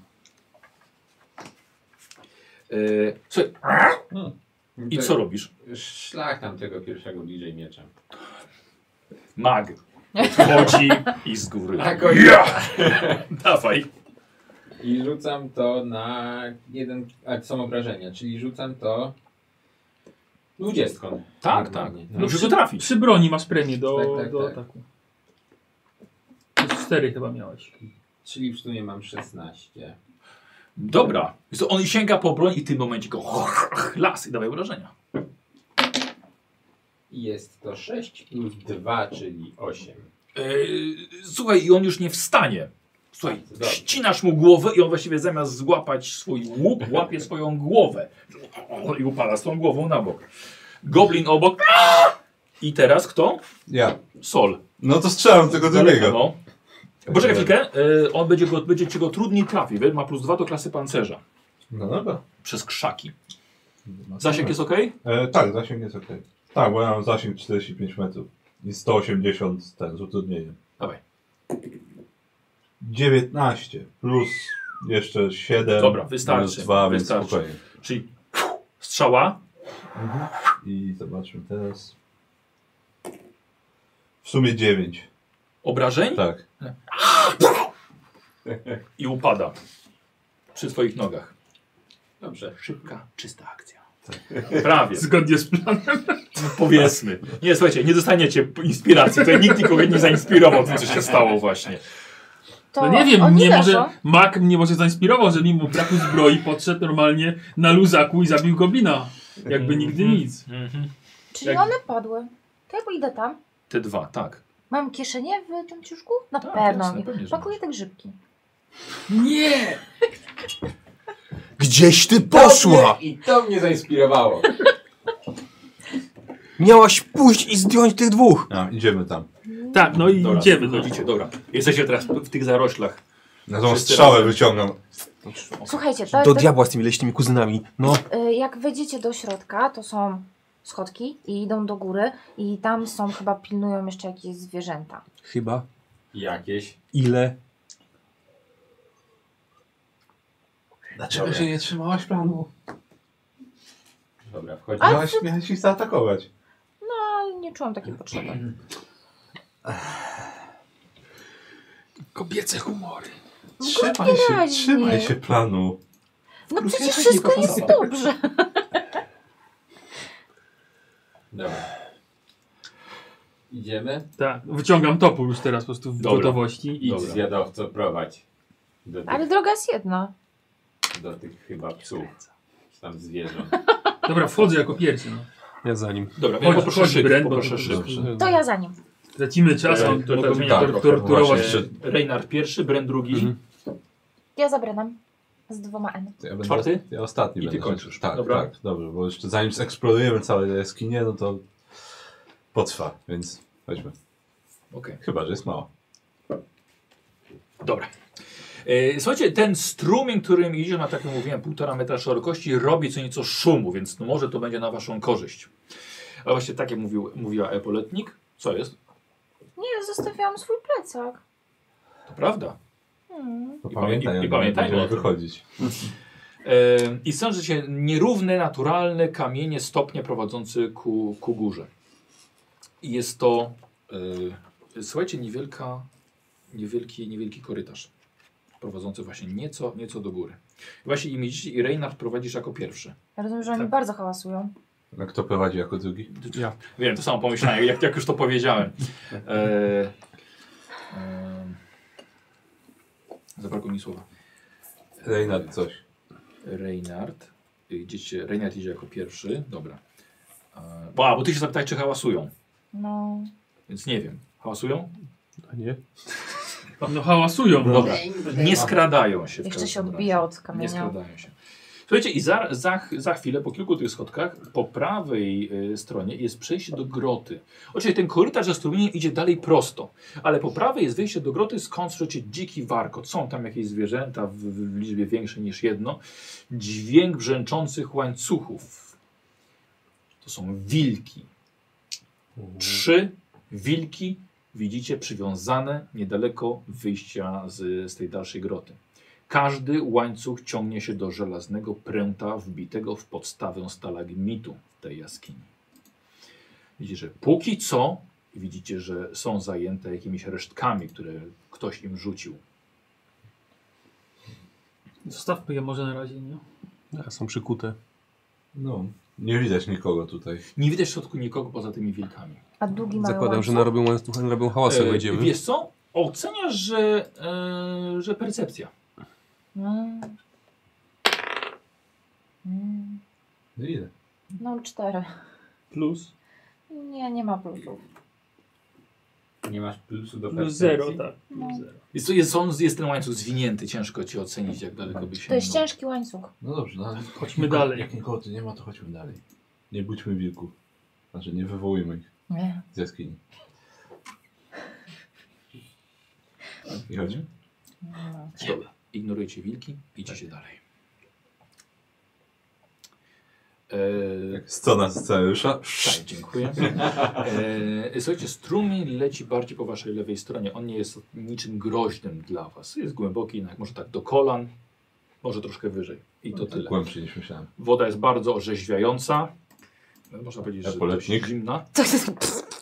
Słuchaj, i co robisz? Szlak tam tego pierwszego bliżej mieczem. Mag. Chodzi i z góry. Tak, Ja! Dawaj. I rzucam to na jeden, a są obrażenia, czyli rzucam to 20. Tak, tak. No, Musisz go trafić. Przy broni masz premię do Tak. ataku. Plus 4 chyba miałeś. Czyli w sumie mam 16. Dobra. Wiesz co, on sięga po broń i w tym momencie go las i dawaj obrażenia. I jest to 6 plus 2, czyli 8. Słuchaj, i on już nie wstanie. Słuchaj, ścinasz mu głowę i on właściwie zamiast złapać swój łuk, łapie swoją głowę. I upada z tą głową na bok. Goblin obok. I teraz kto? Ja. Sol. No to strzelam tego drugiego. No. Poczekaj chwilkę, on będzie cię go trudniej trafić, ma +2 do klasy pancerza. No dobra. Przez krzaki. Zasięg jest ok? Tak, zasięg jest ok. Tak, bo ja mam zasięg 45 metrów. I 180 ten z utrudnieniem. Dawaj. 19 plus jeszcze 7. Dobra, wystarczy. Plus 2, więc Wystarczy. spokojnie. Czyli strzała. I zobaczmy teraz. W sumie 9. Obrażeń. Tak. I upada. Przy twoich nogach. Dobrze. Szybka, czysta akcja. Prawie. Zgodnie z planem. No, powiedzmy. Nie, słuchajcie, nie dostaniecie inspiracji. Tutaj nikt nikogo nie zainspirował tym, co się stało właśnie. To No nie wiem, oni mnie leżą. może Mak mnie może zainspirował, że mimo braku zbroi podszedł normalnie na luzaku i zabił goblina. Jakby nigdy nic. Czyli Jak- one padły. To ja pójdę tam. Te dwa, tak. Mam kieszenie w tym ciuszku? Na Tak, pewno. jasne, pewnie, że Pakuję te grzybki. Nie! Gdzieś ty poszła! I to mnie zainspirowało. Miałaś pójść i zdjąć tych dwóch. A, idziemy tam. Tak, no i Dobra, idziemy. No. wychodzicie, dobra. Jesteście teraz w tych zaroślach. Na tą Wszyscy strzałę razem. wyciągam. Słuchajcie, Do diabła z tymi leśnymi kuzynami. No, jak wejdziecie do środka, to są schodki i idą do góry i tam są chyba pilnują jeszcze jakieś zwierzęta. chyba. Jakieś. Ile? Dlaczego Dobra. się nie trzymałaś planu? Dobra, wchodzimy. Miałeś ich zaatakować. No, ale nie czułam takiej potrzeby. Kobiece humory. Trzymaj się planu. No Plus przecież jeszcze wszystko nie jest popada. dobrze. Dobra. Idziemy. Tak, wyciągam topór już teraz po prostu w Dobra. gotowości. Idź Dobra. zwiadowco, prowadź. Ale droga jest jedna. Do tych chyba psów. Czy tam zwierząt. Dobra, wchodzę jako pierwszy. No. Ja za nim. Dobra, ja poproszę chodź, szyb. Brent, bo Poproszę to- szyb. Dobrze. To ja za nim. Tracimy czas, a on to mogą mnie tak, torturować. właśnie. Reynard pierwszy, Bren drugi. Mhm. Ja za Brenem. Z 2 N. To ja będę, Czwarty? Ja ostatni I ty będę. kończysz. Tak, Dobra. tak, dobrze, bo jeszcze zanim zeksplorujemy całe jaskinie, no to potrwa, więc weźmy. Okej. Chyba, że jest mało. Dobra. Słuchajcie, ten strumień, którym idzie, ma tak jak mówiłem, 1,5 metra szerokości, robi co nieco szumu, więc no może to będzie na waszą korzyść. A właśnie tak jak mówiła Epoletnik. Co jest? Nie, zostawiałam swój plecak. To prawda. To I pamiętaj, i pamiętajmy będziemy o tym. wychodzić. I sądzę się nierówne, naturalne kamienie, stopnie prowadzące ku górze. I jest to, słuchajcie, niewielki korytarz prowadzący właśnie nieco do góry. Właśnie i widzicie, i Reynard prowadzisz jako pierwszy. Ja rozumiem, że oni bardzo hałasują. A kto prowadzi jako drugi? Ja. Wiem, to samo pomyślałem, jak już to powiedziałem. Zabrakło mi słowa. Reynard coś. Reynard idzie jako pierwszy. Dobra. Bo ty się zapytałeś, czy hałasują. No. Więc nie wiem. Hałasują? A nie? No hałasują. No. Dobra. Nie skradają się. w Jeszcze każdym się razie. odbija od Nie kamienia. skradają się. Słuchajcie, i za chwilę, po kilku tych schodkach, po prawej stronie jest przejście do groty. Oczywiście ten korytarz ze strumieniem idzie dalej prosto, ale po prawej jest wejście do groty, skąd słyszycie dziki warkot. Są tam jakieś zwierzęta w liczbie większej niż jedno. Dźwięk brzęczących łańcuchów. To są wilki. 3 wilki widzicie przywiązane niedaleko wyjścia z tej dalszej groty. Każdy łańcuch ciągnie się do żelaznego pręta wbitego w podstawę stalagmitu w tej jaskini. Widzicie, że póki co widzicie, że są zajęte jakimiś resztkami, które ktoś im rzucił. Zostawmy je może na razie, nie? Ja, są przykute. No, nie widać nikogo tutaj. Nie widać w środku nikogo poza tymi wilkami. A długi mały Zakładam, że łańcuch? narobią hałas, jak wejdziemy. Wiesz co? Oceniasz, że percepcja. Mm. Ile? No 4. Plus. Nie ma plusów. Nie masz plusu do No percepcji? 0, tak. No. 0. Jest ten łańcuch zwinięty, ciężko ci ocenić, jak daleko by się... To jest no. ciężki łańcuch. No dobrze, no ale Chodźmy dalej. Jak nikogo tu nie ma, to chodźmy dalej. Nie budźmy wilków. Znaczy, nie wywołujmy ich Nie. z jaskini. I chodźmy? No. Dobra, ignorujcie wilki, idziecie dalej. Scena scenariusza. Tak, dziękuję. Słuchajcie, strumień leci bardziej po waszej lewej stronie. On nie jest niczym groźnym dla was. Jest głęboki, jak może tak do kolan, może troszkę wyżej. I to tyle. Głębszy niż myślałem. Woda jest bardzo orzeźwiająca. Można powiedzieć, że dość Poletnik. zimna. To jest...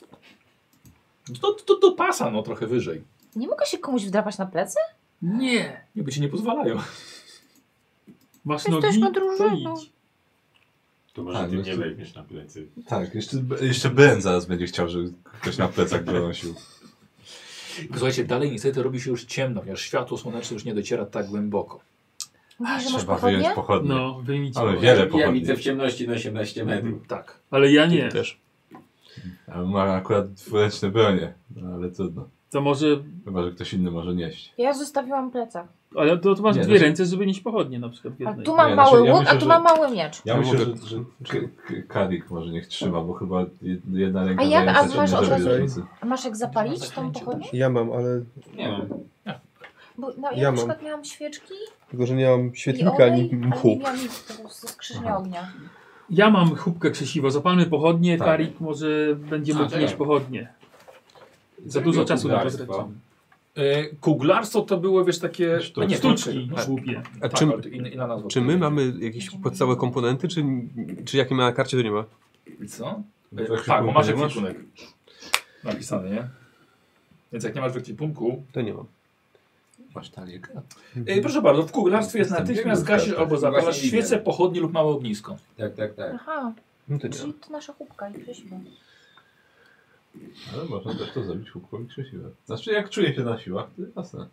To do pasa, no trochę wyżej. Nie mogę się komuś wdrapać na plecy? Nie! Niby ci nie pozwalają. Masz Jesteśmy nogi, to drużyną. idź. To może Tak, ty no nie to- weźmiesz na plecy. Tak, jeszcze Ben zaraz będzie chciał, żeby ktoś na plecach go nosił. Słuchajcie, dalej niestety robi się już ciemno, ponieważ światło słoneczne już nie dociera tak głęboko. Mówisz, że masz Trzeba pochodnie? wyjąć pochodnie. No, wyjmijcie. Ale go. wiele Ja pochodni. widzę w ciemności na 18 metrów. Tak. Ale ja nie. Też. A ma akurat dwuręczne bronie, no ale trudno. To może... Chyba, że ktoś inny może nieść. Ja zostawiłam plecak. Ale to masz Nie, dwie znaczy- ręce, żeby nieść pochodnie na przykład w Ale jednej. tu mam Nie, mały znaczy, ja łuk, myślę, a tu że- mam mały miecz. Ja Ja myślę, mogę- że Karik może niech trzyma, bo chyba jedna ręka A jak? daje A też masz inne od razu- różnicy. A masz jak zapalić tą zaklęcie pochodnię? też. Ja mam, ale Nie mam. Bo no, ja Ja na mam. przykład miałam świeczki tylko, że nie mam i świetnika olej, ani ale nie mchu. miałam nic tego ze skrzyżnia ognia. Ja mam chubkę krzesiwo. Zapalmy pochodnie, Tak. Karik może będzie mógł czekaj. nieść pochodnie. Za dużo czasu na to Kuglarstwo. tracimy. Kuglarstwo to było, wiesz, takie... Sztuczki. A nie, Sztuczki tak, głupie. A tak, czym, ale to inna nazwa. czy my mamy jakieś podstawowe komponenty, czy jakie ma na karcie, to nie ma? Co? W Tak, bo ekwipunku masz nie masz? ekwipunek. Napisane, nie? Więc jak nie masz w ekwipunku... To nie mam. Masz talię. Proszę bardzo, w kuglarstwie jest Jestem natychmiast biegły w gasisz kartach. albo zapalasz Właśnie świecę, widzę. pochodnie lub małe ognisko. Tak. Aha, No to nie czyli mam. to nasza chłopka i krzesiwo. Ale można też to zrobić łupką i krzesiwem. Znaczy, jak czuję się na siłach, to jasne.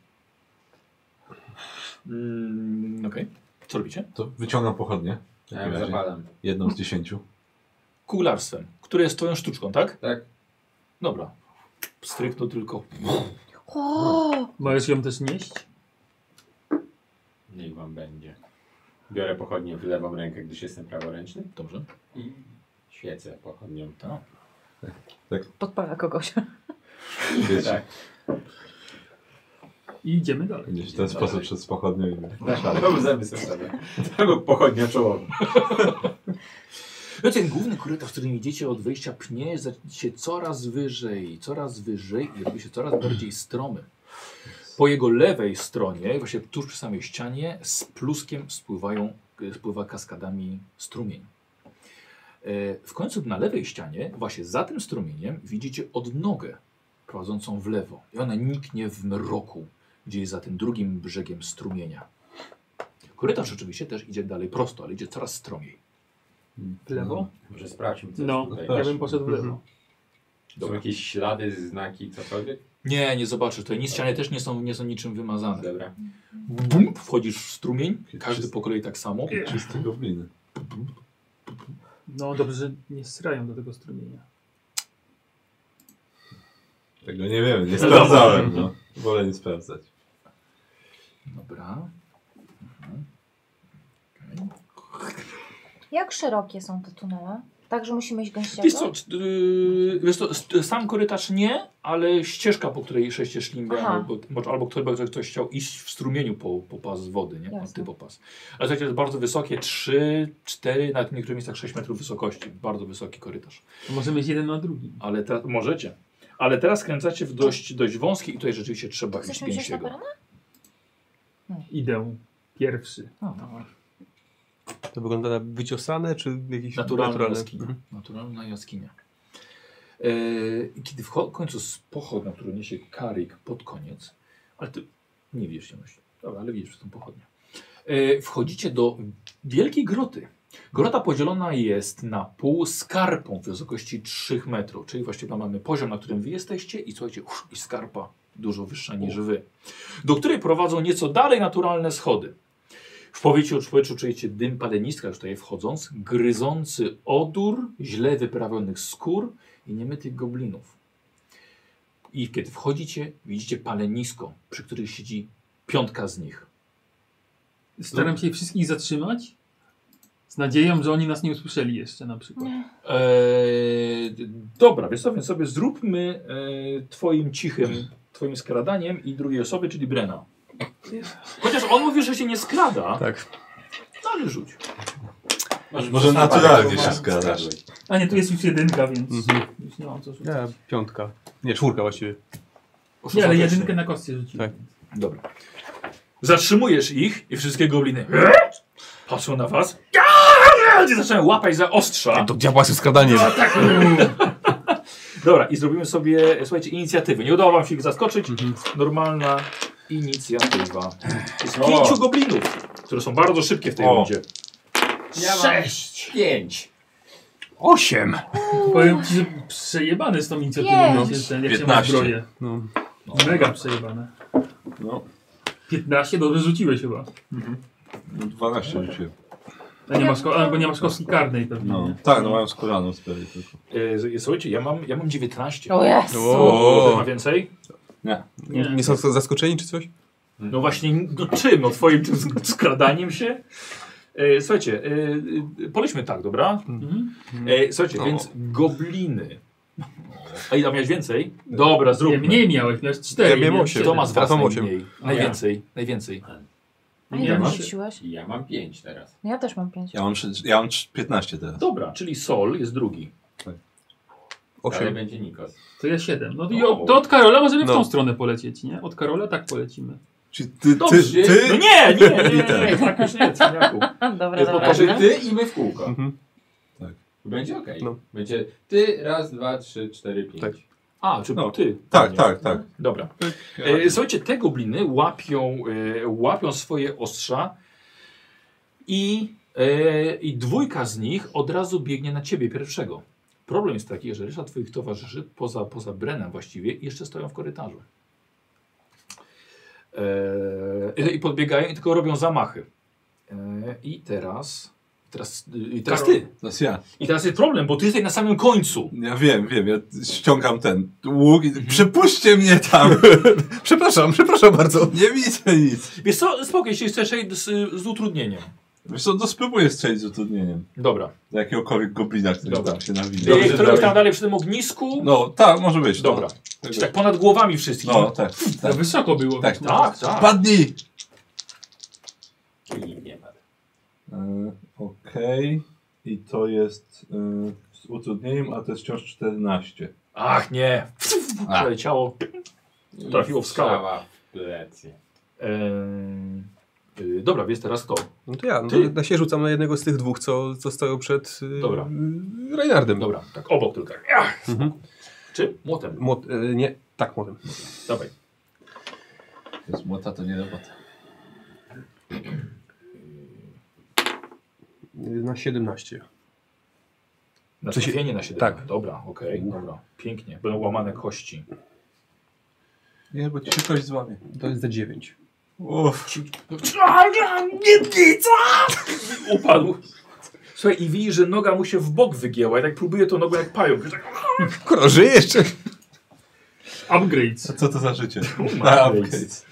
Okej. Co robicie? To wyciągam pochodnie. W Ja takim ją razie. zapalam. Jedną z 10. Kuglarstwem, które jest twoją sztuczką, tak? Tak. Dobra. Strykno tylko. O, Możesz ją też nieść? Niech wam będzie. Biorę pochodnię w lewą rękę, gdyż jestem praworęczny. Dobrze. I świecę pochodnią. podpala kogoś. Wiecie, Tak. I idziemy dalej. będzie w ten sposób przez pochodnię i... Dobrze, zamysł sobie. Albo pochodnia czołowa. No ten główny korytarz, w którym idziecie od wyjścia, pnie się coraz wyżej i robi się coraz bardziej stromy. Po jego lewej stronie, właśnie tuż przy samej ścianie, z pluskiem spływa kaskadami strumień. W końcu na lewej ścianie, właśnie za tym strumieniem, widzicie odnogę prowadzącą w lewo. I ona niknie w mroku, gdzie jest za tym drugim brzegiem strumienia. Korytarz oczywiście też idzie dalej prosto, ale idzie coraz stromiej. W lewo? Może sprawdźmy, co No, jest tutaj. ja bym poszedł w lewo. Są jakieś ślady, znaki, cokolwiek? Nie zobaczysz. Tutaj ściany też nie są niczym wymazane. Dobra. Bum, wchodzisz w strumień, każdy po kolei tak samo. Czysty gobliny. No dobrze, że nie srają do tego strumienia. Tego nie wiem, nie sprawdzałem. No. Wolę nie sprawdzać. Dobra. Jak szerokie są te tunele? Tak, że musimy iść gęściego? Wiesz co, sam korytarz nie, ale ścieżka, po której szejście szli, Aha. albo ktoś chciał iść w strumieniu po pas wody, nie? Po Jasne. typu pas. Ale to jest bardzo wysokie, 3, 4, nawet w niektórych miejscach 6 metrów wysokości. Bardzo wysoki korytarz. To możemy iść jeden na drugi. Ale możecie. Ale teraz skręcacie w dość wąski i tutaj rzeczywiście trzeba Chcesz iść mi wziąć na gęsiego. No. Idę pierwszy. To wygląda na wyciosane, czy jakieś Naturalna jaskinia. Mhm. Naturalna jaskinia. I kiedy w końcu z pochodnią, którą niesie Karik pod koniec, ale ty nie widzisz ciemności. Dobra, ale widzisz przez tą pochodnię. Wchodzicie do wielkiej groty. Grota podzielona jest na pół skarpą w wysokości 3 metrów, czyli właściwie mamy poziom, na którym wy jesteście i słuchajcie, i skarpa dużo wyższa niż wy, do której prowadzą nieco dalej naturalne schody. W powietrzu czujecie dym paleniska, już tutaj wchodząc, gryzący odór źle wyprawionych skór i niemytych goblinów. I kiedy wchodzicie, widzicie palenisko, przy którym siedzi 5 z nich. Staram się wszystkich zatrzymać. Z nadzieją, że oni nas nie usłyszeli jeszcze na przykład. Dobra, więc sobie zróbmy twoim skradaniem i drugiej osoby, czyli Brena. Chociaż on mówi, że się nie skrada. Tak. No ale rzuć. Może naturalnie się skradasz. A nie, tu jest już 1, więc już nie mam co rzucić. Ja 5. Nie, 4 właściwie. Nie, ale 1 na kostce rzuciłem. Tak. Dobra. Zatrzymujesz ich i wszystkie gobliny patrzą na was. I zaczynają łapać za ostrza. To diabła się skradanie. Dobra, i zrobimy sobie, słuchajcie, inicjatywy. Nie udało wam się ich zaskoczyć. Normalna inicjatywa. Jest 5 goblinów, które są bardzo szybkie w tej rundzie. Ja mam 5. 8. Powiem ci, że przejebane z tą inicjatywą, jak się ma 15. zbroję. No. Mega przejebane. No. 15, dobrze rzuciłeś chyba. 12 rzuciłem. Bo nie masz kostki karnej pewnie. No. Tak, no mają skóraną sprawie tylko. Słuchajcie, ja mam 19. O Jezu. Ktoś ma więcej? Nie są zaskoczeni czy coś? No właśnie, no czym? No twoim tym skradaniem się? Słuchajcie, polećmy tak, dobra? Słuchajcie, więc gobliny. A ile miałeś więcej? Dobra, zróbmy. Nie, mniej miałeś 4. Ja miałem 8. Kto ma z was Teraz mam 8. najmniej? Najwięcej. A Nie ile masz? rzuciłeś? Ja mam 5 teraz. Ja też mam 5. Ja mam 15 teraz. Dobra, czyli Sol jest drugi. Ale 8. będzie Nikos. To ja 7. No to od Karola możemy w tą stronę polecieć, nie? Od Karola tak polecimy. Czy ty? No nie, tak już nie, cwaniaku. Dobra, dobra. Także ty i my w kółko. Tak. Będzie okej. No. Będzie ty, 1, 2, 3, 4, 5. Tak. A, czy ty? Tak, Nie. tak, tak. Dobra. Słuchajcie, te gobliny łapią swoje ostrza i 2 z nich od razu biegnie na ciebie pierwszego. Problem jest taki, że reszta twoich towarzyszy, poza Brenem właściwie, jeszcze stoją w korytarzu. I podbiegają i tylko robią zamachy. I teraz ty. To jest ja. I teraz jest problem, bo ty jesteś na samym końcu. Ja wiem. Ja ściągam ten łuk i przepuśćcie mnie tam. Przepraszam bardzo. Nie widzę nic. Wiesz co, spokój, jeśli chcesz z utrudnieniem. Wiesz co, to spróbuję strzelić z utrudnieniem. Dobra. Do jakiegokolwiek goblina, który Dobra. tam się nawili. Który jest tam dalej przy tym ognisku? No, tak, może być. Dobra. No. Czy tak ponad głowami wszystkich? No, tak. To wysoko było. Tak, więc tak. Padnij! I nie padł. Okej. I to jest z utrudnieniem, a to jest wciąż 14. Ach nie. Przeleciało. Trafiło w skałę. Strzała w plecy. Dobra, więc teraz kto? No to ja. No Ty. to ja się rzucam na jednego z tych 2, co stoją przed Dobra. Reinhardem. Dobra, tak obok tylko. Ach. Czy? Młotem. Nie, tak młotem. Dawaj. To jest młota, to nie robota. Na 17. Na Co się- trafienie na 7. tak. Dobra, okej, dobra. Pięknie. Będą łamane kości. Nie, bo ci się kość złamie. To jest za 9. Uff. Upadł. Słuchaj, i widzi, że noga mu się w bok wygięła i tak próbuje tą nogą jak pająk. Kurwa, żyje jeszcze? Upgrades. A co to za życie? Upgrades.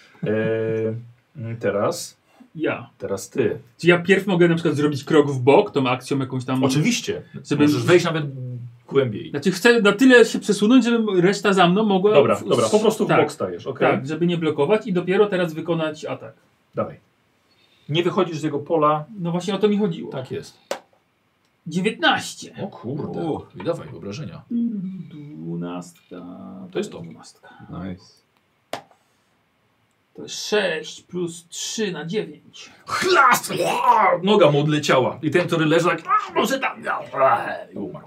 Teraz ty. Czy ja pierw mogę na przykład zrobić krok w bok, tą akcją jakąś tam... Oczywiście. Żeby- Możesz wejść nawet głębiej. Znaczy chcę na tyle się przesunąć, żeby reszta za mną mogła... Dobra, po prostu w tak, bok stajesz, okej? Tak, żeby nie blokować i dopiero teraz wykonać atak. Dawaj. Nie wychodzisz z jego pola. No właśnie o to mi chodziło. Tak jest. 19. O kurde. I dawaj wyobrażenia. 12. To jest to. 12. Nice. To jest 6 plus 3 na 9. Chlast! Noga mu odleciała. I ten, który leży tak, może tam. I umarł.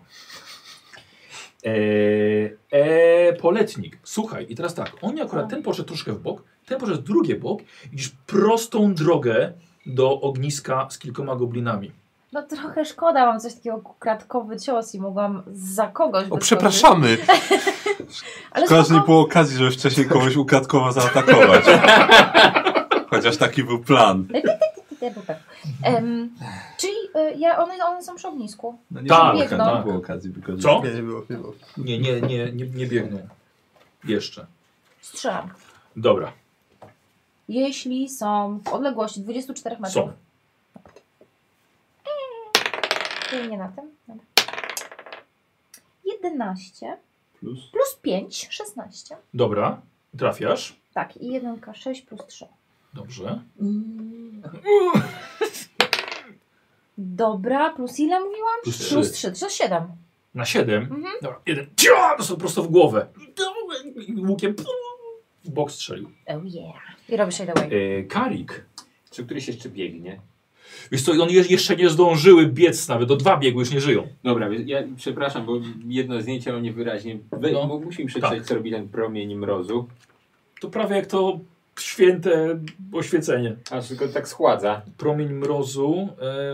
Poletnik. Słuchaj, i teraz tak. Oni akurat, ten poszedł troszkę w bok, ten poszedł w drugi bok. Widzisz prostą drogę do ogniska z kilkoma goblinami. No trochę szkoda, mam coś takiego kratkowy cios i mogłam za kogoś O, wyskoczyć. przepraszamy. Ale Szkoda, że nie spoko. było okazji, żeby wcześniej kogoś ukradkowo zaatakować. Chociaż taki był plan. Czyli one są przy ognisku. No nie Tak, było, biegną. nie było okazji wykorzystać. Co? Nie było. Nie biegną. Jeszcze. Strzelam. Dobra. Jeśli są w odległości 24 metrów. Są. Nie na tym. Dobra. 11 Plus? plus 5, 16. Dobra. Trafiasz. Tak, i 1K6 plus 3. Dobrze. Dobra, plus ile mówiłam? Plus 3. Plus 3, to 7. Na 7. Mhm. Dobra. 1. Cia! To są prosto w głowę. Łukiem w bok strzelił. Oh yeah. I robię shade away. Karik. Czy któryś jeszcze biegnie? Wiesz co, one jeszcze nie zdążyły biec nawet. Do 2 biegły, już nie żyją. Dobra, ja przepraszam, bo jedno zdjęcie mam niewyraźnie. No. Musimy przeczytać, Tak. co robi ten promień mrozu. To prawie jak to święte oświecenie. Aż tylko tak schładza. Promień mrozu.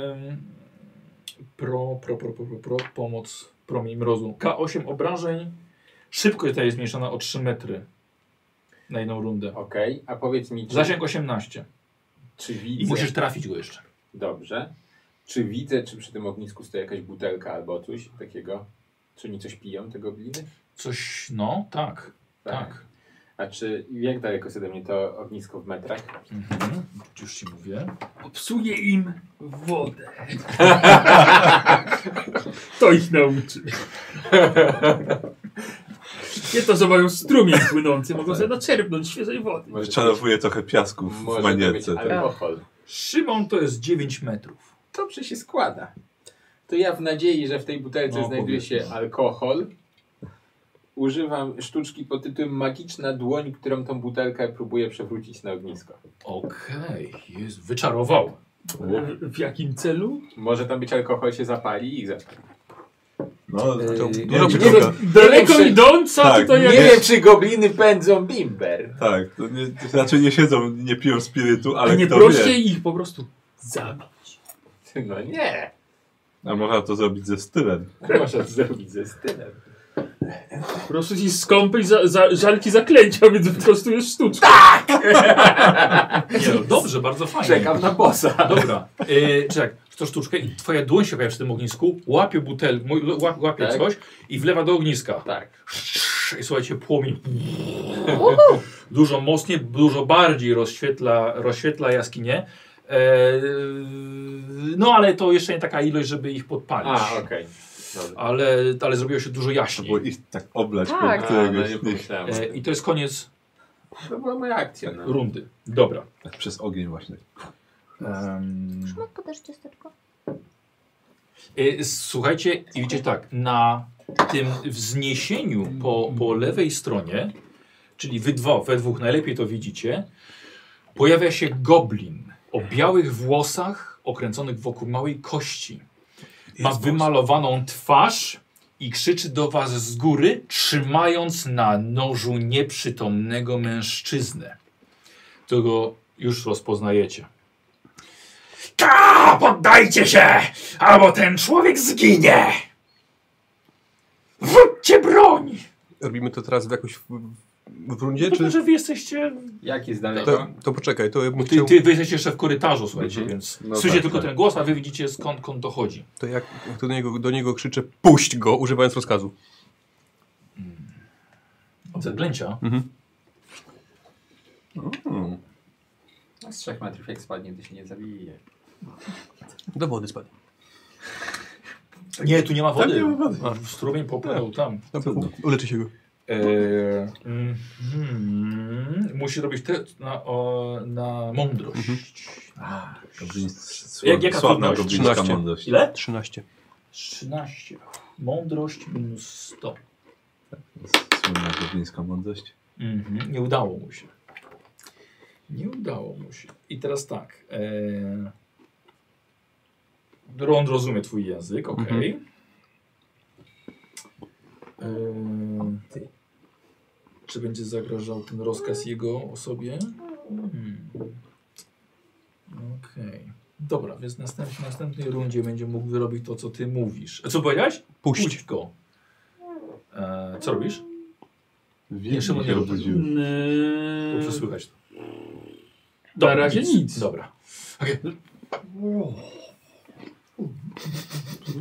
Pomoc. Promień mrozu. K8 obrażeń. Szybkość ta jest zmniejszona o 3 metry. Na jedną rundę. Okej, a powiedz mi, czy, Zasięg 18. czy I widzę... musisz trafić go jeszcze. Dobrze. Czy widzę, czy przy tym ognisku stoi jakaś butelka albo coś takiego? Czy oni coś piją, te gobliny? Coś, no, tak. Tak. A czy jak daleko jest ode mnie to ognisko w metrach? Mhm. Już ci mówię. Obsłuję im wodę. To ich nauczy. Nie to, że mają strumień płynący, mogą sobie naczerpnąć świeżej wody. Wyczarowuje trochę piasku w Może to być manierce. Tak. alkohol. Szymon to jest 9 metrów. Dobrze się składa. To ja w nadziei, że w tej butelce No, znajduje powiedzmy. się alkohol, używam sztuczki pod tytułem Magiczna dłoń, którą tą butelkę próbuję przewrócić na ognisko. Okej, jest wyczarował. W jakim celu? Może tam być alkohol, się zapali i ich zapali. No, Yy, to nie dużo wiem, wyciąga. Daleko czy- idąca, tak, czy to Nie jak... wiem, czy gobliny pędzą bimber. Tak, to raczej nie siedzą, nie piją spirytu, ale A nie kto prościej wie. ich po prostu zabić. No nie. A można to zrobić ze stylem. Można to zrobić ze stylem. Po prostu ci skąpy żalki zaklęcia, więc wyprostujesz sztuczkę. Nie, no, dobrze, bardzo fajnie. Czekam na bossa. Dobra, czekaj, to sztuczkę i twoja dłoń się pojawia przy tym ognisku, łapie łapie Tak. coś i wlewa do ogniska. Tak. I słuchajcie, płomień dużo mocniej, dużo bardziej rozświetla jaskinię. No ale to jeszcze nie taka ilość, żeby ich podpalić. A, okej. Dobra. Ale zrobiło się dużo To jaśniej. było ich tak oblać Tak. po A, no któregoś nie z nich. pomyślałem. I to jest koniec To była moja akcja. No. rundy. Dobra. Przez ogień właśnie. Szymon, podasz ciasteczko? Słuchajcie, i widzicie tak, na tym wzniesieniu po lewej stronie, czyli we dwóch najlepiej to widzicie, pojawia się goblin o białych włosach okręconych wokół małej kości. Ma wymalowaną twarz i krzyczy do was z góry, trzymając na nożu nieprzytomnego mężczyznę, którego już rozpoznajecie. Poddajcie się, albo ten człowiek zginie! Wróćcie broń! Robimy to teraz w jakoś w rundzie, No, czy... że wy jesteście... Jak jest daleko? To poczekaj, to ja bym Bo chciał... wy jesteście jeszcze w korytarzu, słuchajcie, więc No słyszycie tak, tylko tak. ten głos, a wy widzicie skąd dochodzi. To jak to do niego krzyczę, puść go, używając rozkazu. Od zaklęcia. No, z 3 metrów jak spadnie, to się nie zabije. Do wody spadnie. Nie, tu nie ma wody. nie ma wody. A, strumień popłynął tam. Dobra, uleczy się go. Musi robić test na mądrość. Jaka Sławna trudność? goblińska 13. mądrość. Ile? 13. 13. Mądrość minus 100. Sławna goblińska mądrość. Nie udało mu się. Nie udało mu się. I teraz tak. On rozumie twój język, okej. Czy będzie zagrażał ten rozkaz jego osobie? Okej. Dobra, więc w następnej rundzie będzie mógł wyrobić to, co ty mówisz. Co powiedziałeś? Puść. Go. Co robisz? Wilki Szymon nie się robi. obudziły. Dobrze słychać. Na razie nic. Dobra. Okay.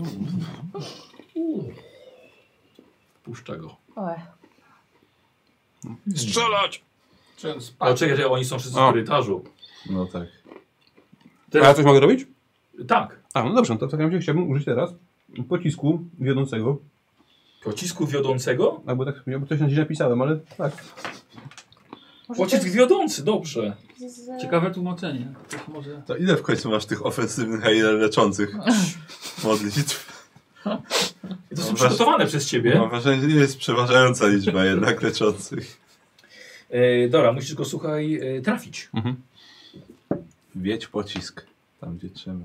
Puszcza go. Oj. Strzelać! O, czekaj, że oni są wszyscy w korytarzu. No tak. A ja coś mogę robić? Tak. A, no dobrze, no to w takim razie chciałbym użyć teraz pocisku wiodącego. Pocisku wiodącego? Albo tak, ja coś na dziś napisałem, ale tak. Pocisk wiodący, dobrze. Ciekawe tłumaczenie. Może... To ile w końcu masz tych ofensywnych, a ile leczących modlitw? I to są przygotowane przez ciebie. Mam wrażenie, że nie jest przeważająca liczba jednak leczących. Dobra, musisz go, słuchaj, trafić. Wiedź pocisk tam, gdzie trzeba.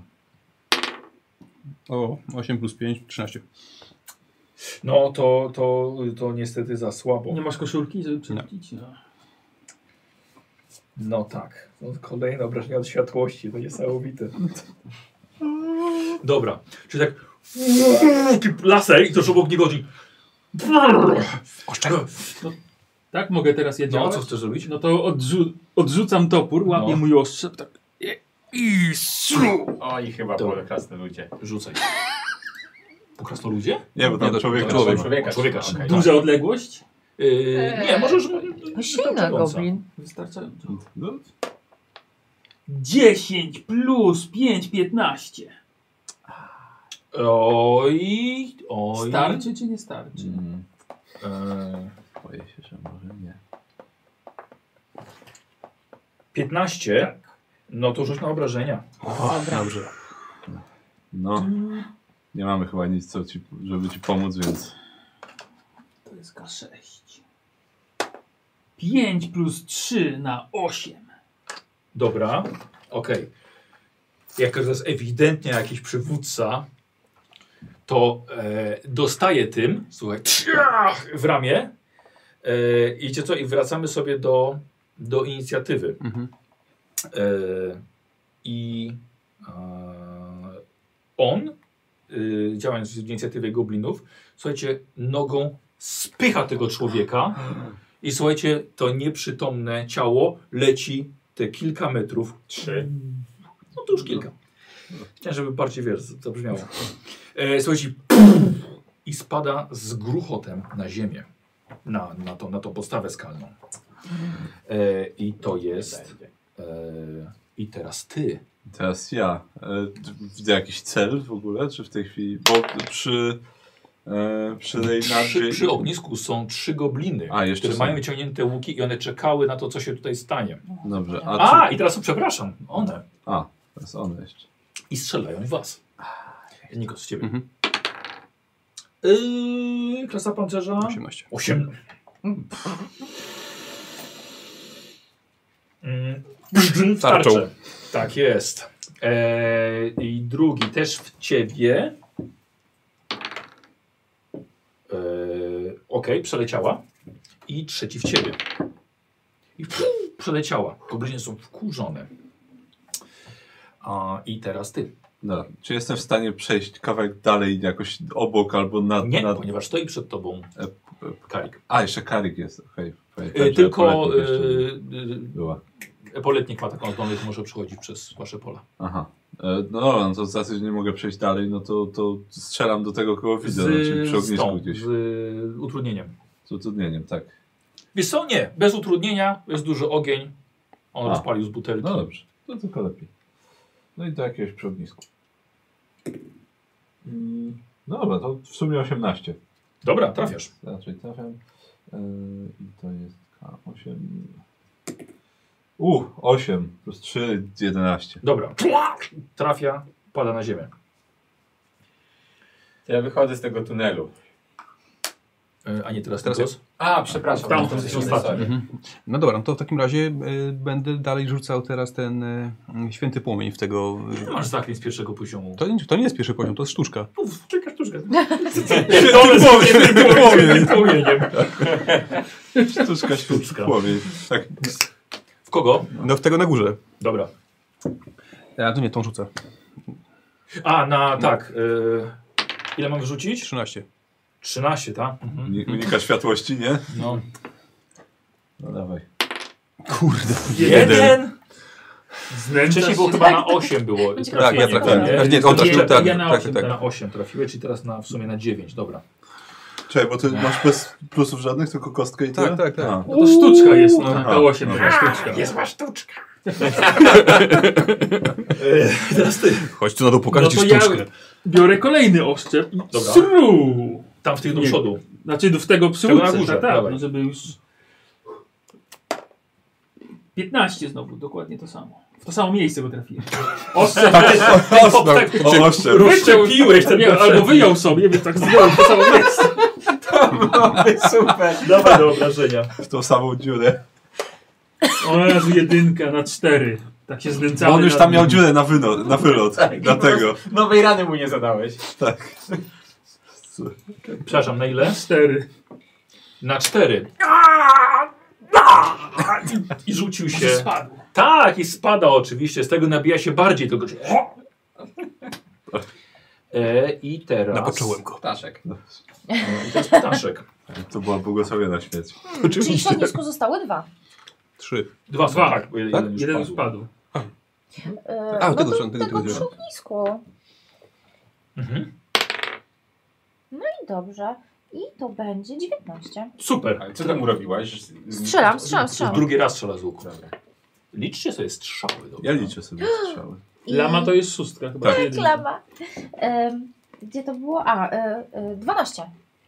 O, 8 plus 5, 13. No, to niestety za słabo. Nie masz koszulki, żeby przerzucić? No. No tak. No, kolejne obrażenia od światłości, to niesamowite. Dobra, czyli tak laser i to obok niego chodzi. No, tak, mogę teraz je No, działać? co chcesz zrobić? No to odrzucam topór, łapię No. mój ostrzep, tak. O, i chyba Dobra. po krasnoludzie. Rzucaj. Po krasnoludzie? Nie, bo tam to człowieka. Człowieka. okej. Duża odległość? Nie, możesz... Silny goblin. Wystarczająco. No, 10 plus 5, 15. Oj. Starczy czy nie starczy? boję się, że może nie. 15? Tak. No to rzuć na obrażenia. Dobra. Dobrze. No, nie mamy chyba nic, żeby ci pomóc, więc... To jest K6. 5 plus 3 na 8. Dobra, okej. Jak to jest ewidentnie jakiś przywódca, to dostaje tym, słuchaj, w ramię i wiecie co, i wracamy sobie do inicjatywy. I on, działając w inicjatywie goblinów, słuchajcie, nogą spycha tego człowieka i słuchajcie, to nieprzytomne ciało leci te kilka metrów. 3. No to już kilka. Chciałem, żeby bardziej, wiesz, zabrzmiało. Słuchajcie, i spada z gruchotem na ziemię. Na tą podstawę skalną. I to jest... I teraz ty. Teraz ja. Widzę jakiś cel w ogóle, czy w tej chwili? Bo przy Reynardzie... Przy ognisku są 3 gobliny, jeszcze które są. mają wyciągnięte łuki i one czekały na to, co się tutaj stanie. Dobrze. I teraz przepraszam, one. Teraz one jeszcze. I strzelają w was. Nikos, z ciebie. Klasa pancerza? 18. 8. Tarczą. Tak jest. I drugi też w ciebie. Okej, przeleciała. I trzeci w ciebie. I przeleciała. Gobliny są wkurzone. I teraz ty. Dobra. Czy jestem w stanie przejść kawałek dalej, jakoś obok albo nad... Nie, ponieważ stoi przed tobą Karik. Jeszcze Karik jest. Okej. Tylko była. epoletnik ma taką zdolność, że może przechodzić przez wasze pola. Aha. No dobra, no to z racji, że nie mogę przejść dalej, no to strzelam do tego, kogo widzę, czyli przy ognisku gdzieś. Z utrudnieniem. Z utrudnieniem, tak. Wiesz co? Nie. Bez utrudnienia, jest duży ogień. On rozpalił z butelki. No dobrze, to tylko lepiej. No i do jakiegoś przy ognisku. No dobra, to w sumie 18. Dobra, trafiasz. Raczej trafiam. I to jest K8. 8 plus 3, 11. Dobra. Trafia, pada na ziemię. Ja wychodzę z tego tunelu. A nie teraz Teraz Nikos? Przepraszam. Tam to to jest jest ostatni. No dobra, no to w takim razie będę dalej rzucał teraz ten święty płomień w tego... Masz zaklęć z pierwszego poziomu. To nie jest pierwszy poziom, to jest sztuczka. Kilka sztuczka. Sztuczka, Sztuczka. płomień. Tak. W kogo? No w tego na górze. Dobra. Ja to nie, tą rzucę. Tak. Ile mam wyrzucić? 13. 13, tak? Unika światłości, nie? No. No dawaj. Kurde. 1! Znęcasz Wcześniej było się? chyba na 8 było. Tak, ja trafiłem. nie? Nie, on trafił, Ja tak, na tak, 8 tak. Na 8 trafiłeś i teraz w sumie na 9, dobra. Czekaj, bo ty masz bez plusów żadnych, tylko kostkę i tyle? Tak. A. No to sztuczka jest, no. Aha. Ta 8 taka sztuczka. Niezła sztuczka. Teraz ty. Chodź tu na dół, pokażę ci No to ja sztuczkę. biorę kolejny oszczep i Dobra. sru! Tam w tych do Nie. przodu. Znaczy w tego Tego na przywódcę, górze, tak, dawaj. no żeby już... 15 znowu, dokładnie to samo. W to samo miejsce go trafiłem. Oszczep, Rozszczepiłeś ten nie, albo wyjął sobie, więc tak zdjął w to samo miejsce. Super. Dawaj do obrażenia. W tą samą dziurę. O Jezu, 1 na 4. Tak się znęcamy. Bo on już nad tam miał nim. dziurę na wylot. Dlatego. Nowej rany mu nie zadałeś. Tak. Przepraszam, na ile? 4. Na 4. I rzucił się. Spadł. Tak, i spada oczywiście. Z tego nabija się bardziej tylko. I teraz. Napocząłem go. Ptaszek. I teraz ptaszek. To była błogosławiona śmierć. Czyli w ognisku zostały 2. 3. Dwa są, Dwa. tak, bo jeden Jeden już już padł. padł. A, No tego to są, tego tego wziąłem. przy ognisku. Mhm. No i dobrze. I to będzie 19. Super. Ale co tam mu robiłaś? Strzelam. Drugi raz strzela z łuku. Dobra. Liczcie sobie strzały. Dobra. Ja liczę sobie strzały. I... Lama to jest 6 chyba. Tak. Jeden. Lama. Gdzie to było? 12.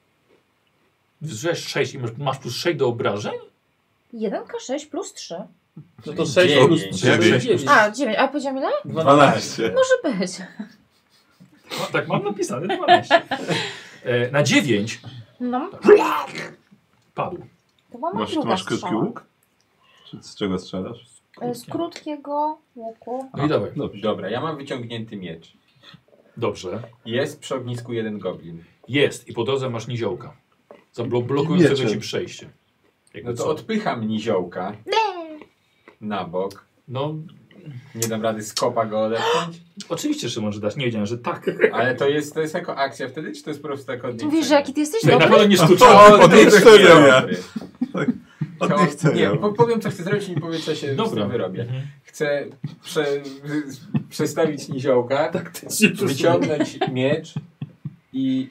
Wrzesz 6 i masz plus 6 do obrażeń? 1K6 plus 3. No to 6 plus 3 to Dziewięć. 9. A, 9. A powiedziałam ile? 12. Może być. No, tak mam napisane 12. Na 9 No, padł. to była moja Masz druga krótki strzała. łuk? Czy z czego strzelasz? Z krótkiego łuku. No i dawaj. Dobra, ja mam wyciągnięty miecz. Dobrze. Jest przy ognisku jeden goblin. Jest. I po drodze masz niziołka. Blokującego Mieczem. ci przejście. Jakby No to co? odpycham niziołka na bok. No, Nie dam rady z kopa go odepchnąć. oczywiście, że może dać. Nie wiedziałem, że tak. Ale to jest jako akcja wtedy, czy to jest po prostu tak Ty odniesienie? mówisz, że jaki ty jesteś Na dobry? pewno nie O, sztuczałem. Od niechcenia. dobry. Od niechcenia. Nie, powiem co chcę zrobić i mi powie co się z Dobra. tym wyrobię. Mhm. Chcę przestawić niziołka, Taktycznie wyciągnąć miecz i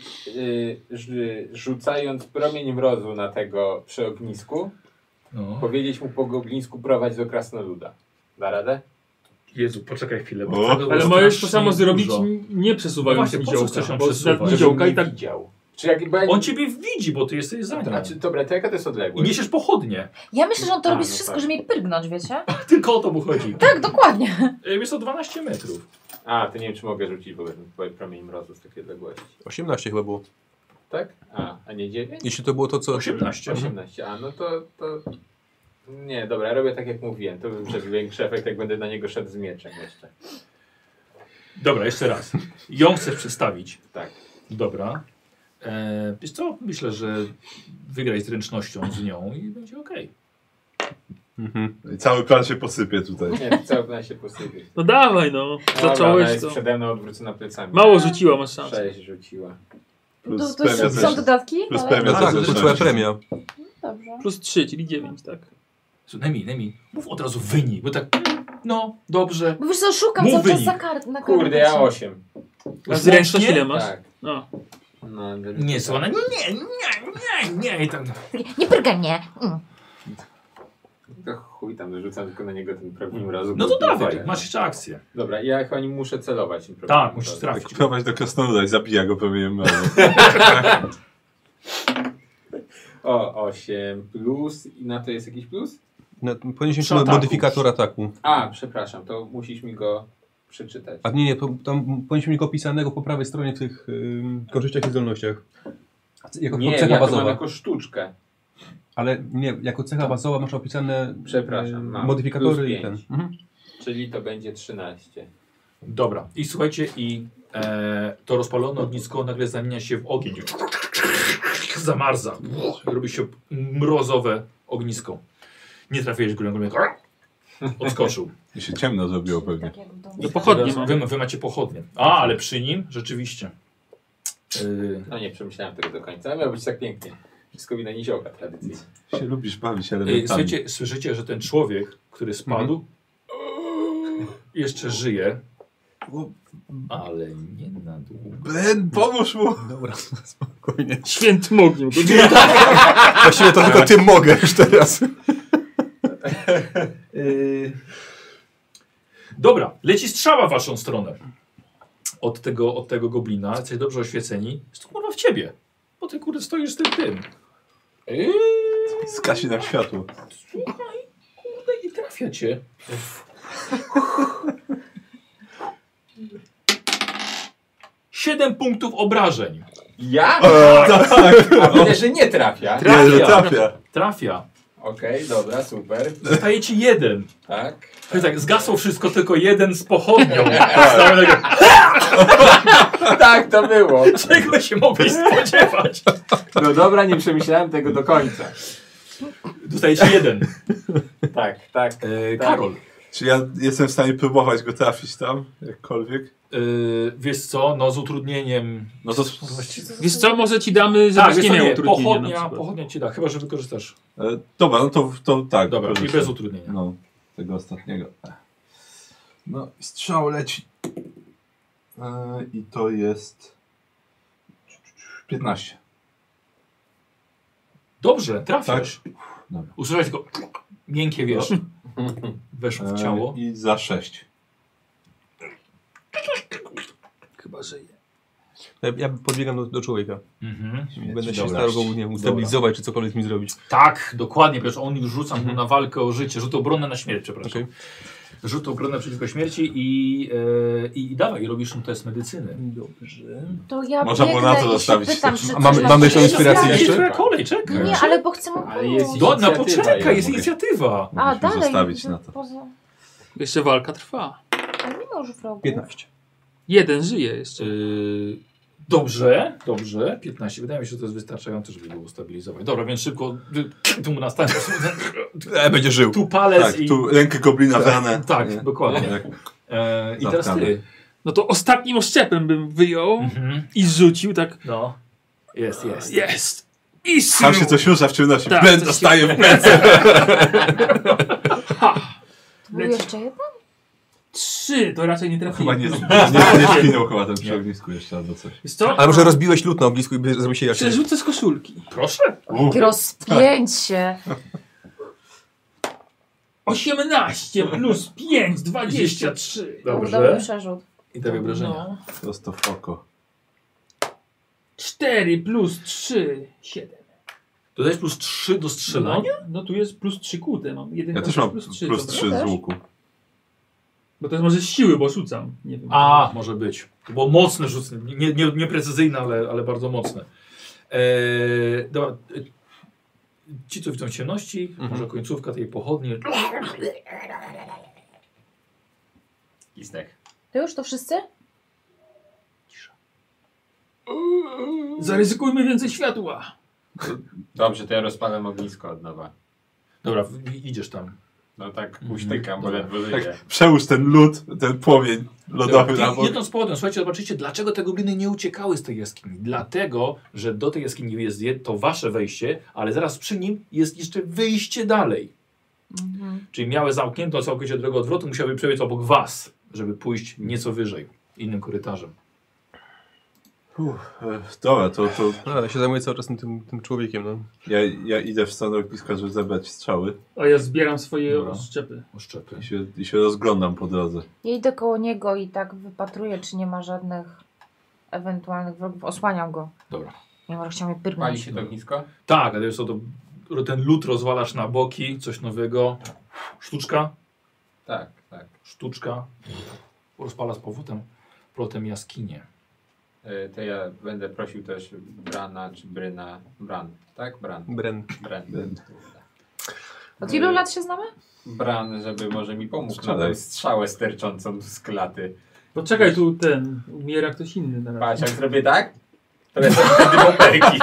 rzucając promień mrozu na tego przy ognisku, No. powiedzieć mu po goblińsku prowadź do krasnoluda. Da radę? Jezu, poczekaj chwilę. O. Bo tego Ale było możesz to strasznie samo zrobić dużo. nie przesuwając No właśnie, po co chcesz niziołka. ją Bo przesuwać? na niziołka i tak... widział. Czy jak, bo ja, On ciebie widzi, bo ty jesteś za nim. a, czy, dobra, to jaka to jest I odległość? niesiesz pochodnie. Ja myślę, że on to A, robi no wszystko, tak. żeby mnie pyrgnąć, wiecie? Tylko o to mu chodzi. Tak, dokładnie. Jest to 12 metrów. A, to nie wiem czy mogę rzucić w ogóle ten promień mrozu z takiej odległości. 18 chyba było. Tak? A nie 9? Jeśli to było to, co... 18. 18. A, no to... Nie, dobra, robię tak jak mówiłem. To bym szedł większy efekt, jak będę na niego szedł z mieczem jeszcze. Dobra, jeszcze raz. Ją chcesz przedstawić. Tak. Dobra. Wiesz co? Myślę, że wygraj zręcznością z nią i będzie okej. Mhm. I cały plan się posypie tutaj. Nie, to cały plan się posypie. No dawaj no. Dobra, ona Zacząłeś jest to. przede mną odwrócona plecami. Mało rzuciła, masz szansę. 6 rzuciła. Plus To premia są też. dodatki? Plus Ale- premia No za tak, to zręczności. twoja premia. Dobrze. Plus 3, czyli 9, tak? Nemi, mów od razu wynik, bo tak, no, dobrze. Bo wiesz co, szukam Mów cały czas wynik. za kart na Kurde, ja 8. A zręczność Łącznie? ile masz? Tak. No. No, Nie, słuchaj, nie, i tak. Takie, nie pyrgaj mnie. To chuj tam, wyrzucam tylko na niego ten promień mrozu. No to bo- dawaj, masz jeszcze akcję. Dobra, ja chyba nie muszę celować. Tym promieniem Tak, musisz mrozu. trafić. Prowadź do krasnoluda i zabija go promieniem mrozu. O, 8 plus. I na to jest jakiś plus? Powinien Przy mieć ataku. modyfikator ataku. A, przepraszam, to musisz mi go przeczytać. A nie, tam powinien mieć go opisanego po prawej stronie w tych korzyściach i zdolnościach. Jako Nie, cecha ja to mam bazowa. jako sztuczkę. Ale nie, jako cecha bazowa masz opisane Przepraszam, mam. modyfikatory Plus i ten. 5. Mhm. Czyli to będzie 13. Dobra, i słuchajcie, to rozpalone ognisko nagle zamienia się w ogień. Zamarza. Robi się mrozowe ognisko. Nie trafiłeś w górę, odskoczył. I się ciemno zrobiło pewnie. Tak jak w domu. Do pochodni Teraz mam. wy macie pochodnie. A, ale przy nim rzeczywiście. No nie przemyślałem tego do końca, ale miało być tak pięknie. Wszystko wina niziołka tradycyjnie. Się lubisz bawić elementami. Słuchajcie, słyszycie, że ten człowiek, który spadł, jeszcze żyje Ale nie na długo. Ben, pomóż mu! Dobra, spokojnie. Świętym ogniem. Właściwie to tylko tym mogę już teraz. Dobra, leci strzała w waszą stronę. Od tego goblina. Jesteś dobrze oświeceni. Jest to kurwa w ciebie. Bo ty kurde stoisz z tym. Skasi nam światło. Słuchaj, kurde, i trafia cię. 7 punktów obrażeń. Ja? Tak. A widzę, że nie trafia. Nie, że trafia. Trafia. Okej, dobra, super. Zostaje ci 1. Tak. Tak, zgasło wszystko, tylko 1 z pochodnią. Tak, to było. Czego się mogłeś spodziewać? No dobra, nie przemyślałem tego do końca. Dostaje ci 1. Tak. Karol. Czy ja jestem w stanie próbować go trafić tam? Jakkolwiek? Wiesz co, no z utrudnieniem. No to... Wiesz co, może ci damy, żebyś Tak, nie miał utrudnienia na pochodnia, przykład. pochodnia ci da, chyba że wykorzystasz. Dobra, no to tak. Dobra, i korzystam. bez utrudnienia. No, tego ostatniego. No, strzał leci. I to jest 15. Dobrze, trafiasz. Dobra. Usłyszałeś tylko miękkie, wiesz, weszło w ciało. I za 6. Chyba żyje. Ja podbiegam do człowieka. Mhm. Będę się Dobra. starał go, nie wiem, ustabilizować, czy cokolwiek mi zrobić. Tak, dokładnie, wiesz, on już rzuca mu na walkę o życie, rzut obronny na śmierć, przepraszam. Okej. Rzut obronny przeciwko śmierci i dawaj, robisz mu test medycyny. Dobrze. To ja Można było na to biegnę i się zostawić. pytam, czy A mamy- coś mamy tą się inspirację zrobi. jeszcze? Twoja kolej, czekaj. Nie, ale bo chcę mu Ale jest pomóc. No inicjatywa poczekaj, jest mogę. inicjatywa. A, Musimy dalej. zostawić na to. Poza... Jeszcze walka trwa. Ale nie ma już wrogów. 15. Jeden żyje jeszcze. Dobrze, 15. Wydaje mi się, że to jest wystarczające, żeby go ustabilizować. Dobra, więc szybko tu mu nastanie. Będzie żył. Tu palec Tak, i... tu rękę goblina w ranę. Tak, Nie? dokładnie. Tak. I teraz ty. No to ostatnim oszczepem bym wyjął Mhm. i rzucił tak. No. Jest. Jest! I Tam się coś rusza w ciemności. Tak, Ben coś dostaje w plecy. Był jeszcze jeden? 3, to raczej nie Chyba trafiłem. nie zginął chyba ten przy ognisku jeszcze albo coś. Wiesz co? Ale może rozbiłeś lód na ognisku i zrobił się jaśniej. Przerzucę z koszulki. Proszę. Takie rozpięcie. 18 plus 5, 23. To Dobrze. udały przerzut. I te wyobrażenia. No. Prosto w oko. 4 plus 3, 7. Dodajesz plus 3 do strzelania? No tu jest plus 3 kłute. Mam jeden Ja też mam plus 3. plus 3 z łuku. Bo to jest może z siły, bo rzucam. Nie wiem. A, może być. To było mocne rzucenie. Nieprecyzyjne, ale bardzo mocne. Dobra. Ci, co widzą w ciemności, może końcówka tej pochodni. I zdech. To już to wszyscy? Zaryzykujmy więcej światła. Dobrze, to ja rozpalam ognisko od nowa. Dobra, idziesz tam. No tak uśtykam, bo Dobra. ledwo żyję. Przełóż ten lód, ten płomień lodowy na bok. Jedną z powodów, słuchajcie, zobaczycie, dlaczego te gobliny nie uciekały z tej jaskini. Dlatego, że do tej jaskini jest to wasze wejście, ale zaraz przy nim jest jeszcze wyjście dalej. Czyli miały zamkniętą całkowicie drogę odwrotu, musiały przebiec obok was, żeby pójść nieco wyżej, innym korytarzem. Dobra, to No, ja się zajmuję cały czas tym człowiekiem, no. ja idę w stronę ogniska, żeby zebrać strzały A ja zbieram swoje Dobra. oszczepy. Oszczepy. i się rozglądam po drodze. Ja idę koło niego i tak wypatruję, czy nie ma żadnych ewentualnych wrogów. Osłaniam go. Dobra. Nie może chciał mnie Pali pyrnąć. się to ognisko? Tak, ale wiesz co, to ten lód rozwalasz na boki, coś nowego. Sztuczka. Tak. Sztuczka. Rozpala z powrotem jaskinię. To ja będę prosił też Brana czy Bryna. Bran, tak? Bran. Bren. Od ilu lat się znamy? Bran, żeby może mi pomógł na Strzelaj. tą strzałę sterczącą z klaty. Poczekaj, tu umiera ktoś inny na razie. Patrz, jak zrobię tak, to lecę wtedy bomberki.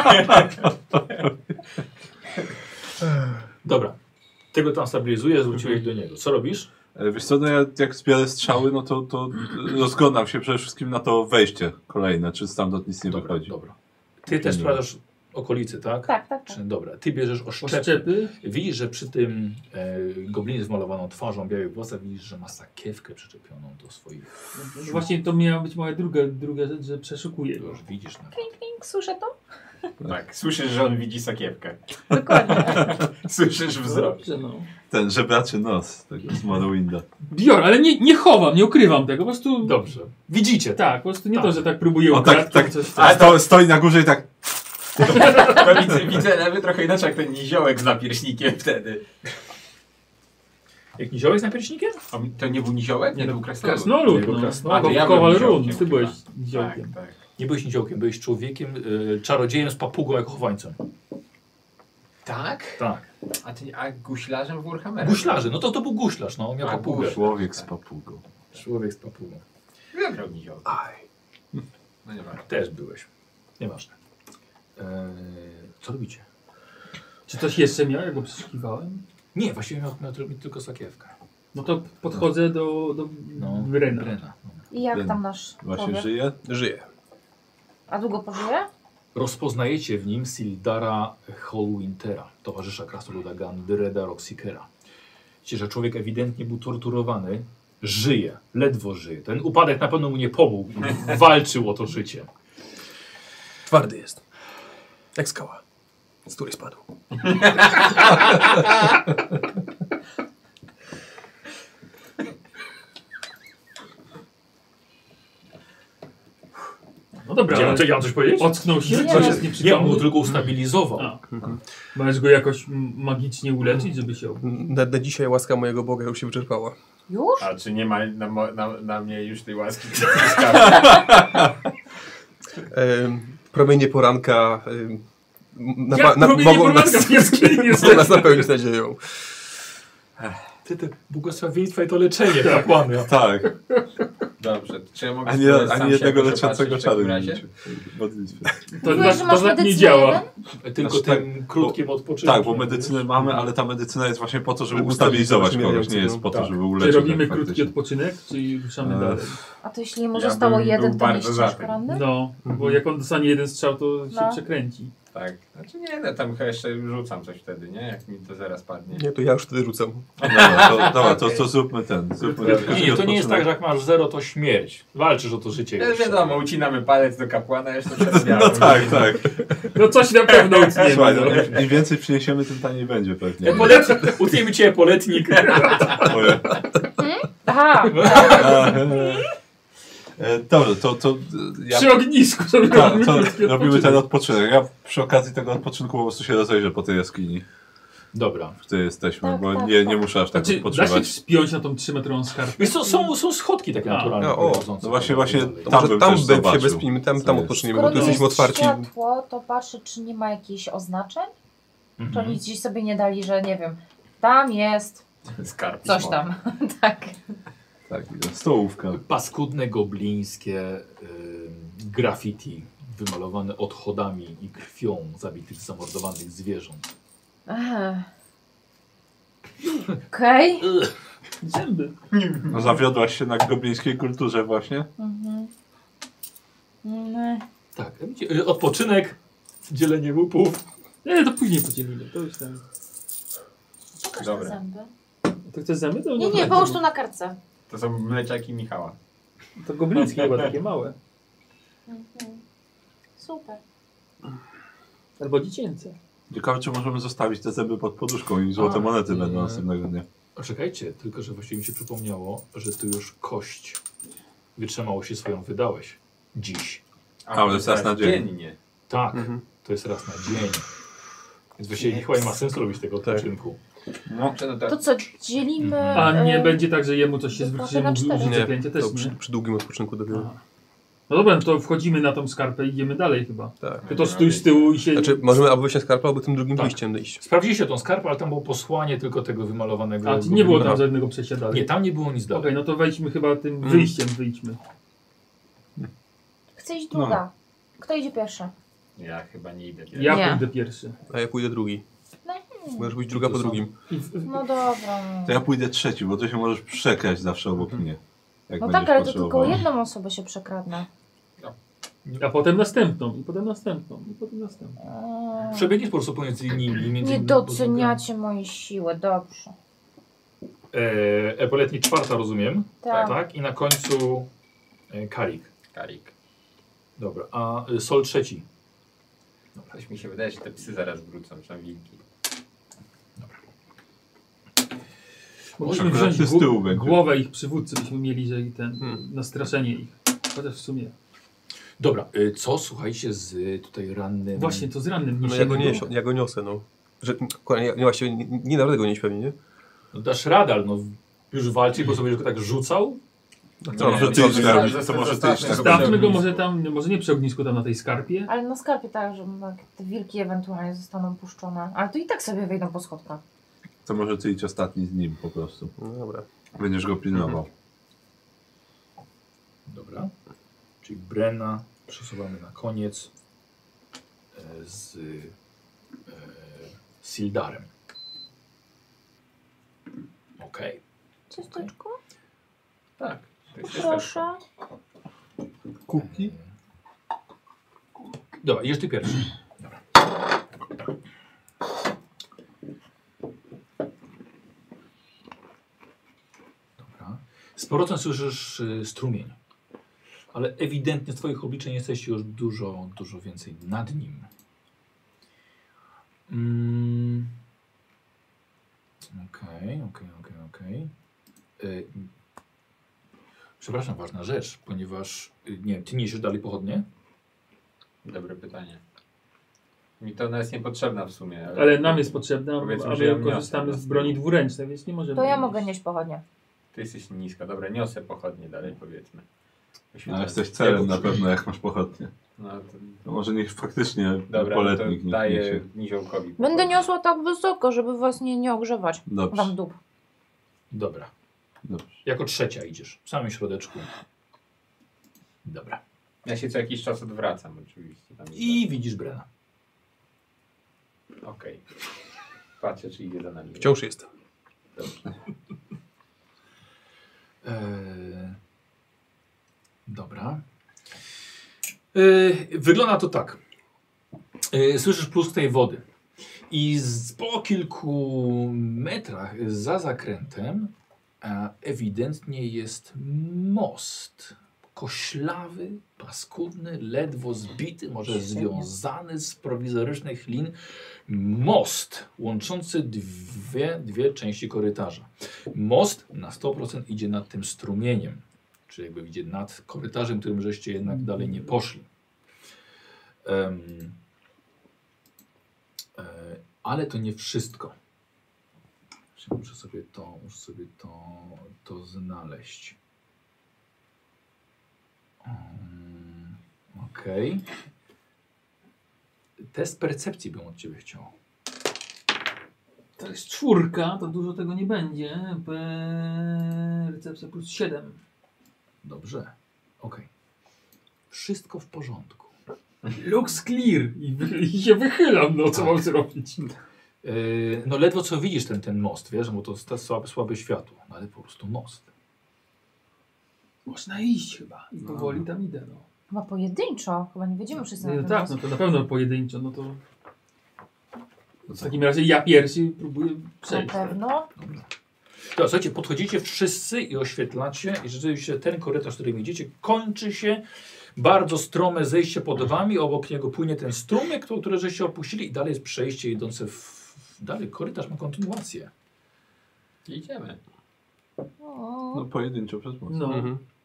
Dobra. Tego tam stabilizuje, zwróciłeś do niego. Co robisz? Wiesz co, no ja jak zbiorę strzały, no to rozglądam się przede wszystkim na to wejście kolejne, czy stamtąd nic nie wychodzi. Dobra. Ty też sprawdzasz okolicy, tak? Tak. Dobra, ty bierzesz oszczepy. Oszczepy. Widzisz, że przy tym goblinie z malowaną twarzą, białych włosach, widzisz, że ma sakiewkę przyczepioną do swoich... No właśnie to miała być moja druga rzecz, że przeszukuję. To już widzisz na... Ping, słyszę to? Tak, słyszysz, że on widzi sakiewkę. Dokładnie. Słyszysz wzrok. Dobrze, no. Ten żebraczy nos tego z Morrowinda. Biorę, ale nie chowam, nie ukrywam tego, po prostu... Dobrze. Widzicie. Tak, po prostu nie Tak. to, że tak próbuję On tak, ukradkiem, tak, coś a stoi na górze i tak... To widzę lewy trochę inaczej jak ten niziołek z napierśnikiem wtedy. Jak niziołek z napierśnikiem? A to nie był niziołek? Nie, to był krasnolud. Krasnolud, Jego no. krasnolud. A, to ja Kowal byłem run, niziołkiem ty byłeś chyba. niziołkiem. Tak. Nie byłeś niziołkiem, byłeś człowiekiem, czarodziejem z papugą jako chowańcem. Tak? Tak. A guślarzem w Warhammerze? Guślarze, no to był guślarz, no on miał papugę. Człowiek z papugą. Człowiek z papugą. Wygrał niziołek. No nie ma. Też byłeś. Nieważne. Co robicie? Czy coś jeszcze miał, jak go przeszukiwałem? Nie, właściwie miał zrobić tylko sakiewkę. No to podchodzę do Brena. I jak tam nasz Właśnie człowiek? żyje? Żyje. A długo pożyje? Rozpoznajecie w nim Sildara Hallwintera, towarzysza krasnoluda Gandreda Rockseekera. Widzicie, że człowiek ewidentnie był torturowany, żyje, ledwo żyje. Ten upadek na pewno mu nie pomógł, walczył o to życie. Twardy jest. Jak skała, z której spadł. No dobra, ale Ja mam coś powiedzieć? ocknął się, Nie, coś no. jest Nie, on nieprzytomny. go tylko ustabilizował. A. Możesz go jakoś magicznie uleczyć, żeby się... Na dzisiaj łaska mojego Boga już się wyczerpała. Już? A czy nie ma na mnie już tej łaski? Promienie poranka mogą nas napełnić nadzieją. Ty błogosławieństwa i to leczenie, kapłany. Tak. Dobrze, czy ja mogę Ani jednego leczącego czaru nie widzicie. Mówiłeś, że masz nie medycynę działa. Tylko Znaczy, tym krótkim odpoczynkiem. Tak, bo medycynę mamy, ale ta medycyna jest właśnie po to, żeby Żeby ustabilizować ustabilizować kogoś, nie jest po to, Tak. żeby Czy uleczyć. robimy tak krótki faktycznie. odpoczynek, czy ruszamy dalej? A to jeśli mu Ja zostało bym jeden, był to nie bardzo jest za ciężko tym. ranny? No, bo jak on dostanie jeden strzał, to się No. przekręci. Tak. Znaczy nie, no tam chyba jeszcze rzucam coś wtedy, nie? Jak mi to zaraz padnie. Nie, to ja już wtedy rzucam. Dobra, to zróbmy ten. Zróbmy Nie, to nie jest tak, że jak masz 0, to śmierć. Walczysz o to życie. No jeszcze. wiadomo, ucinamy palec do kapłana, jeszcze przed No tak, tak. No coś na pewno utniemy. Słuchaj, No. im więcej przyniesiemy, tym taniej będzie pewnie. Utniemy cię epoletnik. Moje. Aha! Dobrze, to ja... Przy ognisku sobie Tak, robimy to krótki robimy ten odpoczynek. odpoczynek. Ja przy okazji tego odpoczynku po prostu się rozejrzę po tej jaskini, Dobra. w której jesteśmy, Tak, bo tak, nie tak. muszę aż tak Znaczy, da się odpoczywać. wspiąć na tą 3-metrową skarpę? Wiesz co, są schodki takie A, naturalne. no, o, prowadzące no właśnie, dalej. To To może bym tam też się zobaczył, bezpnimy, tam co jest. odpoczniemy, Skoro bo tu tu jesteśmy jest otwarci. światło, to patrzę, czy nie ma jakichś oznaczeń? Czy Mhm. oni gdzieś sobie nie dali, że nie wiem, tam jest Skarb. coś tam. Tak. Tak, stołówka. Paskudne, goblińskie graffiti wymalowane odchodami i krwią zabitych, zamordowanych zwierząt. Okej. Zęby. No, zawiodłaś się na goblińskiej kulturze właśnie? Mhm. Tak, widzicie, odpoczynek, dzielenie łupów. Nie, to później podzielimy. To już tam. Pokaż te Dobra. zęby. To chcesz zęby? To Nie, połóż tu na kartce. To są mleczaki Michała. To goblińskie chyba takie małe. Mhm. Super. Albo dziecięce. Ciekawe, czy możemy zostawić te zęby pod poduszką i złote monety będą następnego dnia. Czekajcie, tylko że właściwie mi się przypomniało, że ty już kość wytrzymałości swoją wydałeś. Dziś. Ale to jest raz na dzień. Dziennie. Tak, Mhm. to jest raz na dzień. Więc właściwie chyba nie ma sensu robić tego odpoczynku. No, Czy no to, To co, dzielimy... A nie będzie tak, że jemu coś się Wypłatę zwróci, że na mu 4. użyć Nie, zaklęcia też to nie? przy długim odpoczynku dopiero. Aha. No dobra, no to wchodzimy na tą skarpę i idziemy dalej chyba. Tak. Ty to stój z tyłu i się... Znaczy, możemy albo wyjść na skarpę, albo tym drugim Tak. wyjściem iść. Sprawdziliście tą skarpę, ale tam było posłanie tylko tego wymalowanego. A, nie było tam goblina. żadnego przejścia dalej. Nie, tam nie było nic Okej, dalej. no to wejdźmy chyba tym wyjściem, wyjdźmy. Chcę iść druga. Kto idzie pierwszy? ja chyba nie idę. Ja Nie. pójdę pierwszy. A ja pójdę drugi. No, Możesz być druga po drugim. no dobra. to ja pójdę trzeci, bo to się możesz przekraść zawsze obok mnie. Jak No będziesz tak, ale to potrzebował. tylko jedną osobę się przekradnę. A potem następną, i potem następną, i potem następną. Przebiegniesz po prostu pomiędzy nimi. Nie doceniacie mojej siły, dobrze. Epoletni 4, rozumiem. Tak. I na końcu Karik. Dobra, a Sol 3. Coś mi się wydaje, że te psy zaraz wrócą, czy wilki. Mogliśmy Akurat wziąć z tyłu będzie. głowę ich przywódcy, byśmy mieli, że nastraszenie ich. Chociaż w sumie. Dobra, co słuchajcie z tutaj rannym... Właśnie, to z rannym. No ja go niosę, no. Że, właśnie, nie naprawdę go nieść pewnie, nie? No dasz radę, ale no już walczy, bo sobie go tak rzucał. To może ty iść robić, to może ty iść. Stawmy go może tam, może nie przy ognisku tam na tej skarpie. Ale na skarpie tak, że te wilki ewentualnie zostaną puszczone. Ale to i tak sobie wejdą po schodkach. To może ty idź ostatni z nim po prostu. No dobra. Będziesz go pilnował. Dobra. Czyli Brenna przesuwamy na koniec z Sildarem. Okej. Ciasteczko? Tak. To jest Proszę. Kuki? Dobra, idziesz ty pierwszy. Dobra. Dobra. Z powrotem słyszysz strumień. Ale ewidentnie z twoich obliczeń jesteście już dużo więcej nad nim. Okej. Przepraszam, ważna rzecz, ponieważ nie wiem, ty niesiesz dalej pochodnie? Dobre pytanie. Mi to ona jest niepotrzebna w sumie. Ale nam jest potrzebna, Powiedzmy, a że ja my niosę korzystamy z na broni stylu. dwuręcznej, więc nie możemy... To ja mogę nieść pochodnie. Ty jesteś niska. Dobra, niosę pochodnie dalej, powiedzmy. No, jesteś celem na pewno, jak masz pochodnie. No to... To może niech faktycznie Dobra, poletnik to niech daję niesie. niziołkowi Będę pochodnie. niosła tak wysoko, żeby was nie ogrzewać. Dobrze. Wam dup. Dobra. Dobrze. Jako trzecia idziesz, w samym środeczku. Dobra. Ja się co jakiś czas odwracam oczywiście. Tam I widzisz Brena. Okej. Patrzę, czy idzie za nami. Wciąż jest. Dobrze. Dobra. Wygląda to tak. Słyszysz plusk tej wody. I po kilku metrach za zakrętem ewidentnie jest most. Koślawy, paskudny, ledwo zbity, może związany z prowizorycznych lin. Most łączący dwie części korytarza. Most na 100% idzie nad tym strumieniem. Czyli jakby idzie nad korytarzem, którym żeście jednak dalej nie poszli. Ale to nie wszystko. Muszę sobie to znaleźć. Okej. Test percepcji bym od ciebie chciał. To jest 4, to dużo tego nie będzie. Percepcja plus 7. Dobrze. Okej. Wszystko w porządku. Looks clear. I się wychylam, no co mam zrobić? No ledwo co widzisz ten most, wiesz, bo to jest słabe światło. No, ale po prostu most. Można iść chyba. I powoli tam idę, no. Chyba pojedynczo. Chyba nie będziemy wszyscy na No ten tak, most. no to na pewno pojedynczo, no to... W takim razie ja pierwszy próbuję Na przejść. pewno. Dobra. To, słuchajcie, podchodzicie wszyscy i oświetlacie i rzeczywiście ten korytarz, którym idziecie, kończy się. Bardzo strome zejście pod wami, obok niego płynie ten strumyk, który żeście opuścili i dalej jest przejście idące dalej. Korytarz ma kontynuację. Idziemy. No pojedynczo przez most. No.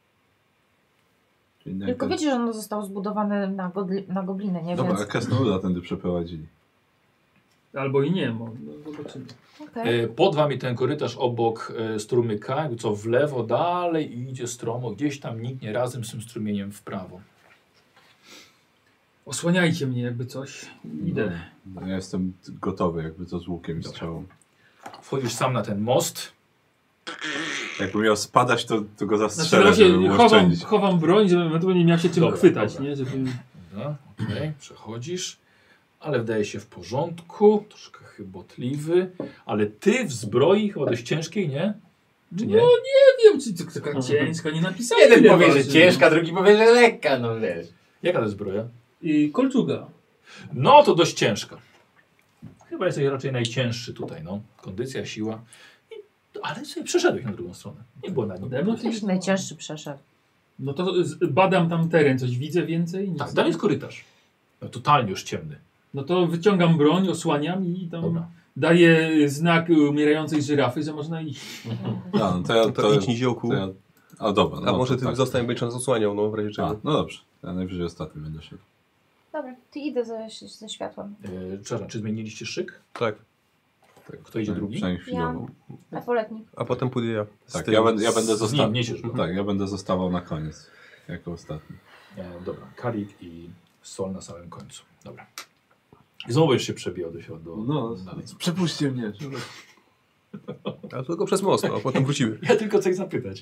Czyli Tylko wiecie, że ono zostało zbudowane na gobliny, nie? Dobra, a Więc... Krasnoluda tędy przeprowadzili. Albo i nie, no zobaczymy. Okay. Pod wami ten korytarz obok strumyka, jakby co w lewo, dalej idzie stromo, gdzieś tam niknie razem z tym strumieniem w prawo. Osłaniajcie mnie jakby coś. Idę. No, ja jestem gotowy jakby to z łukiem i strzałą. Wchodzisz sam na ten most. Jakby miał spadać, to go Znaczy, zastrzelę, na żeby razie mu oszczędzić. chowam broń, żeby ewentualnie miał się czym Dobra, chwytać, dobra. nie? Żeby... Dobra, okej, przechodzisz. Ale wydaje się w porządku, troszkę chybotliwy, ale ty w zbroi chyba dość ciężkiej, nie? Czy nie? No nie wiem, czy to taka ciężka, nie napisałem. Jeden ile powie, że waży. ciężka, drugi powie, że lekka, no wiesz. Jaka to jest zbroja? I kolczuga. No to dość ciężka. Chyba jesteś raczej najcięższy tutaj, no. Kondycja, siła. Ale sobie przeszedłeś na drugą stronę. Nie było na nim. No, Też najcięższy przeszedł. no to badam tam teren, coś widzę więcej? Nic Tak, tam jest korytarz. No, totalnie już ciemny. No to wyciągam broń, osłaniam i tam Dobra. daję znak umierającej żyrafy, że można iść. No, to ja... To idź niziołku. A dobra. A może to ty tak. zostań, będziesz nas osłaniał, no w razie czego. A, no dobrze. Ja najwyżej ostatni będę szedł. Dobra, ty idę ze światłem. Przepraszam, czy zmieniliście szyk? Tak. Kto idzie drugi? Przynajmniej chwilowo. Epoletnik. A potem pójdę ja. z Tak, tym. ja będę Z nim zostawał. niesiesz go. Tak, ja będę zostawał na koniec. Jako ostatni. Dobra, Karik i Sol na samym końcu. Dobra. I znowu już się przebijał do No, dalej. przepuśćcie mnie. Ale tylko przez most, no, a potem wrócimy. Ja tylko chcę ich zapytać.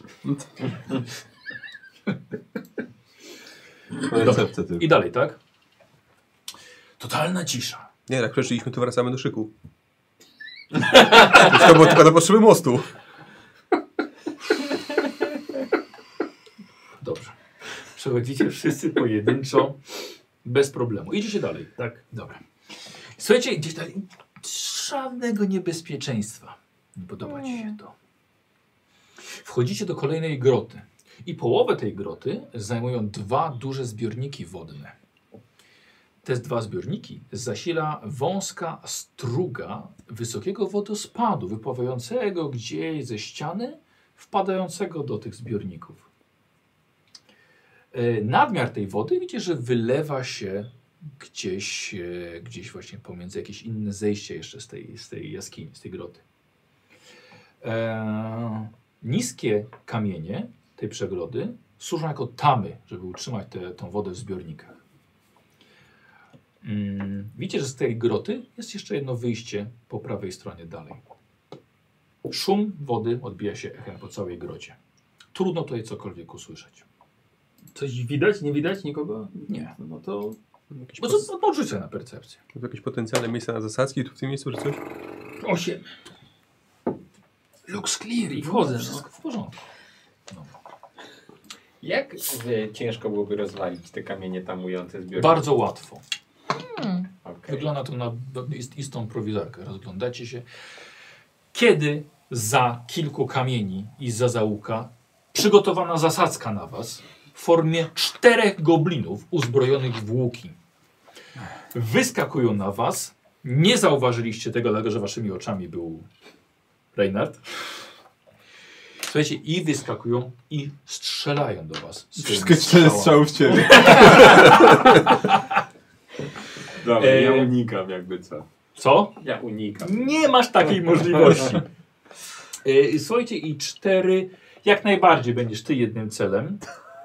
Receptę tylko. I dalej, tak? Totalna cisza. Nie, jak przeszliśmy, to wracamy do szyku. To było tylko na potrzeby mostu. Dobrze. Przechodzicie wszyscy pojedynczo, bez problemu. Idziecie dalej. Tak. Dobra. Słuchajcie, gdzieś dalej żadnego niebezpieczeństwa. Nie podoba ci się to. Wchodzicie do kolejnej groty. I połowę tej groty zajmują dwa duże zbiorniki wodne. Te dwa zbiorniki zasila wąska struga wysokiego wodospadu, wypływającego gdzieś ze ściany, wpadającego do tych zbiorników. Nadmiar tej wody widzicie, że wylewa się gdzieś właśnie pomiędzy jakieś inne zejście jeszcze z tej jaskini, z tej groty. Niskie kamienie tej przegrody służą jako tamy, żeby utrzymać tę wodę w zbiornikach. Widzicie, że z tej groty jest jeszcze jedno wyjście po prawej stronie dalej. Szum wody odbija się echem po całej grocie. Trudno tutaj cokolwiek usłyszeć. Coś widać? Nie widać nikogo? Nie. No to... Jakieś, Bo co podrzucę na percepcję. jakieś potencjalne miejsca na zasadzki tu w tym miejscu, czy coś? 8. Lux clear i Wchodzę, wszystko w porządku. No. Jak ciężko byłoby rozwalić te kamienie tamujące zbiorniki? Bardzo łatwo. Okay. Wygląda to na istą prowizorkę. Rozglądacie się. Kiedy za kilku kamieni i za załuka przygotowana zasadzka na was w formie 4 goblinów uzbrojonych w łuki. Wyskakują na was. Nie zauważyliście tego, dlatego że waszymi oczami był Reinhard. Słuchajcie, i wyskakują i strzelają do was. Wszystkie 4 strzały w ciebie. Dobra, ja unikam jakby co. Co? Ja unikam. Nie masz takiej możliwości. Słuchajcie, i 4, jak najbardziej będziesz ty jednym celem.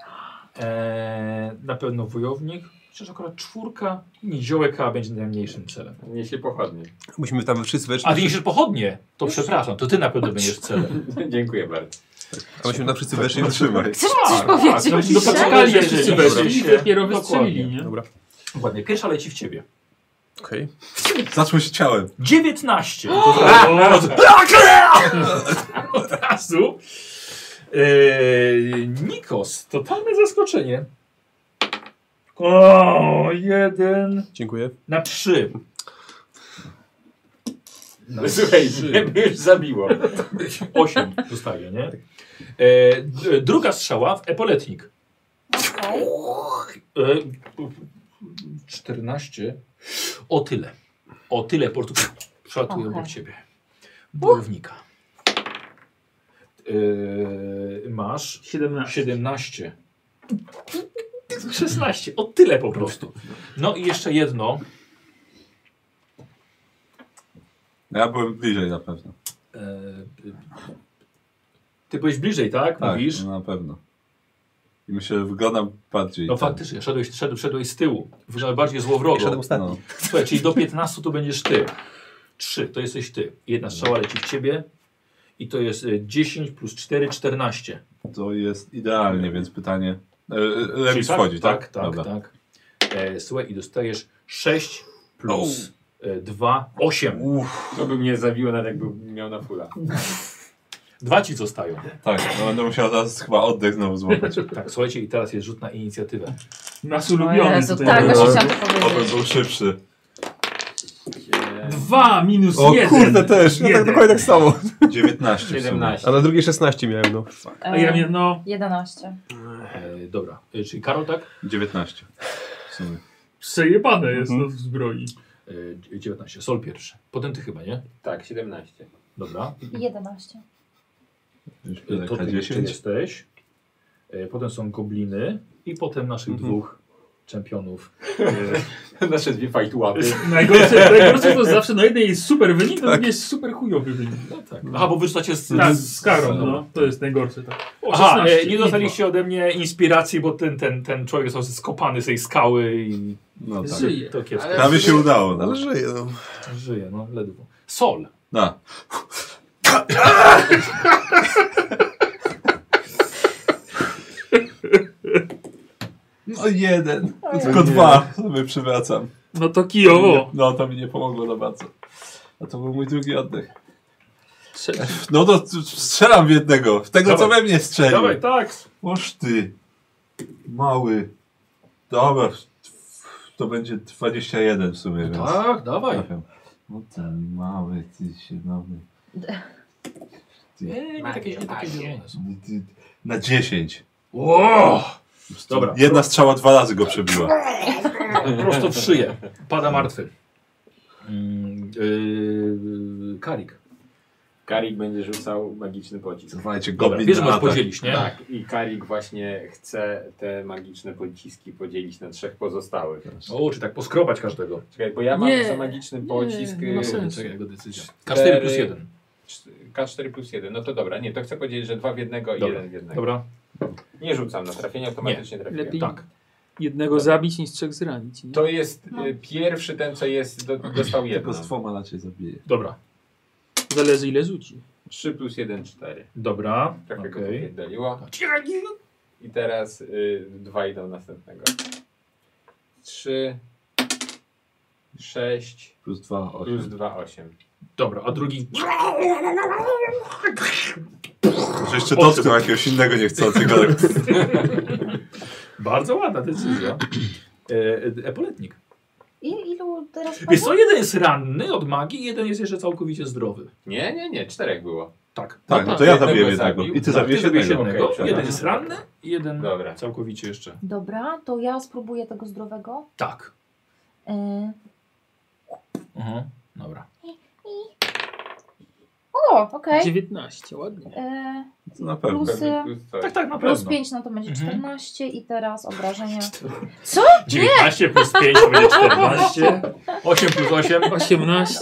Na pewno wojownik. Chociaż akurat 4 niziołek chyba będzie najmniejszym celem. Niesie pochodnie. Musimy tam wszyscy weszli. A ty niesiesz pochodnie? To przepraszam, to ty na pewno będziesz celem. Dziękuję bardzo. A myśmy tam wszyscy weszli. Trzymaj. Chcesz mi coś powiedzieć? No poczekali, jak wszyscy Jeżeli weszli i się- dopiero Dokładnie. wystrzelili, nie? Dobra, Dokładnie, pierwsza leci w ciebie. okej. Zaczmy się ciałem. 19. Od razu. Nikos, totalne zaskoczenie. O, 1 Dziękuję. na 3. Słuchaj, mnie by już zabiło. 8 zostaje, nie? Druga strzała w epoletnik. Okej. 14. O tyle. O tyle portów przelatuje Okej. obok ciebie. Bojownika. Masz 17. 17. 16. O tyle po prostu. No i jeszcze jedno. Ja byłem bliżej na pewno. Ty byłeś bliżej, tak? Tak, Mówisz? no na pewno. I myślę, że wyglądam bardziej. No ten- faktycznie, szedłeś z tyłu. Wygląda bardziej złowrogo. Szedłem ostatni. No. Słuchaj, czyli do 15 to będziesz ty. 3 to jesteś ty. Jedna strzała leci w ciebie. I to jest 10 plus 4, 14. To jest idealnie, więc pytanie. Czyli Remis wchodzi, tak? Tak, Dobra. tak. Słuchaj, i dostajesz 6 plus 2, 8. To by mnie zabiło, nawet jakbym miał na fulla. 2 ci zostają. Tak, no będę musiał teraz chyba oddech znowu złapać. Tak, słuchajcie, i teraz jest rzut na inicjatywę. Nasz ulubiony. Jezu, tutaj. tak, właśnie chciałam to Oby powiedzieć. był szybszy. 2 minus O 1. kurde, też. Ja tak dokładnie tak samo. 19 w sumie. 17. A na drugie 16 miałem, no. A ja miałem, no, 11. Dobra, czyli Karol, tak? 19 w sumie. przejebane jest to w zbroi. 19, Sol pierwszy. Potem ty chyba, nie? Tak, 17. Dobra. 11. Już To ty jeszcze K10. jesteś. Potem są gobliny i potem naszych dwóch czempionów. Nasze dwie fight łapy. Najgorsze to zawsze na jednej jest super wynik, na drugiej jest super chujowy wynik. No tak. Aha, bo wyrzucacie z... Tak, z karą, no. To jest najgorsze. Tak. O, Aha, 16, nie dostaliście ode mnie inspiracji, bo ten człowiek został skopany z tej skały i No tak. Żyje. to kiepsko. Ale- Prawie się udało. No. Ale żyje, no. Żyje, no ledwo. Sol. Da. No jeden. Tylko 2 sobie przywracam. No to kijowo. No to mi nie pomogło za bardzo. A to był mój drugi oddech. Trzeci. No to strzelam w jednego. W tego, co we mnie strzelił. Dawaj, tak. Oż ty. Mały. Dobra. To będzie 21 w sumie, więc... Tak, dawaj. trafiam. No ten mały, ty się nowy. Nie takie zielone są. Na 10. Wow! Dobra. Jedna strzała 2 razy go przebiła. Prosto w szyję. Pada martwy. Karik. Karik będzie rzucał magiczny pocisk. Słuchajcie, Dobra, goblin wiesz, że na możesz atak. podzielić, nie? Tak, i Karik właśnie chce te magiczne pociski podzielić na 3 pozostałych. O, czy tak poskrobać każdego. Czekaj, bo ja mam Nie, za magiczny pocisk nie ma sensu. Czekaj, jego decyzja. K4 plus 1. K4 plus 1. No to dobra, nie, to chcę powiedzieć, że 2 w jednego i Dobra. 1 w jednego. Dobra, Nie rzucam na trafienie, automatycznie trafiłem. Lepiej tak. jednego zabić niż 3 zranić. Nie? To jest pierwszy ten, co jest, dostał Tylko jedno. z 2 raczej zabije. Dobra. Zależy ile rzuci. 3 plus 1, 4. Dobra. Trochę go Okej. popierdoliło. I teraz 2 idą następnego. 3, 6, Plus 2, 8. plus 2, 8. Dobra, a drugi... Może jeszcze dotknął jakiegoś innego niechcącego. Bardzo ładna decyzja. Epoletnik. Ilu teraz Wiesz co, jeden jest ranny od magii, jeden jest jeszcze całkowicie zdrowy. Nie, 4 było. Tak. Tak, no to ja zabiję jednego jednego. zabił. I ty Ty zabijesz zabiłeś jednego. jednego. Okej, Jeden przepraszam. jest ranny i jeden Dobra. całkowicie jeszcze. Dobra, to ja spróbuję tego zdrowego. Tak. Yy, Dobra. O, okej. 19, ładnie. To na pewno. Plus, Pewnie plus coś. Tak, na plus pewno. 5, no to będzie Mhm. 14 i teraz obrażenia. 19 plus 5 będzie 14. 8 plus 8. 18.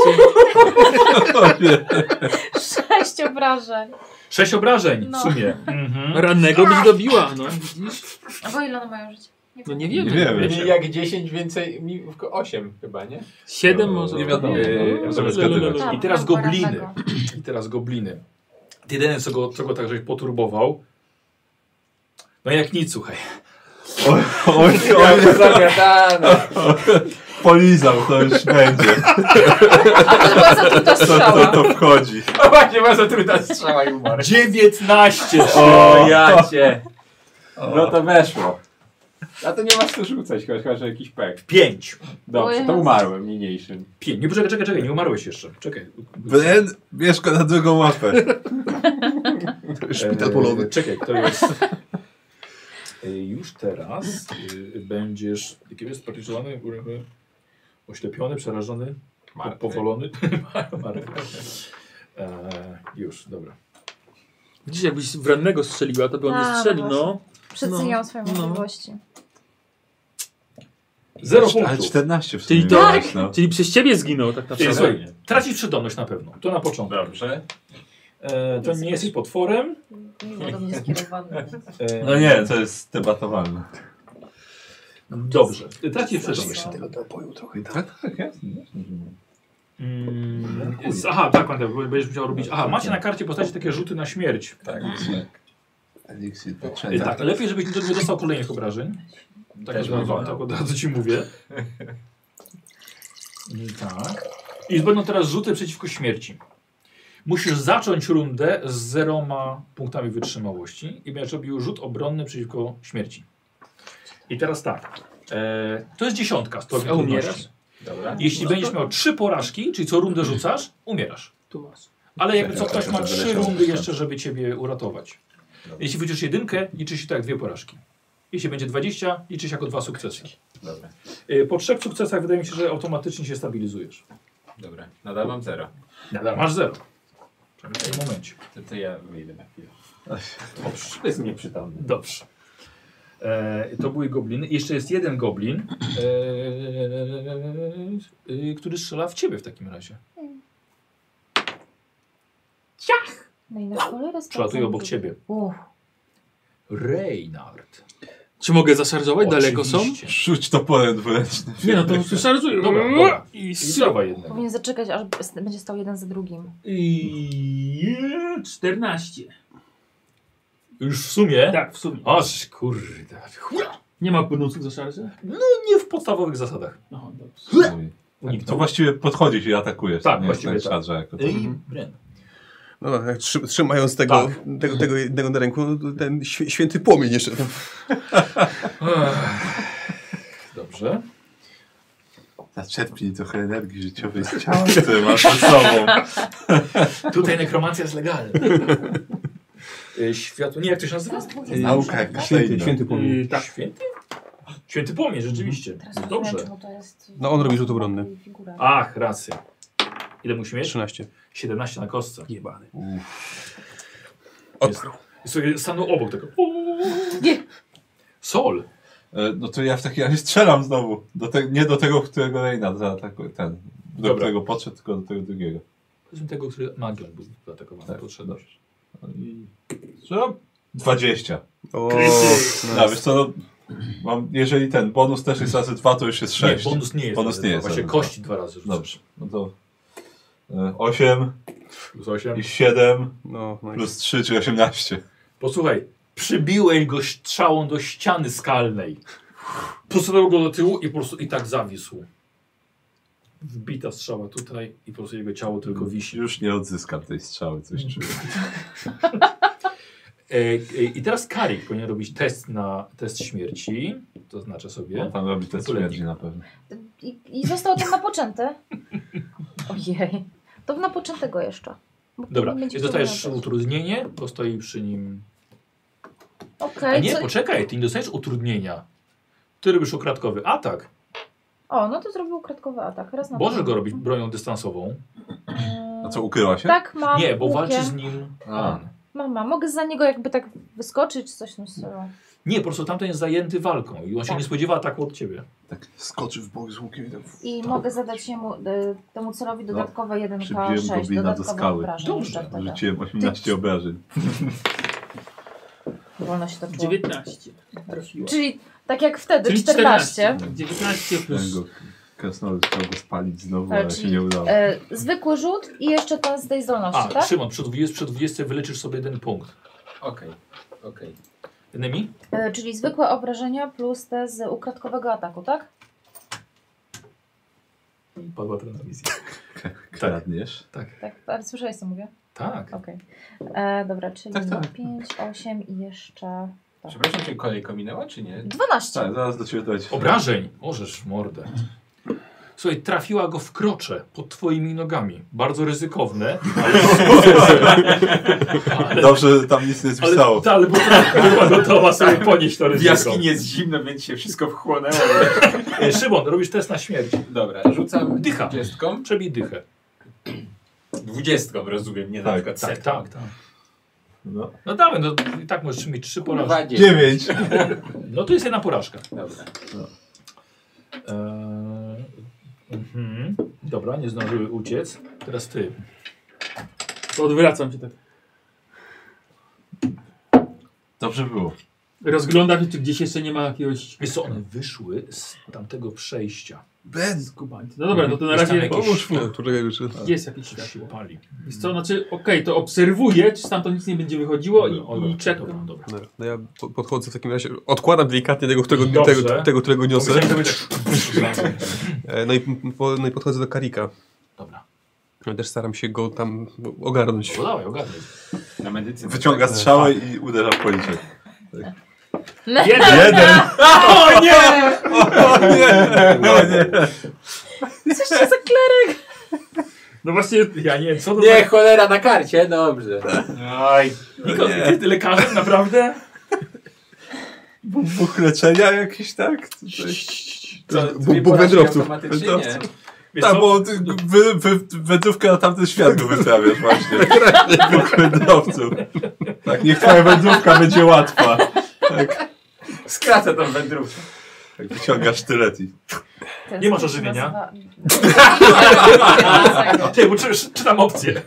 6 obrażeń. 6 obrażeń w No. sumie. Mhm. Rannego byś dobiła, no widzisz? A bo ile one mają żyć? No nie Nie wiemy. wiemy. Nie jak 10 więcej, 8 chyba, nie? 7 może. Nie wiadomo. Ja Zamiast zgadywać. Tak, I teraz mam gobliny. rannego. I teraz gobliny. Jedyne, co go tak żeś poturbował. No jak nic, słuchaj. Oj, Zagadane. polizał, to już będzie. A to była zatruta strzała. To wchodzi. O właśnie, ma zatruta strzała i umarł. 19! O, ja cię. No to weszło. A to nie masz co rzucać, chyba że jakiś pek. 5. Dobrze, to umarłem niniejszym. 5. Nie, czekaj, nie umarłeś jeszcze. Czekaj. Bren, mieszka na drugą łapę. Szpital polowy. Czekaj, to jest... Już teraz będziesz... Jaki jest paraliżowany, oślepiony, przerażony, Martwy. powolony. Martwy. Już, dobra. Widzisz, jakbyś w rannego strzeliła, to by on nie A, strzelił, no no. Przeceniłam swoje No. możliwości. 0 Ale punktów. 14 w Czyli sumie to- miałeś, no. Czyli przez ciebie zginął tak naprawdę. Słuchaj, tracisz przytomność na pewno. To na początku. Dobrze. To nie jesteś potworem. Mimo do mnie skierowany. No nie, to jest debatowalne. Dobrze. Tracisz przytomność. Tak, jasne. Aha, tak, pamiętam, bo będziesz musiał robić. Aha, macie na karcie postaci takie rzuty na śmierć. Tak. Eliksir Tak, patrzenia. lepiej, żebyś nie dostał kolejnych obrażeń. Tak, tak od razu ci mówię. Tak. I będą teraz rzuty przeciwko śmierci. Musisz zacząć rundę z 0 punktami wytrzymałości i będziesz robił rzut obronny przeciwko śmierci. I teraz tak. To jest 10 stopień A trudności. umierasz? Dobra. Jeśli będziesz miał 3 porażki, czyli co rundę rzucasz, umierasz. Tu masz. Ale jakby co, ktoś ma Będę 3 leciał. rundy jeszcze, żeby ciebie uratować. Jeśli wrócisz 1, liczy się to jak 2 porażki. Jeśli będzie 20, liczy się jako 2 sukcesy. Dobra. Po 3 sukcesach wydaje mi się, że automatycznie się stabilizujesz. Dobra. Nadal mam 0. Nadal masz 0. W tym momencie. To ja wyjdę na chwilę. Dobrze. To jest nieprzytomny. Dobrze. To były gobliny. Jeszcze jest jeden goblin, który strzela w ciebie w takim razie. No i na cholerę Przelatuje obok ciebie. Uff. Reynard. Czy mogę zaszarżować? Daleko są? Oczywiście. Rzuć toporem dwuręcznym. Nie no, to szarżuję. Dobra. I I strzał. dawaj jednego. Powinien zaczekać, aż będzie stał jeden za drugim. I 14. Już w sumie? Tak, w sumie. Aż kurde. Nie ma płynących za szarże? Nie w podstawowych zasadach. No, dobrze. To właściwie podchodzisz i atakujesz. Tak, nie właściwie jest tak. charge jako to. Bren. No, jak trzymając tego jednego na ręku, no, ten święty płomień jeszcze tam. Dobrze. Zaczerpnij trochę energii życiowej z ciała, które masz ze sobą. Tutaj nekromancja jest legalna. Światło. Nie, jak to się nazywa? Nauka jak każda inna. Święty płomień. Tak. Święty? Święty płomień, rzeczywiście. Dobrze. To jest... No on robi rzut obronny. Figura. Ach, racja. Ile musi mieć? 13. 17 na kostce. Jebany. Odparł. Sobie stanął obok tego. Nie. Sol. No to ja w takim razie strzelam znowu. Nie do tego, którego Reynard zaatakuje. Do Dobra. którego podszedł, tylko do tego drugiego. Powiedzmy tego, który magią był zaatakowany. Tak, Podszedł. I strzelam. 20. O, No, wiesz co, no, jeżeli ten bonus też jest razy 2, to już jest 6. Nie, bonus nie jest. Bonus nie jest. Właśnie razy kości 2 razy rzucasz. Dobrze. No to 8 Plus 8. i 7 no, plus 3, czyli 18. Posłuchaj, przybiłeś go strzałą do ściany skalnej. Posunął go do tyłu i po prostu i tak zawisł. Wbita strzała tutaj i po prostu jego ciało tylko wisi. Już nie odzyskam tej strzały, coś czuję. I teraz Karik powinien robić test śmierci. To znaczy sobie. On tam robi te Królewnik. śmierci na pewno. I został ten napoczęty. Ojej. To w napoczętego jeszcze. Bo Dobra, będzie i dostajesz chciał wracać. utrudnienie, bo stoi przy nim. A Okej, nie, co... poczekaj, ty nie dostajesz utrudnienia. Ty robisz ukradkowy atak. O, no to zrobił kratkowy atak. Raz na Możesz go robić bronią dystansową. A co, ukryła się? Tak, mam. Nie, bo łukiem. walczy z nim. A. Mama, mogę za niego jakby tak wyskoczyć, coś w tym stylu. Nie, po prostu tamten jest zajęty walką i on się Tak. nie spodziewa ataku od ciebie. Tak skoczy w bok z łukiem i tak... I mogę zadać jemu, temu celowi dodatkowe 1K6, Przybiłem goblina do dodatkowe skały. obrażeń. Dobrze, Jeszcze wtedy. Rzuciłem 18 obrażeń. Wolno się toczyło. 19. Trafiło. Czyli tak jak wtedy, Czyli 14. 19 plus... Chciałem go, krasnolud chciał go spalić znowu, Ale ale się czyli, nie udało. zwykły rzut i jeszcze ten z tej zdolności, A, tak? Szymon, przy 20 wyleczysz sobie 1 punkt. Okej. Innymi? Czyli zwykłe obrażenia plus te z ukradkowego ataku, tak? Padła transmisja. Kradniesz? Tak. Tak, ale słyszałeś co mówię? Tak. Okej. Dobra, czyli Tak. 5, 8 i jeszcze... Przepraszam, czy kolejka minęła, czy nie? 12. Tak, zaraz do ciebie dojdzie. Obrażeń. Możesz w mordę. Słuchaj, trafiła go w krocze pod twoimi nogami. Bardzo ryzykowne. Ale, Dobrze, tam nic nie spisało. ale bo była gotowa sobie ponieść to W ryzyko. jaskini jest zimno, więc się wszystko wchłonęło. Szymon, robisz test na śmierć. Dobra, rzucam Dycha. 20. Przebij dychę. 20 rozumiem, nie na Tak, przykład Tak, setką. tak, tak. No. No dawaj, no i tak możesz mieć 3 porażki. 9. No to jest jedna porażka. Dobra. Dobra, nie zdążyły uciec. Teraz ty. To odwracam się tak. Dobrze było. Rozglądam się, czy gdzieś jeszcze nie ma jakiegoś Wiesz co, one wyszły z tamtego przejścia. Ben! skubańca. No dobra, no to na Jest tam razie jakieś- pomóż mu. No, to czekaj, jeszcze. Jest jakiś Coś się światło. pali. Wiesz co, znaczy, okej, to obserwuję, czy stamtąd nic nie będzie wychodziło i czekam. Dobra. Dobra, no ja podchodzę w takim razie, odkładam delikatnie tego, Dobrze. którego niosę. Pomyślałem, że tak- No i podchodzę do Karika. Dobra. Ja też staram się go tam ogarnąć. No dawaj, ogarnij. Na medycynę. Wyciąga strzałę i uderza w policzek. Jeden! O nie! O nie! Coś się za klerek. No właśnie, Ja nie wiem, co to Nie, cholera na karcie, dobrze. Oj, Niko, ty lekarzem, naprawdę? Bóg leczenia jakiś, tak? Bóg wędrowców. Wiesz Tak, co? bo ty wędrówkę na tamten świat go wyprawiasz właśnie. Bóg wędrowców. Tak, niech twoja wędrówka będzie łatwa. Tak, Skracę tą wędrówkę. tak wyciągasz sztylet i... Nie masz ożywienia? Nazywa... Ty, bo czytam opcję.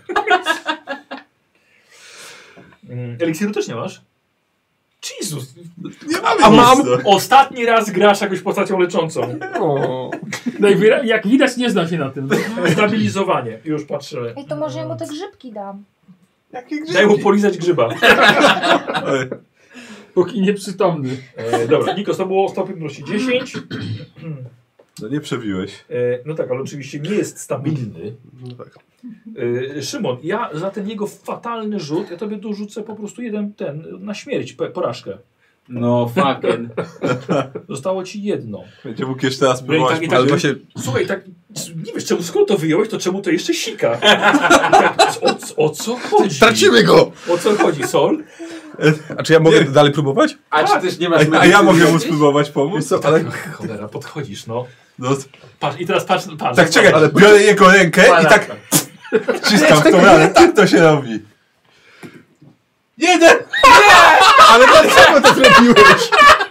Eliksiru też nie masz? Jezus! Nie mamy A mam? nic, no. Ostatni raz grasz jakąś postacią leczącą. jak widać nie znam się na tym. Stabilizowanie. Już patrzę. Ej, to może ja mu te grzybki dam. Jakie grzybki? Daj mu polizać grzyba. Oj, Póki nieprzytomny. Dobra, Nikos, to było stopień trudności 10. no nie przebiłeś. No tak, ale oczywiście nie jest stabilny. No tak. Szymon, ja za ten jego fatalny rzut, ja tobie dorzucę po prostu jeden na śmierć, porażkę. No fucking. Zostało ci jedno. Będzie mógł jeszcze raz No i próbować. tak, i tak, Ale właśnie słuchaj, tak, nie wiesz czemu, skoro to wyjąłeś, to czemu to jeszcze sika? Tak, o co chodzi? stracimy go! O co chodzi, Sol? A czy ja mogę dalej próbować? A czy też nie masz A ja mogę mu medycyny? spróbować pomóc? Co, ale... Cholera, podchodzisz, no. No, Patrz, i teraz patrz. tak, czekaj, ale biorę jego rękę i tak wciskam w tą ranę. Tak to się robi. Jeden! Ale dlaczego to zrobiłeś?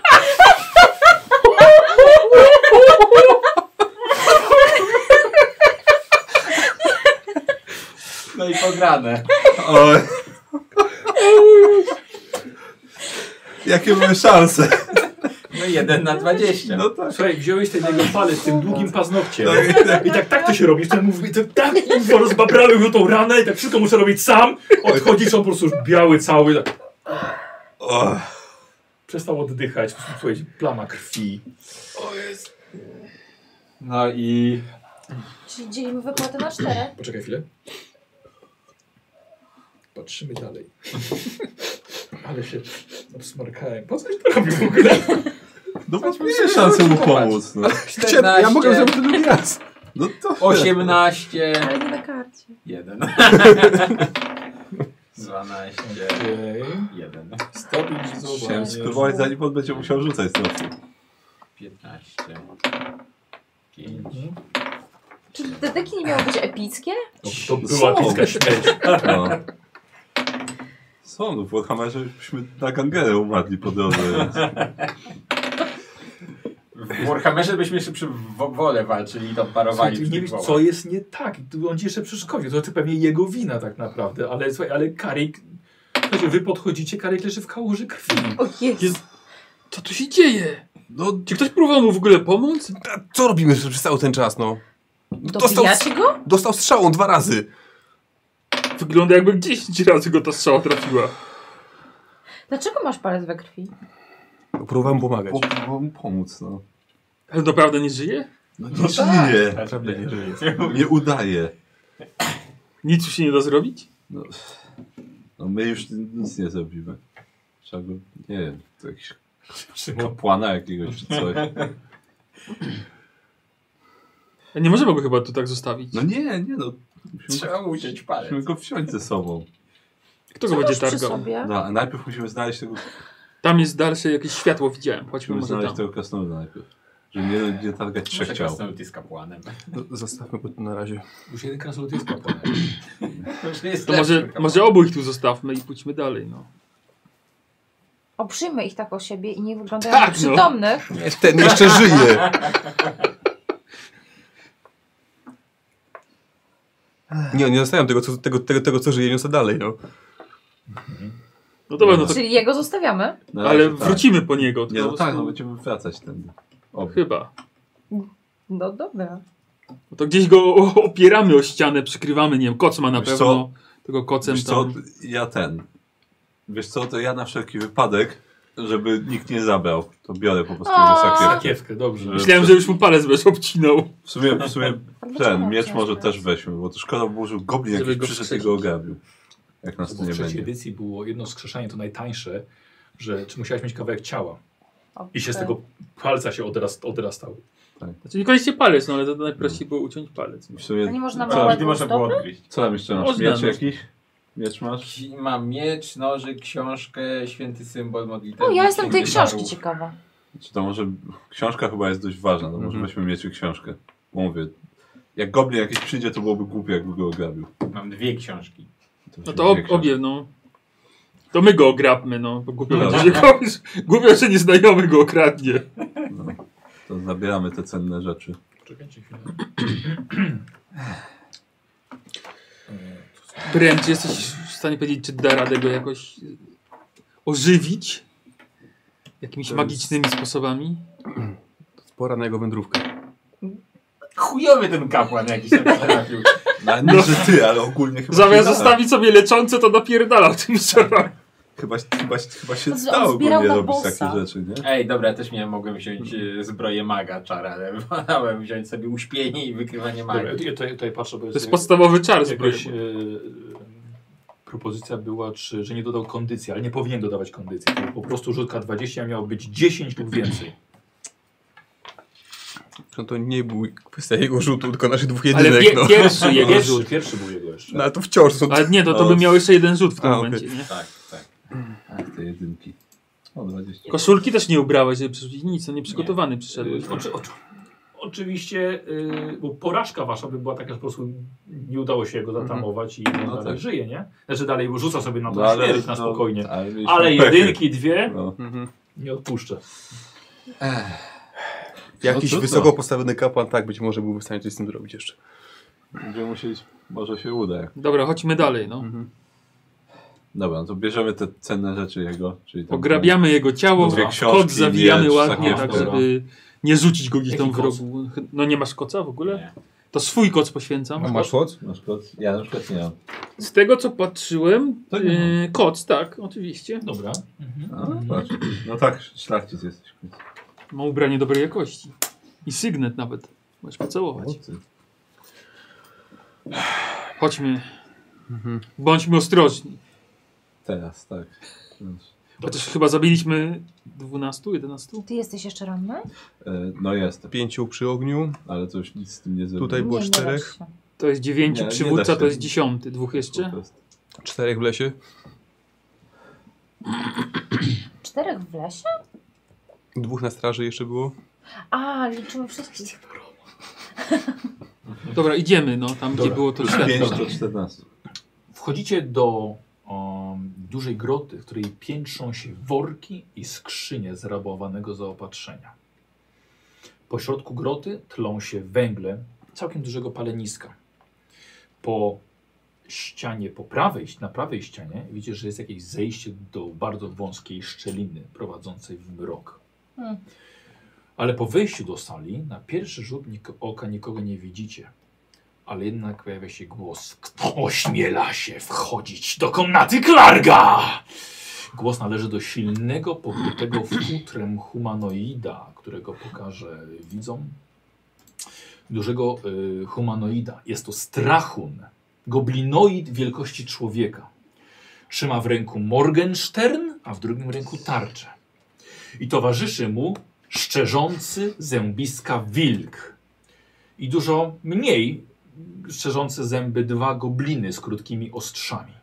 No i pograne. Oj. Jakie mamy szanse? No 1 na 20. No tak. Słuchaj, wziąłeś ten jego palec z tym długim paznokciem. Tak. I tak to się robi. Ten mówi, tak rozbabrałem mu tą ranę i tak wszystko muszę robić sam. Odchodzisz, on po prostu już biały cały. Tak. O, Przestał oddychać. Słuchaj, plama krwi. No i... Czyli dzielimy wypłatę na 4. Poczekaj chwilę. Patrzymy dalej. Ale się obsmarkałem. Po coś to robił w ogóle? no bo miałem szansę mu pomóc. No, Ja mogę zrobić to drugi raz. no to 18. Ale nie na karcie. 1. 12. Okej. 1. Stabilizowanie. Chciałem spróbować, zanim on będzie musiał rzucać znowu. 15. 5. Czy te deki nie miały być epickie? To była epicka śmierć. No. Są, no w Warhammerze byśmy na gangerę umarli po drodze, więc... W Warhammerze byśmy jeszcze przy wolę walczyli i tam parowali. Słuchaj, ty przy nie tych wiesz, wołach. co jest nie tak. On ci jeszcze przeszkodził. To pewnie jego wina tak naprawdę. Ale słuchaj, ale Karik... Słuchajcie, wy podchodzicie, Karik leży w kałuży krwi. O Jezu. Co tu się dzieje? No, Czy ktoś próbował mu w ogóle pomóc? a co robimy przez cały ten czas, no? Dobijacie go? Dostał strzałą 2 razy. Wygląda jakby 10 razy go ta strzała trafiła. Dlaczego masz palec we krwi? Próbowałem pomagać. Próbował mu pomóc, no. Ale naprawdę nie żyje? No nie żyje. Naprawdę nie żyje. Nie udaje. Nic już się nie da zrobić? No my już nic nie zrobimy. Trzeba go, nie wiem, to jakiś kapłana jakiegoś czy coś. Nie możemy go chyba tu tak zostawić. No nie, no. Trzeba mu uciąć palec. Musimy go wziąć ze sobą. Kto Co go będzie masz przy targał? sobie? No, a najpierw musimy znaleźć tego, Tam jest dalsze jakieś światło, widziałem. Chodźmy musimy może znaleźć tam. tego krasnoluda najpierw. Żeby nie targać trzech Muszę ciał. krasnolud jest kapłanem. No, zostawmy go tu na razie. Już jeden krasnolud jest kapłanem. To może obu ich tu zostawmy i pójdźmy dalej, no. Oprzyjmy ich tak o siebie i nie wyglądają Tak, na no. przytomnych. Ten jeszcze żyje. Nie zostawiam tego co żyje, niosę dalej, no. No dobra, no to, Czyli jego zostawiamy? Na razie ale tak. wrócimy po niego. Nie, no po tak, no prostu. będziemy wracać tędy. Chyba. No dobra. No to gdzieś go opieramy o ścianę, przykrywamy, nie wiem, koc ma na Wiesz pewno. co? Tego kocem Wiesz co, tam. Wiesz co, to ja na wszelki wypadek, żeby nikt nie zabrał, to biorę po prostu jego sakiewkę. Sakiewkę, dobrze. Myślałem, że już mu palec będziesz obcinał. W sumie Ale ten dlaczego miecz chciałeś może brać? też weźmy, bo to szkoda było, że goblin Żeby jakiś go przyszedł i wskrzesić. go ograbił. Jak nas Bo tu w nie trzeciej będzie. edycji było jedno wskrzeszenie, to najtańsze. że czy musiałeś mieć kawałek ciała Okay. i się z tego palca się odrastał. Znaczy nie koniecznie palec, no ale to najprościej było uciąć palec. W sumie, A nie można co, małego Można było stopy? odgryźć. co tam jeszcze masz? Można, Miecz no. jakiś? Miecz masz? Mam miecz, nożyk, książkę, święty symbol, modlitewny. O, ja jestem tej księgi książki darów. ciekawa. Czy to może... Książka chyba jest dość ważna, to może Mhm. weźmy miecz i książkę. Bo mówię, jak goblin jakiś przyjdzie, to byłoby głupie, jakby go ograbił. Mam 2 książki. No to obie, no. To my go ograbmy, no. Bo głupio No. będzie, że kogoś, głupio, że nieznajomy go okradnie. No, to zabieramy te cenne rzeczy. Czekajcie chwilę. Brent, czy jesteś w stanie powiedzieć, czy da radę go jakoś ożywić? Jakimiś To magicznymi sposobami? Pora na jego wędrówkę. Chujowy ten kapłan jakiś tam trafił. Nie, że ty, ale ogólnie chyba Zamiast się zostawić sobie leczące, to napierdalał tym czarami. Chyba się On stało zbierał ogólnie na robić bossa. takie rzeczy, nie? Ej, dobra, ja też mogłem wziąć zbroję maga czara, ale wolałem wziąć sobie uśpienie i wykrywanie Dobra, magii. ja tutaj patrzę, bo To jest podstawowy czar jakaś zbrojny. propozycja była, że nie dodał kondycji, ale nie powinien dodawać kondycji. To po prostu rzutka 20 miało być 10 lub więcej. No to nie był kwestia jego rzutu, tylko naszych dwóch Ale jedynek, no. pierwszy jego rzut. Pierwszy był jego jeszcze. No ale to wciąż są... Ale nie, to by miał jeszcze jeden rzut w tym A, momencie, okej. nie? Tak, tak. Ach, te jedynki. O, 20. Koszulki też nie ubrałeś, żeby przerzucić nic, no nieprzygotowany przyszedłeś. Oczywiście, bo porażka wasza by była taka, że po prostu nie udało się go zatamować i on dalej tak. żyje, nie? Znaczy dalej rzuca sobie na to No, ale- śmierć na no, spokojnie. mieliśmy Ale pechy. jedynki, dwie No. Mhm. nie odpuszczę. Jakiś No to wysoko co? postawiony kapłan, tak być może byłby w stanie coś z tym zrobić jeszcze. Będziemy musieli, może się uda. Jak. Dobra, chodźmy dalej, no. Mhm. Dobra, no to bierzemy te cenne rzeczy jego, czyli tam Ograbiamy jego ciało, Dwie książki, kot zawijamy miecz, ładnie, sakiewkę, tak żeby nie rzucić go gdzieś tam w Jaki koc? rogu. No nie masz koca w ogóle? Nie. To swój koc poświęcam. A masz chłod? Na przykład, ja na przykład nie mam. Z tego co patrzyłem, To nie koc, tak, oczywiście. Dobra. A, patrz. No tak, szlachcic jesteś. Ma ubranie dobrej jakości. I sygnet nawet. Możesz pocałować. O, ty. Chodźmy. Bądźmy ostrożni. Teraz, tak. Chociaż chyba zabiliśmy 12, 11? Ty jesteś jeszcze ranny? No jest, 5 przy ogniu. ale to już nic z tym nie zrobię. Tutaj było Nie, nie 4. dasz się. To jest 9 Nie, nie przywódca, da się. to jest 10. 2 jeszcze? 4 w lesie. 4 w lesie? 2 na straży jeszcze było. A, liczymy wszystkich. Dobra, idziemy, no, tam gdzie Dobra. było to Plus 5 światło. to 14. Wchodzicie do dużej groty, w której piętrzą się worki i skrzynie zrabowanego zaopatrzenia. Po środku groty tlą się węgle całkiem dużego paleniska. Po ścianie, na prawej ścianie widzicie, że jest jakieś zejście do bardzo wąskiej szczeliny prowadzącej w mrok. Ale po wejściu do sali na pierwszy rzut oka nikogo nie widzicie. Ale jednak pojawia się głos. Kto ośmiela się wchodzić do komnaty Klarga? Głos należy do silnego, pokrytego futrem humanoida, którego pokażę widzom. Dużego humanoida. Jest to strachun. Goblinoid wielkości człowieka. Trzyma w ręku Morgenstern, a w drugim ręku tarczę. I towarzyszy mu szczerzący zębiska wilk. I dużo mniej szczerzące zęby 2 gobliny z krótkimi ostrzami.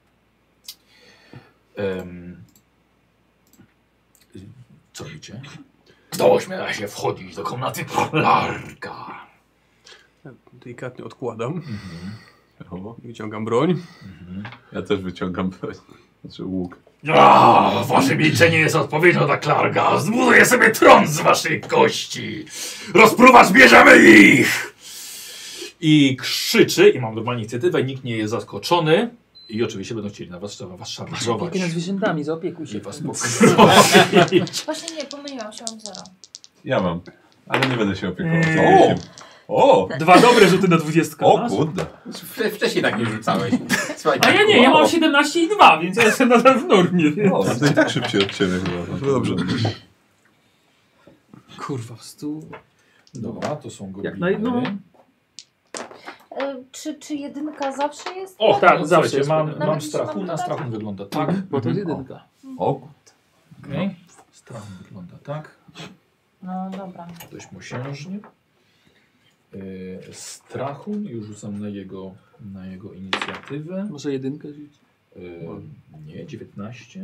Co robicie? Kto ośmiela się wchodzić do komnaty Klarga? Delikatnie odkładam. O, Wyciągam broń. ja też wyciągam broń. Znaczy łuk. Wasze milczenie jest odpowiedzią na Klarga. Zbuduję sobie tron z waszej kości. Rozpruwacz, bierzemy ich! I krzyczy, i mam normalnie inicjatywę, nikt nie jest zaskoczony. I oczywiście będą chcieli na was szarżować. Opiekuj nad zwierzętami, zaopiekuj I się. was pokoić. Właśnie nie, pomyliłam się, mam 0. Ja mam, ale nie będę się opiekował. O! O! 2 dobre rzuty na 20. O kurde. Wcześniej tak nie rzucałeś. Słuchaj, A ja nie, ja mam 17 i 2, więc ja jestem nadal w normie. Więc... O, to i tak szybciej od ciebie chyba. No dobrze. Kurwa, w stół. Dobra, to są gobliny. Jak na jedną? Czy jedynka zawsze jest? O tak, zawsze zawsze jest mam Nawet jeśli strachu. mam Na dodatek? strachu wygląda tak. Bo to jest jedynka. O kurde. Okej. Strach wygląda tak. No dobra. Dość mosiężnie. Strachun, już rzucam na jego inicjatywę. Może jedynkę rzucić? Nie, 19.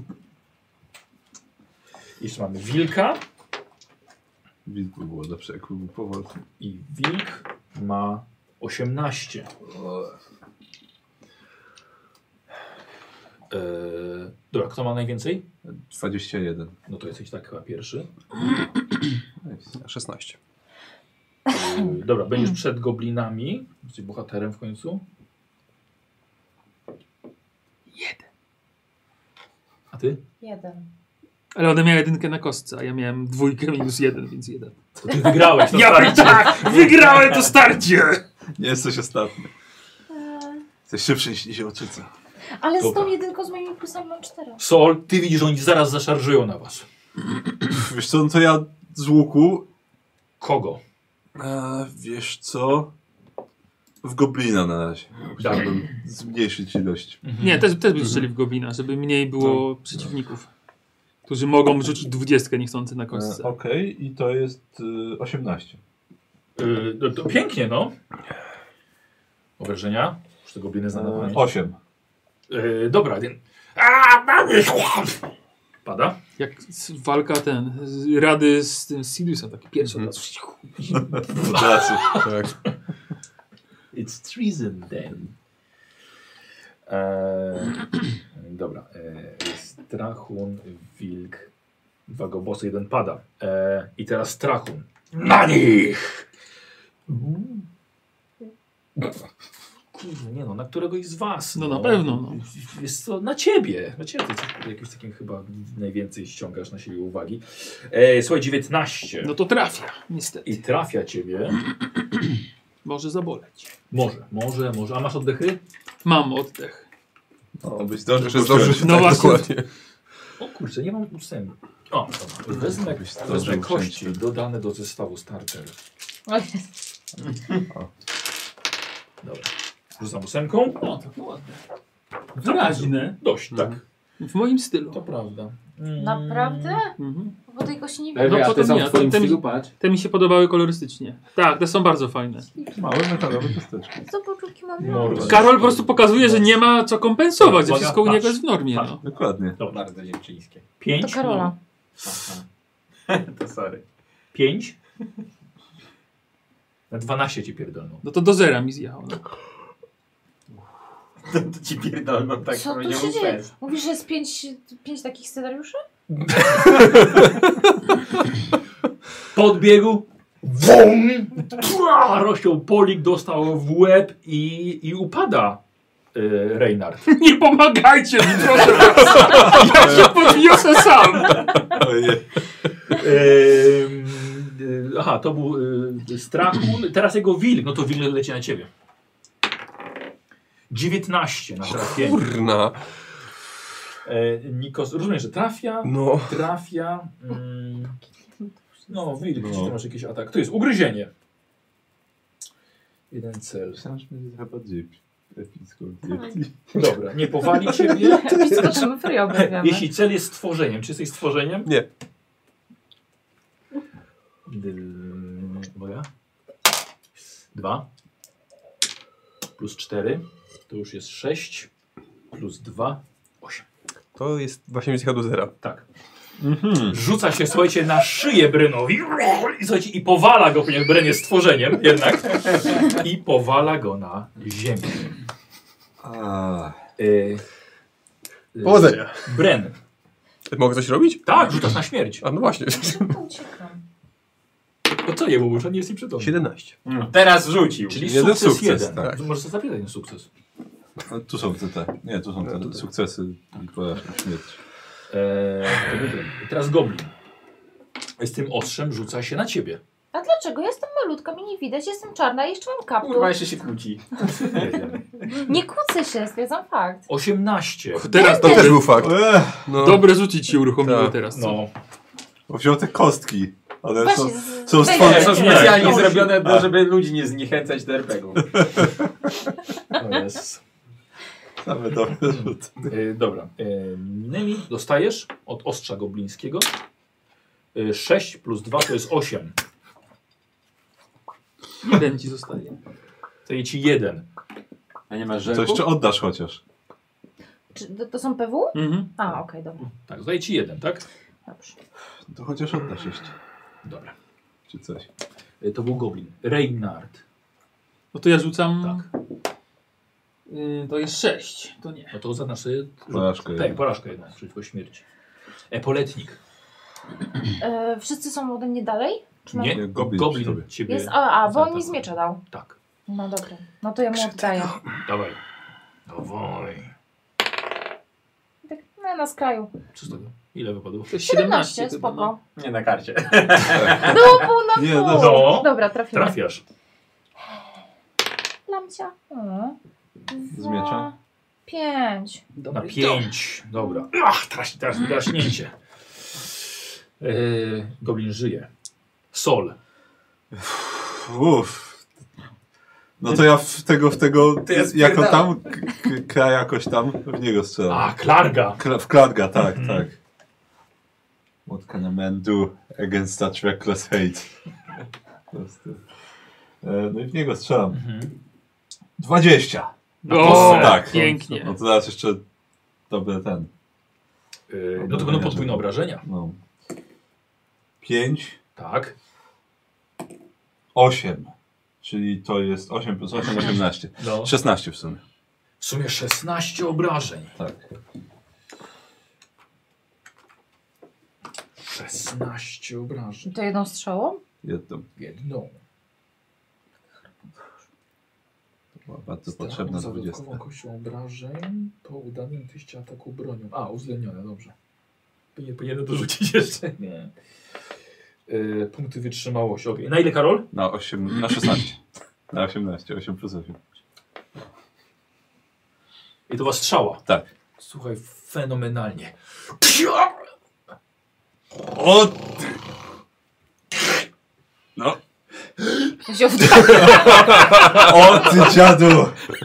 Jeszcze mamy wilka. Wilk by było lepsze, jak był powolny. I wilk ma 18. Dobra, kto ma najwięcej? 21. No to jesteś tak chyba pierwszy. 16. Dobra, będziesz przed goblinami. Jesteś bohaterem w końcu. 1. A ty? 1. Ale ona miała jedynkę na kostce, a ja miałem 2 minus 1, więc 1. To ty wygrałeś. Ja tak! Wygrałem to starcie! Nie jesteś ostatni. Jesteś szybszy niż Niziołczyca. Ale z Dobra. tą jedynką z moimi plusami mam 4. Sol, ty widzisz, że oni zaraz zaszarżują na was. Wiesz co, no to ja z łuku... Kogo? Wiesz co? W goblina na razie. Chciałbym zmniejszyć ilość. Nie, też bym strzelił w goblina, żeby mniej było przeciwników, którzy mogą rzucić 20 niechcący na kostce. Okej, i to jest 18. No to pięknie, no. Obrażenia? Już te gobliny zna na pamięć. 8. Dobra, więc... Pada? Jak walka Rady z tym Sidiousa, taki pierwszy od razu. Tak. It's treason then. Dobra. Strachun, wilk, 2 gobosy, 1 pada. I teraz Strachun. Na nich! Kurde, nie no, na któregoś z was. No na pewno, no. Jest to na ciebie. Na ciebie ty jakimś takim chyba najwięcej ściągasz na siebie uwagi. Słuchaj, 19. No to trafia, niestety. I trafia ciebie. Może zaboleć. Może. A masz oddechy? Mam oddech. No, byś zdążył Że zdążył się No tak właśnie. dokładnie. O kurczę, nie mam ustępu. O, dobra. Wezmę zdążył kości wziąć. dodane do zestawu starter. O jest. Dobra. Rzucam 8. No to ładne. Wyraźne. Dość, tak. W moim stylu. To prawda. Naprawdę? Mhm. Bo tej gości nie Ewy, widzę. No, a te potem są nie, w twoim te mi- stylu, patrz. Te mi się podobały kolorystycznie. Tak, te są bardzo fajne. Małe metalowe kosteczki. Co poczuki mam? Mordo. Karol po prostu pokazuje, że nie ma co kompensować, że Uwaga, wszystko u niego patrz, jest w normie. patrz. No. Dokładnie. Dobra. Bardzo dziewczyńskie. 5. To Karola. Aha. To sorry. 5. Na 12 ci pierdolną. No to do zera mi zjechał. No. To ci pierdolną, tak Co tu powiedział się dzieje? Fest. Mówisz, że jest 5 takich scenariuszy? Podbiegł. Wum! Rozciął polik, dostał w łeb i upada Reynard. Nie pomagajcie mi, proszę was. Ja się podniosę sam. Ojej. Aha, to był Strachun. Teraz jego wilk. No to wilk leci na ciebie. 19 na trafienie. Kurna. Nikos, rozumiem, że trafia. No. Trafia. No, wilk, czy ty masz jakiś atak? To jest ugryzienie. Jeden cel. Myślałem, że będzie chyba epicko. Dobra, nie powali ciebie. I skoczymy frioby, wiemy. Jeśli cel jest stworzeniem, czy jesteś stworzeniem? Nie. Moja? 2 plus 4 to już jest 6 plus 2 8. To jest właśnie zjechał do zera. Tak. Rzuca się, słuchajcie, na szyję Brenowi i, słuchajcie, i powala go, ponieważ Bren jest stworzeniem jednak, i powala go na ziemię. Powodzenia. Bren. Mogę coś robić? Tak, rzucasz na śmierć. A no właśnie. Szybko uciekam. To co jemu, bo on nie jest nieprzytomny. 17. Teraz rzucił. Czyli Jeden sukces sukces, 1. tak. Możesz sobie zapisać ten sukces. Tu są te. Nie, tu są te sukcesy i porażki śmierci. Teraz Goblin. Z tym ostrzem rzuca się na ciebie. A dlaczego? Ja jestem malutka, mnie nie widać, jestem czarna i jeszcze mam kaptur. Kurwa, jeszcze się kłóci. Nie kłócę się, stwierdzam fakt. 18. Teraz To też był fakt. No. dobre rzucić się uruchomiło Tak. teraz. Co? No. Bo wziął te kostki. One Właśnie, są Nie, stworzone. są Nie, specjalnie nie. zrobione, bo żeby ludzi nie zniechęcać do RPG-u. To jest. Mamy dobry rzut. Dobra. Nemi dostajesz od ostrza goblińskiego. 6 plus 2 to jest 8. Jeden ci zostaje. To je ci 1. A nie masz To żelków? jeszcze oddasz chociaż. Czy to są PW? Mhm. A, okej, dobra. Tak, zostaje ci 1, tak? Dobrze. To chociaż oddasz jeszcze. Dobra. Czy coś. To był goblin. Reynard. No to ja rzucam. Tak. To jest 6. To nie. No to zaznacz sobie... Porażkę Tak, jedną. porażkę jedną przeciwko śmierci. Epoletnik. Wszyscy są ode mnie dalej? Czy mam... Nie, Nie, goblin przy tobie. goblin ciebie... Jest, bo on zaatakował. mi z miecza dał. Tak. No dobra. No to ja mu oddaję. Dawaj. Dawaj. Tak, no, na skraju. Co z tego? Ile wypadło? To jest 17, 17 chyba, no. spoko. Nie na karcie. No, pół na Nie, pół. no. Dobra, trafiłem. Trafiasz. Lamcia. Z miecza? 5. Na 5. Dobra. Ach, draśnięcie. Goblin żyje. Sol. Uff. No to ja w tego To ja jako spierdalam. tam, kraj jakoś tam w niego strzelam. A, Klarga. W Klarga, tak, tak. What can a man do against such reckless hate? Po prostu. No i w niego strzelam. 20. O, tak. pięknie. No to teraz jeszcze dobry ten. No to będą podwójne obrażenia. No. 5, Tak. 8. Czyli to jest 8 plus 8, 18. No. 16 w sumie. W sumie 16 obrażeń. Tak. 16 obrażeń. To jedną strzałą? Jedną. Jedną. Była bardzo potrzebna 20. Zawodowo kością obrażeń po udanym wyjściu ataku bronią. A, uwzględnione, dobrze. Powinienem dorzucić jeszcze. Nie. Punkty wytrzymałości. Okay. Na ile, Karol? Na 8, na 16. Na 18, 8 plus 8. I to była strzała. Tak. Słuchaj, fenomenalnie. O! No. Wziął O ty dziadu!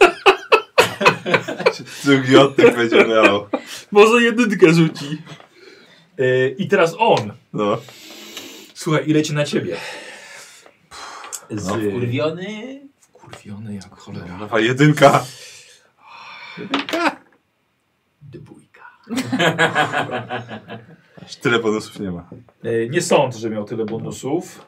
Drugi oddech będzie miał. Może jedynkę rzuci. I teraz on. No. Słuchaj, i leci na ciebie. Z... No, Kurwiony. Wkurwiony jak cholera. Dawaj, jedynka. Dybójka. Aż tyle bonusów nie ma. Nie sądzę, że miał tyle bonusów.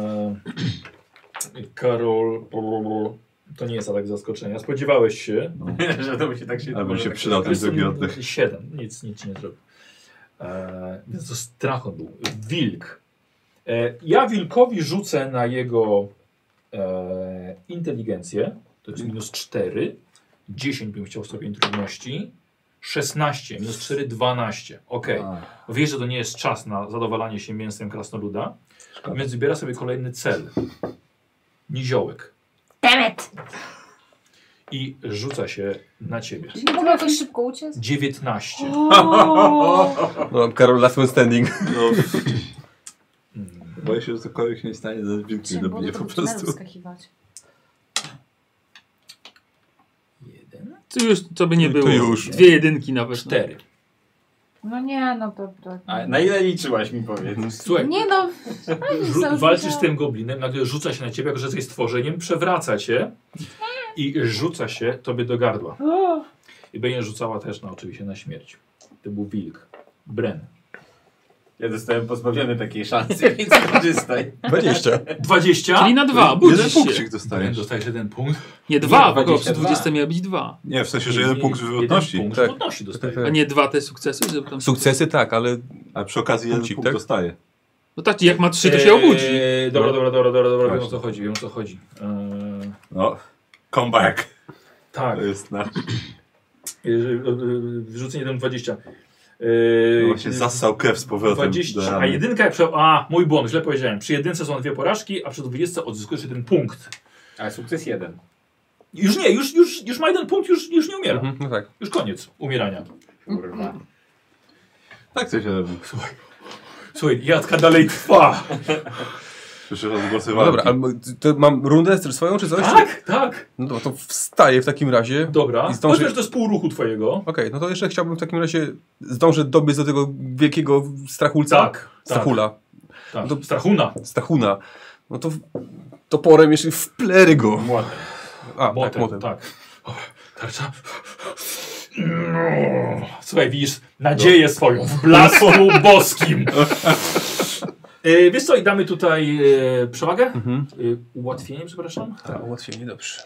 Karol, to nie jest atak zaskoczenia. Spodziewałeś się. No. Że to by się tak się... Ale by może się tak przydał ten drugi oddech. 7, nic nie zrobił. Więc to strach on był. Wilk. Ja wilkowi rzucę na jego inteligencję. To jest minus 4. 10 bym chciał stopień trudności. 16, minus 4, 12. Ok. Wiesz, że to nie jest czas na zadowalanie się mięsem krasnoluda. Więc wybiera sobie kolejny cel. Niziołek. Demet! I rzuca się na ciebie. Nie mogę jakoś szybko uciec? 19. No, Karol, last one standing. No. Boję się, że cokolwiek się nie stanie, że wilk nie Czym było dobije do po tego tunelu prostu. skakiwać? 1, To już, co by nie To było. już. 2 jedynki nawet. 4. No nie, no to... A na ile liczyłaś, mi powiedz? Słuchaj, Nie no... walczysz z tym goblinem, nagle rzuca się na ciebie, jako że jesteś stworzeniem, przewraca cię i rzuca się tobie do gardła. I będzie rzucała też oczywiście na śmierć. To był wilk. Bren. Ja dostałem pozbawiony takiej szansy, więc korzystaj. 20. 20? Czyli na 2, Jeden budzisz się. punkcik Bren, dostajesz. dostajesz jeden punkt. Nie 2, bo przy 22. 20 miało być 2. Nie, w sensie, że jeden punkt żywotności. Jeden punkt Tak. żywotności dostajesz. A nie 2 te sukcesy? Żeby tam... Sukcesy tak, ale Ale przy okazji jeden Punkcik, punkt tak? dostaje. No tak, jak ma 3 to się obudzi. Dobra, wiem o Właśnie. co chodzi, wiem o co chodzi. No. Come back. Tak, To jest na... wyrzucenie jeden 20. Właśnie zassał krew z powrotem. 20, do a rany. jedynka, mój błąd, źle powiedziałem. Przy jedynce są 2 porażki, a przy 20 odzyskujesz 1 punkt. Ale sukces 1. Już nie, już ma 1 punkt, już nie umiera. no tak. Już koniec umierania. Kurwa. Tak to się robi. Słuchaj, jadka dalej trwa. Słyszę rozgłosy No walki. dobra, ale to mam rundę swoją czy coś? Tak, tak. No to wstaję w takim razie. Dobra. I zdążę... Chociaż to jest pół ruchu twojego. Okej, no to jeszcze chciałbym w takim razie zdążyć dobiec do tego wielkiego strachulca. Tak. Strachula. Tak. No Strachuna. Stachuna. No to toporem jeszcze wplery go. Młotem. A, Motem, tak, motem. tak. O, tarcza. Słuchaj, widzisz nadzieję swoją w blasku boskim. Wiesz co, i damy tutaj przewagę? Ułatwienie, przepraszam. Tak, ułatwienie, dobrze.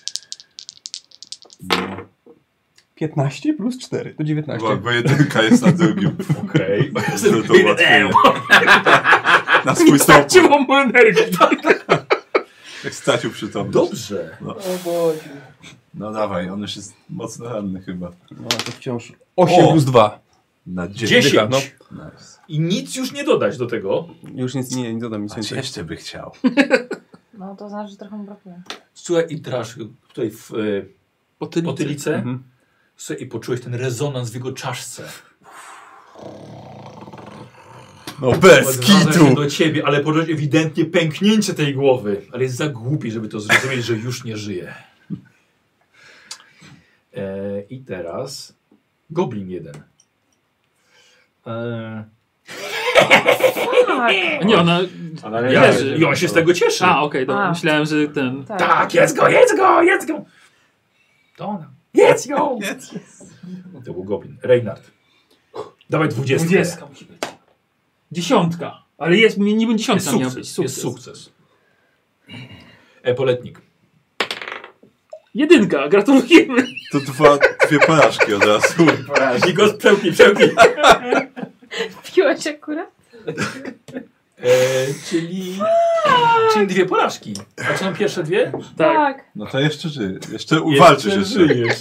15 plus 4 to 19. Bo jedynka jest na drugim. Okej. To ułatwienie. Na swój stopór. Starczyło mu energii. Jak stracił przytomność. Dobrze. No. No dawaj, on już jest mocno ranny chyba. No to wciąż 8 plus 2. Na 10. No. Nice. I nic już nie dodać do tego. Już nic nie dodam nic A więcej. jeszcze by chciał. No to znaczy, że trochę mu brakuje. Słuchaj, i teraz tutaj w potylicę. Słuchaj, i poczułeś ten rezonans w jego czaszce. No bez Odwraca się kitu! do ciebie, ale poczułeś ewidentnie pęknięcie tej głowy. Ale jest za głupi, żeby to zrozumieć, że już nie żyje. I teraz Goblin 1. Tak. Nie, ona leży. I on się z tego cieszy. A, okej, dobra. A. Myślałem, że ten... Tak. Tak, jedz go, jedz go, jedz go! To ona. Jedz ją! To był Goblin. Reynard. Dawaj 20. 20 musi być. 10. Ale jest, niby 10 Jest miał sukces. być. Jest sukces. Poletnik. 1, gratulujemy. To dwie porażki od razu. I go przełknij, przełknij. Piłeś akurat? Czyli 2 porażki. A co są pierwsze 2? Tak. No to jeszcze żyje. Jeszcze walczysz jeszcze. żyjesz.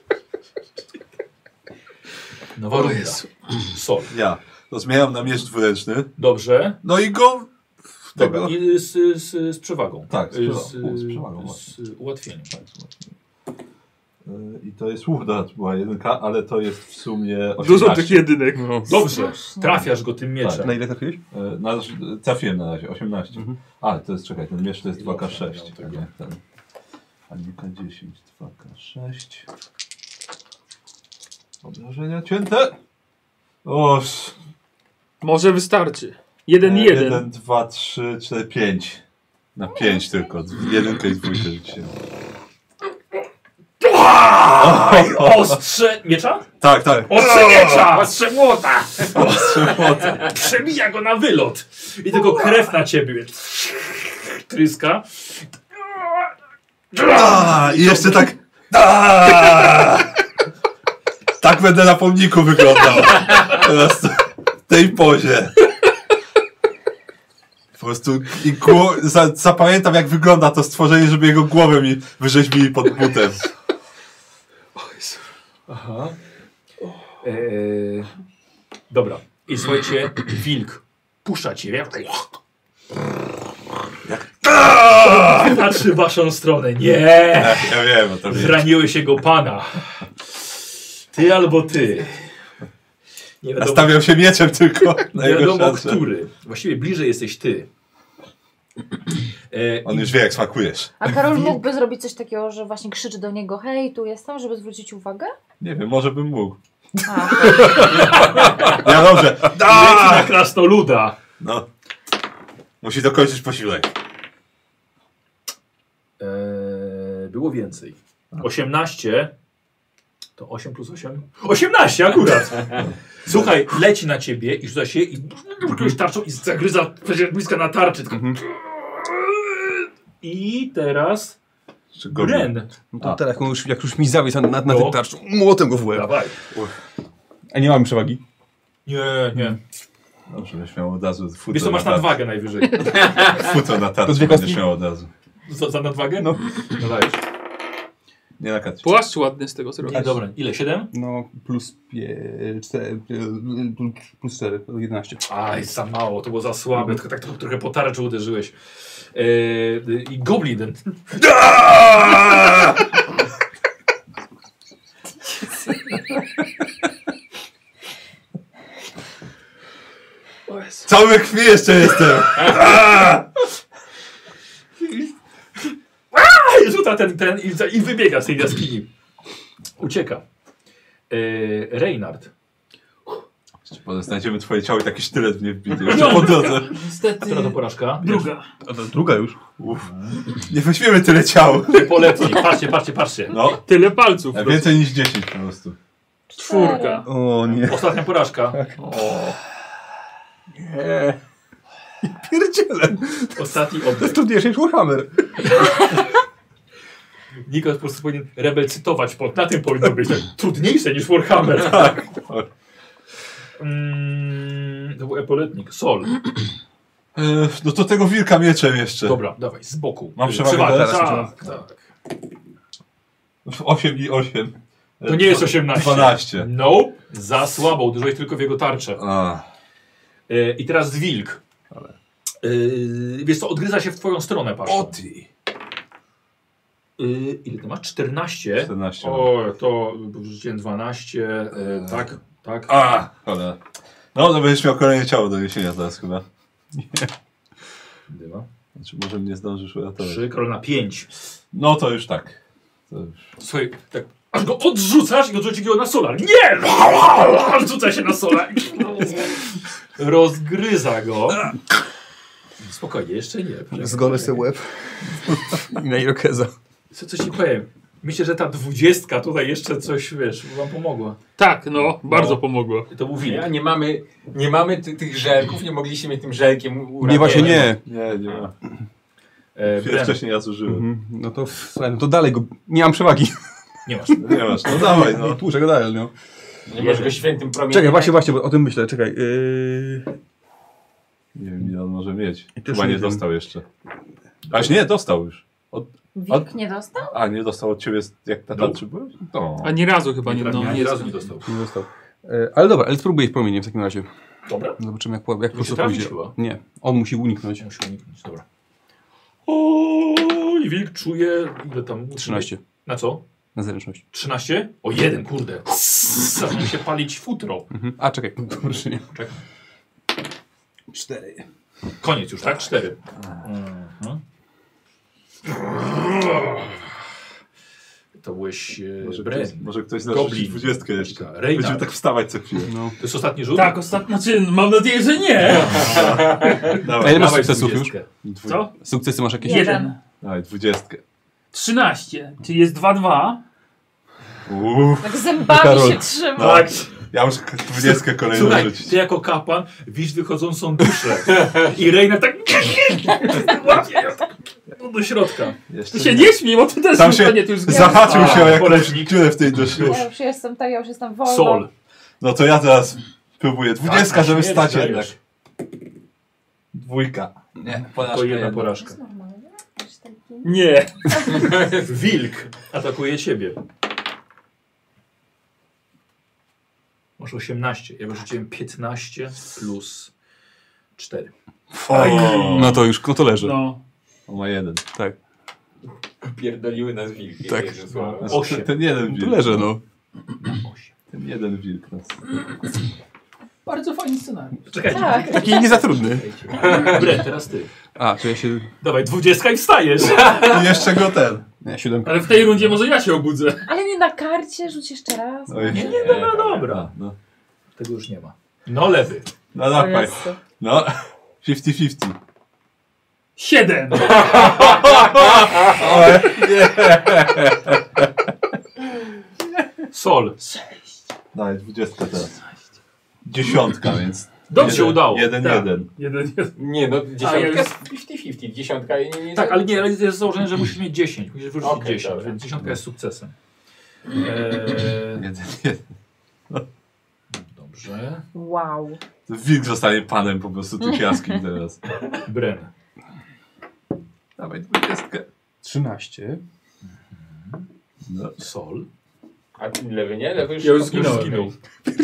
Nowa runda. Sol. Ja. To zmieniam na miecz dwuręczny. Dobrze. No i go... Dobra. I z przewagą. Tak, z przewagą. Z przewagą, z ułatwieniem. Tak, i to jest łówna, była 1, ale to jest w sumie 18. Dużo tych jedynek. No. Dobrze. Trafiasz go tym mieczem. Na ile trafiłeś? Trafiłem na razie, 18. Ale to jest, czekaj, ten miecz to jest Dobrze, 2K6. miał A tego. nie ten. Annika 10, 2K6. Obrażenia cięte. Oż. Może wystarczy. 1 i 1. 1, 2, 3, 4, 5. Na 5 tylko. 1 i 2 rzuciłem. Aj, ostrze miecza? Tak, tak. Ostrze miecza! Ostrze młota! Ostrze młota. Przebija go na wylot. I tylko krew na ciebie tryska. I jeszcze tak. Tak będę na pomniku wyglądał. Teraz w tej pozie. Po prostu zapamiętam, jak wygląda to stworzenie, żeby jego głowę mi wyrzeźbili pod butem. Aha. Dobra. I słuchajcie, wilk puszcza ciebie. Patrzy w waszą stronę. Nie! Ja wiem, o to wiem. Zraniłeś jego pana. Ty albo ty. Nie wiadomo, Nastawiał się mieczem tylko na nie jego wiadomo szansę. który. Właściwie bliżej jesteś ty. On już wie, jak smakujesz. A Karol mógłby zrobić coś takiego, że właśnie krzyczy do niego: hej, tu jestem, żeby zwrócić uwagę? Nie wiem, może bym mógł. A, Ja dobrze. Leci na krasnoluda. No. Musi dokończyć posiłek. Było więcej. 18 to 8 plus 8? 18 akurat! Słuchaj, leci na ciebie i rzuca się i jakąś tarczą i zagryza bliska na tarczy. Tylko... I teraz Ren. No to teraz, jak już mi zawies na No. tym tarczą, młotem go w łeb. Dawaj. A nie mamy przewagi? Nie. Dobrze, będziesz miał od razu futro. Wiesz co, masz nadwagę najwyżej. Futro na To tarczy dwie będziesz kostki? miał od razu. Za nadwagę? No. Dawaj. Nie na kartce. Płaszcz ładny z tego co Nie, robisz. dobra. Ile? 7? No, plus 4, to 11. Aj, za mało, to było za słabe, tylko tak trochę po tarczy uderzyłeś. I Goblin. Cały krwi jeszcze jestem! rzuca ten i wybiega z tej jaskini. Ucieka. Reynard. Potem znajdziemy twoje ciało i taki sztylet w nie wbity. Jeszcze po drodze. Niestety. Która to porażka? Druga. A to druga już. Nie weźmiemy tyle ciał. Polecki. Patrzcie. No, Tyle palców. więcej niż 10 po prostu. 4. O nie. Ostatnia porażka. Nie. Pierdziele. Ostatni To oddech. jest trudniejsze niż Warhammer. Nikos po prostu powinien Rebel cytować. Na tym powinno być tak trudniejsze niż Warhammer. Tak. To był epoletnik. Sol. No to tego wilka mieczem jeszcze. Dobra, dawaj, z boku. Mam przewagę teraz? Tak. 8 i 8. To nie jest 18. 12. No, za słabo. Uderzyłeś tylko w jego tarczę. A. I teraz wilk. Wiesz co, odgryza się w twoją stronę, patrz. O ty. Ile ty masz? 14? 14. O, to wrzuciłem 12. Tak. A, cholera. No, to będziesz miał kolejne ciało do niesienia teraz chyba. Dyma. Znaczy, może mnie zdążysz uratować. 3, król na 5. No to już tak. To już. Słuchaj, tak aż go odrzucasz i odrzuci go na solar. Nie! Rzuca się na solar. Rozgryza go. Spokojnie, jeszcze nie. Zgolę sobie łeb. I na Irokeza. Coś ci powiem. Myślę, że ta 20 tutaj jeszcze coś, wiesz, wam pomogła. Tak, no, bardzo pomogło. To był wilk. Ja nie mamy tych żelków, nie mogliście mnie tym żelkiem uratować. Nie, właśnie nie. Nie ma. Bren, Wcześniej ja zużyłem. No to, słuchaj, no to dalej go. Nie mam przewagi. nie masz. Nie masz, no dawaj, no. Tłuczę go dalej, no. Nie możesz go świętym promieniem. Czekaj, właśnie, bo o tym myślę. Czekaj. Nie wiem, ile on może mieć. I też Chyba nie nie wiem. dostał jeszcze. Aż nie, dostał już. Wilk nie dostał? A, nie dostał od ciebie, jak na tarczy byłeś? No. Ani razu chyba nie, Ani razu nie dostał. Nie dostał. Ale dobra, ale spróbuję w promienie w takim razie. Dobra. Zobaczymy, jak po prostu trafić pójdzie. chyba. Nie, on musi uniknąć. Muszę uniknąć, dobra. I wilk czuje, ile tam? 13 Na co? na zręczność. 13? O, 1, kurde. Zaczyna się palić futro. A, czekaj, proszę nie. Czekaj. 4. Koniec już, tak? 4. To byłeś Może ktoś Goblin. narzucić 20 jeszcze. Reynard. Będziemy tak wstawać co chwilę. No. To jest ostatni rzut? Tak, ostatnio, znaczy, mam nadzieję, że nie. Dawaj, A ile masz Dawaj sukcesów 20. już? Co? Sukcesy masz jakieś? 1. Dawaj, 20. 13, czyli jest 2-2. Tak zębami Karol. się trzyma. Tak. Ja muszę 20 kolejną Słuchaj, rzucić. ty jako kapłan widzisz wychodzącą duszę. I Reina tak łapie ją tak do środka. Jeszcze Ty się nie śmiej, bo ty też Tam się nie, ty już zahaczył się o jakąś polewnik. dziurę w tej duszy. Ja już jestem tak, ja już jestem wolna. Sol. No to ja teraz próbuję. 20, Tak, żeby śmierć stać dajesz. jednak. 2. Nie, To jedna To porażka. jest normalne? Jakiś taki- Nie. Wilk atakuje ciebie. Masz 18. Ja wyrzuciłem 15 plus 4. No to już, no to leży. No. On ma 1. Tak. Pierdoliły nas wilki. Tak. Jezu, słowo. Osiem. Ten jeden Tu wilk. leży, no. 8. Ten jeden wilk nas. Bardzo fajny scenariusz. Czekajcie. Tak. Taki nie za trudny. Bren, teraz ty. A, to ja się... Dawaj, 20 i wstajesz. I jeszcze go ten. Nie, 7. Ale w tej rundzie może ja się obudzę. Ale nie na karcie, rzuć jeszcze raz. Oj. Nie, dobra. No, Tego już nie ma. No lewy. no O dawaj. Jezu. No, 50-50. 7. Sol. Dawaj, 20 teraz. 10, więc... Dobrze się udało. 1-1. Jeden. Nie, no A, ja dziesiątka już- jest 50-50. Dziesiątka nie Tak, ale nie, ale jest założenie, że musisz mieć 10. Musisz wyrzucić Okej, 10, dobra. więc 10 jest sukcesem. 1-1. Dobrze. Wow. To wilk zostanie panem po prostu tych jaskiń teraz. Bren. Dawaj, 20. 13. No. Sol. A lewy nie? Lewy już, Ja już zginąłem. Zginął.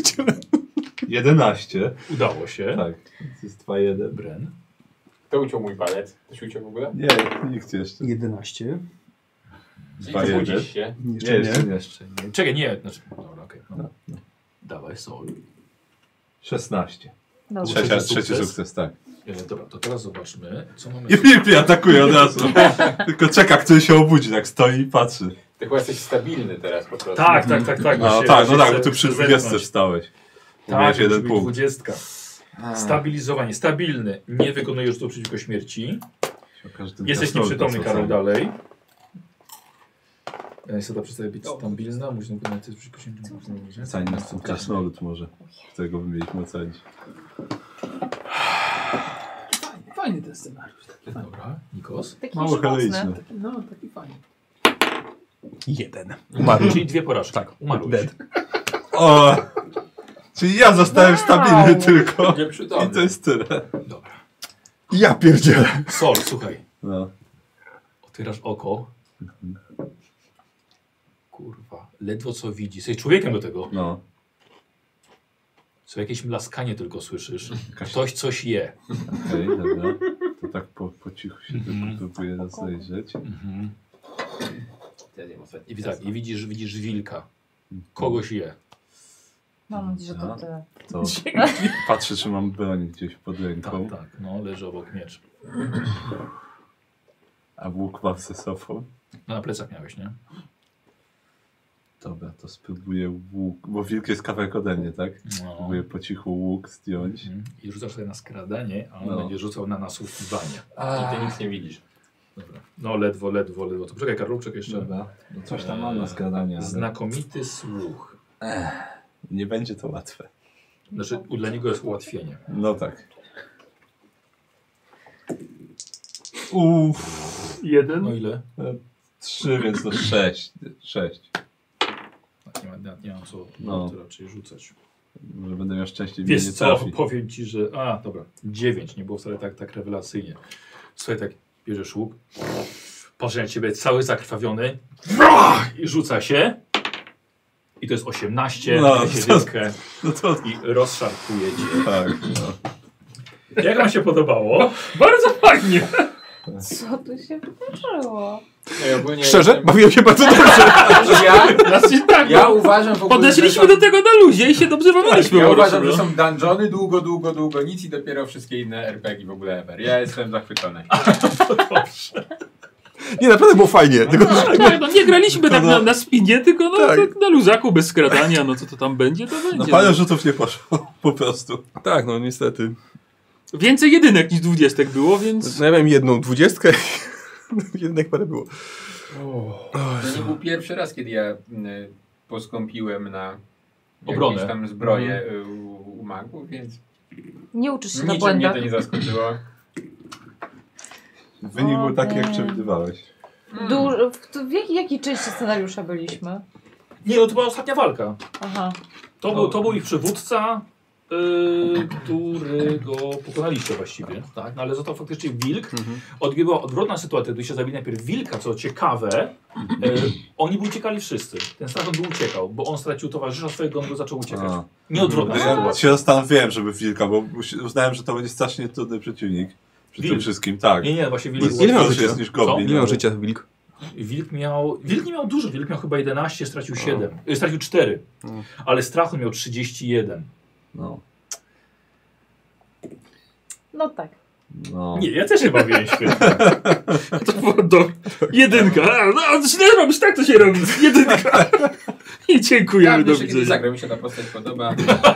11. Udało się. Tak, to jest 2-1. Bren. Kto uciął mój palec? Ktoś uciął w ogóle? Nie, nikt jeszcze. 11. Czyli 2-1. budzisz się. Jeszcze nie. Jeszcze nie. Czekaj, nie. Znaczy, dobra, okej. No. Dawaj, Sol. 16. Dobrze. Trzeci sukces, tak. Dobra, to teraz zobaczmy, co mamy... I Wilk atakuje od razu. Tylko czeka, który się obudzi, tak stoi i patrzy. Ty chyba jesteś stabilny teraz po prostu. Tak. No tak, no tak, bo ty przy 20 stałeś. Tak, jeden punkt. 20. Stabilizowanie, stabilny. Nie wykonujesz rzutów przeciwko śmierci. Jesteś nieprzytomny, Karol, dalej. Niestety przestaje być stabilna. Musimy wykonać coś przeciwko śmierci. Ocenić nas ten krasnolud może, którego by mieliśmy ocenić. Fajny ten scenariusz. Dobra, Nikos. Taki Mało żywotny. heroiczny. Taki fajny. 1. Umarł. Czyli 2 porażki. Tak. Umarłeś. Dead. O! Czyli ja zostałem stabilny tylko. Nieprzytomny. I to jest tyle. Dobra. Ja pierdzielę. Sol, słuchaj. No. Otwierasz oko. Kurwa, ledwo co widzisz. Jesteś człowiekiem do tego. No. Co jakieś mlaskanie tylko słyszysz. Ktoś coś je. Okej, dobra. To tak po cichu się tylko próbuję rozejrzeć. I widzisz wilka. Kogoś je. Mam nadzieję, że to No. tyle. To patrzę, czy mam broń gdzieś pod ręką. Tak, no leży obok miecz. A łuk mam ze sobą. No na plecach miałeś, nie? Dobra, to spróbuję łuk. Bo wilk jest kawałek ode mnie, tak? No. Spróbuję po cichu łuk zdjąć. I rzucasz sobie na skradanie, a on No. będzie rzucał na nasłuchiwanie. I ty nic nie widzisz. Dobra. No ledwo. To czekaj, Karolczek jeszcze. Dobra. No coś tam mam na skradanie. Ale... Znakomity słuch. Nie będzie to łatwe. Znaczy dla niego jest ułatwienie. No tak. 1. No ile? 3, więc to 6. 6. Nie mam co No. raczej rzucać. Może będę miał szczęście, mnie Wiesz nie co, trafi. powiem ci, że... A, dobra, 9, nie było wcale tak rewelacyjnie. Słuchaj, tak bierzesz łuk, patrzy na ciebie cały zakrwawiony i rzuca się. I to jest 18, No, na siedynkę No to i rozszarpuje cię. tak. No. Jak wam się podobało? Bardzo fajnie. Co tu się wydarzyło? Szczerze? Bawiłem się bardzo dobrze. Ja uważam w ogóle, Podeszliśmy do tego na luzie i się dobrze bawiliśmy. Ja po uważam, prostu, że no. są dungeony, długo nic i dopiero wszystkie inne RPG w ogóle ever. Ja jestem zachwycony. Nie, naprawdę było fajnie. Tylko, Tak, no nie graliśmy tak na spinie, tylko no, Tak. tak na luzaku bez skradania, no co to tam będzie, to będzie. No parę rzutów nie poszło, po prostu. tak, no niestety. Więcej jedynek niż 20 było, więc... No, ja miałem jedną 20. Jednak parę było. To nie był pierwszy raz, kiedy ja poskąpiłem na Obronę. jakieś tam zbroje u magów, więc Nie uczysz się na niczym mnie błędach. to nie zaskoczyło. Wynik był taki, jak przewidywałeś. W jakiej części scenariusza byliśmy? Nie, no to była ostatnia walka. Aha. To był ich przywódca, którego pokonaliście właściwie. Tak? No ale został faktycznie wilk. Była odwrotna sytuacja, gdy się zabili najpierw wilka, co ciekawe. Oni by uciekali wszyscy. Ten strach by uciekał, bo on stracił towarzysza swojego, on go zaczął uciekać. A. Nie odwrotna Ja sytuacja. się zastanawiałem, żeby wilka, bo uznałem, że to będzie strasznie trudny przeciwnik. Przy tym Wilk. wszystkim, tak. Nie, właśnie wilk. Jest Ile miał gorszy życia? jest niż goblin. Nie miał ale- życia wilk. Wilk nie miał dużo, wilk miał chyba 11, stracił 7. Stracił 4. Ale strachu miał 31. No. No tak. No. Nie, ja też się bawiłem świetnie. To było do... Jedynka. No, źle robisz, tak to się robi. Jedynka. I dziękujemy, do Jeszcze kiedyś widzenia. zagrał, mi się ta postać podoba.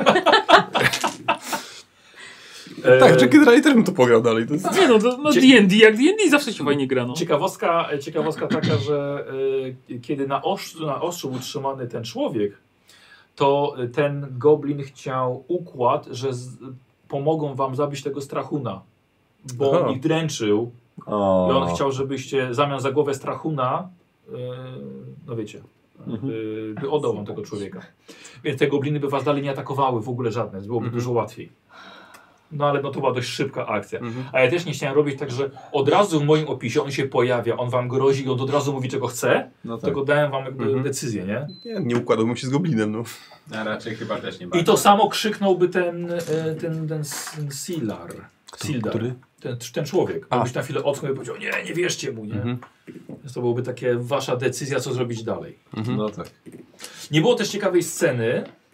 Tak, że generalnie też bym to pograł dalej. To jest... Nie no, no D&D jak D&D zawsze się fajnie grano. Ciekawostka taka, że kiedy na ostrzu był trzymany ten człowiek, to ten goblin chciał układ, że pomogą wam zabić tego strachuna, bo Aha. on ich dręczył O. i on chciał, żebyście w zamian za głowę strachuna, no wiecie, by oddał wam tego człowieka. Więc te gobliny by was dalej nie atakowały w ogóle żadne, byłoby dużo łatwiej. No ale no to była dość szybka akcja. A ja też nie chciałem robić tak, że od razu w moim opisie on się pojawia, on wam grozi i on od razu mówi czego chce, No tak. tylko dałem wam jakby decyzję, nie? Nie układałbym się z goblinem, no. A raczej chyba też nie I bardzo. to samo krzyknąłby ten Silar. Sildar. Który? Ten człowiek. A. Byś na chwilę ocknął i powiedział, nie wierzcie mu, nie? Więc to byłoby takie wasza decyzja, co zrobić dalej. No tak. Nie było też ciekawej sceny,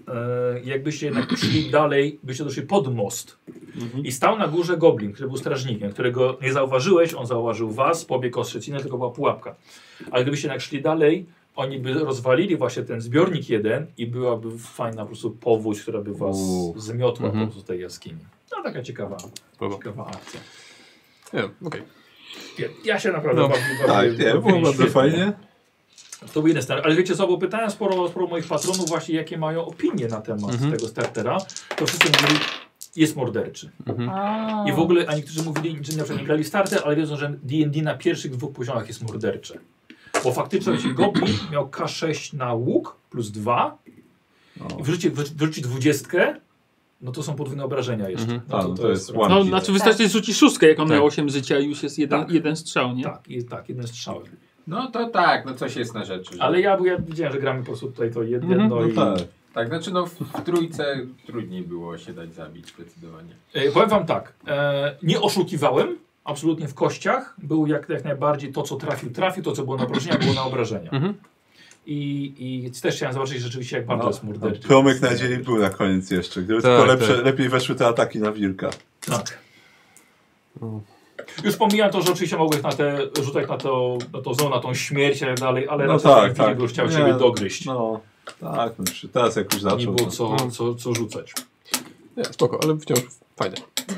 jakbyście jednak szli dalej, byście doszli pod most. I stał na górze goblin, który był strażnikiem, którego nie zauważyłeś, on zauważył was, pobiegł o Szczecinę, tylko była pułapka. Ale gdybyście jednak szli dalej, oni by rozwalili właśnie ten zbiornik jeden i byłaby fajna po prostu powódź, która by was zmiotła po prostu z tej jaskini. No taka ciekawa akcja. Okej. Ja się naprawdę było bardzo fajnie. To był jeden scenariusz. Ale wiecie co, bo pytałem sporo moich patronów właśnie, jakie mają opinie na temat tego startera. To wszyscy mówili, jest morderczy. I w ogóle, a niektórzy mówili, że na przykład nie grali w starter, ale wiedzą, że D&D na pierwszych 2 poziomach jest mordercze. Bo faktycznie jeśli goblin miał K6 na łuk plus 2 i wyrzuci 20, no to są podwójne obrażenia jeszcze. To jest no, znaczy wystarczy rzucić 6, jak on miał 8 życia i już jest jeden strzał, nie? Tak, jeden strzał. No to tak, no coś jest na rzeczy. Że... Ale ja widziałem, że gramy po prostu tutaj to jedno i... Tak, znaczy no w trójce trudniej było się dać zabić zdecydowanie. Powiem wam tak, nie oszukiwałem, absolutnie w kościach był jak najbardziej to, co trafił, to, co było na obrażenia, było na obrażenia. I też chciałem zobaczyć rzeczywiście, jak bardzo jest morderczy. Promyk nadziei był na koniec jeszcze, gdyby tylko lepiej weszły te ataki na wilka. Tak. Już pomijam to, że oczywiście mogłeś rzucać na tą śmierć i tak dalej, ale raczej go chciał ciebie dogryźć. No, tak, teraz jak już zaczął. Nie było co rzucać. Nie, spoko, ale wciąż fajne.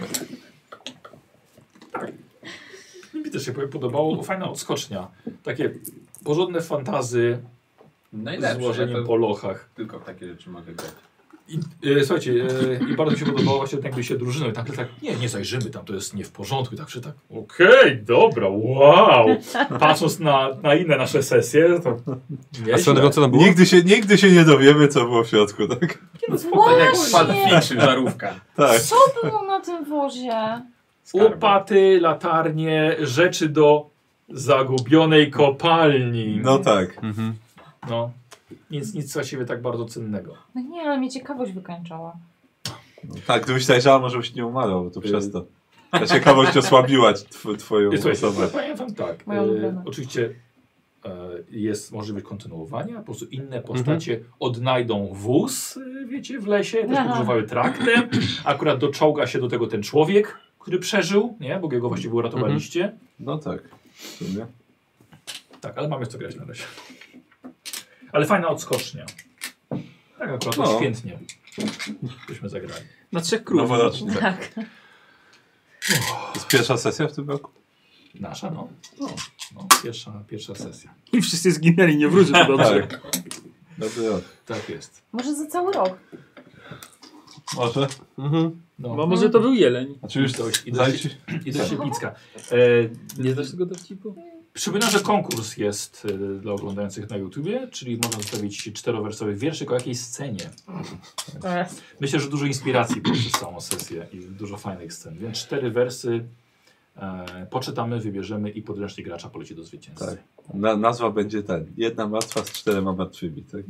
Tak. Mi też się podobało, fajna odskocznia. Takie porządne fantazy z złożeniem po lochach. Tylko w takie rzeczy mogę grać. Słuchajcie, i bardzo mi się podobało właśnie jakby się drużyną i tak, nie zajrzymy tam, to jest nie w porządku. I tak, że tak, okej, dobra, wow. Patrząc na inne nasze sesje, to a co tam było? Nigdy się nie dowiemy, co było w środku, tak? Tak jak spadł Fiction, żarówka. Tak. Co było na tym wozie? Łopaty, latarnie, rzeczy do zagubionej kopalni. No tak. No. Nic właściwie tak bardzo cennego. No nie, ale mnie ciekawość wykańczała. No, tak, gdybyś zajrzała, może byś nie umarł, bo to przez to. Ta ciekawość osłabiła twoją osobę. Pamiętam tak. Oczywiście jest możliwość kontynuowania, po prostu inne postacie odnajdą wóz, wiecie, w lesie, też podróżowały traktem. Akurat doczołga się do tego ten człowiek, który przeżył, nie? Bo go właściwie uratowaliście. No tak. W sumie. Tak, ale mamy co grać na razie. Ale fajna odskocznia. Tak akurat świetnie. Byśmy zagrali. Na 3 królów. Tak. To jest pierwsza sesja w tym roku? Nasza, no. Pierwsza sesja. I wszyscy zginęli, nie wrócą to dobrze. Tak. Dobry rok. Tak jest. Może za cały rok. Może? No. Bo może to był jeleń. Znaczy już I do Siedlicka. Nie znasz tego dowcipu? Przypominam, że konkurs jest dla oglądających na YouTubie, czyli można zostawić 4-wersowy wierszyk o jakiejś scenie. Myślę, że dużo inspiracji poprzez całą sesję i dużo fajnych scen. Więc 4 wersy poczytamy, wybierzemy i podręcznik gracza poleci do zwycięzcy. Tak. Nazwa będzie jedna martwa z 4 martwymi. Tak?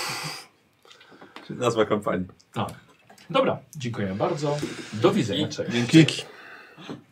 Czyli nazwa kampanii. Tak. Dobra, dziękuję bardzo. Do widzenia. Cześć. Dzięki.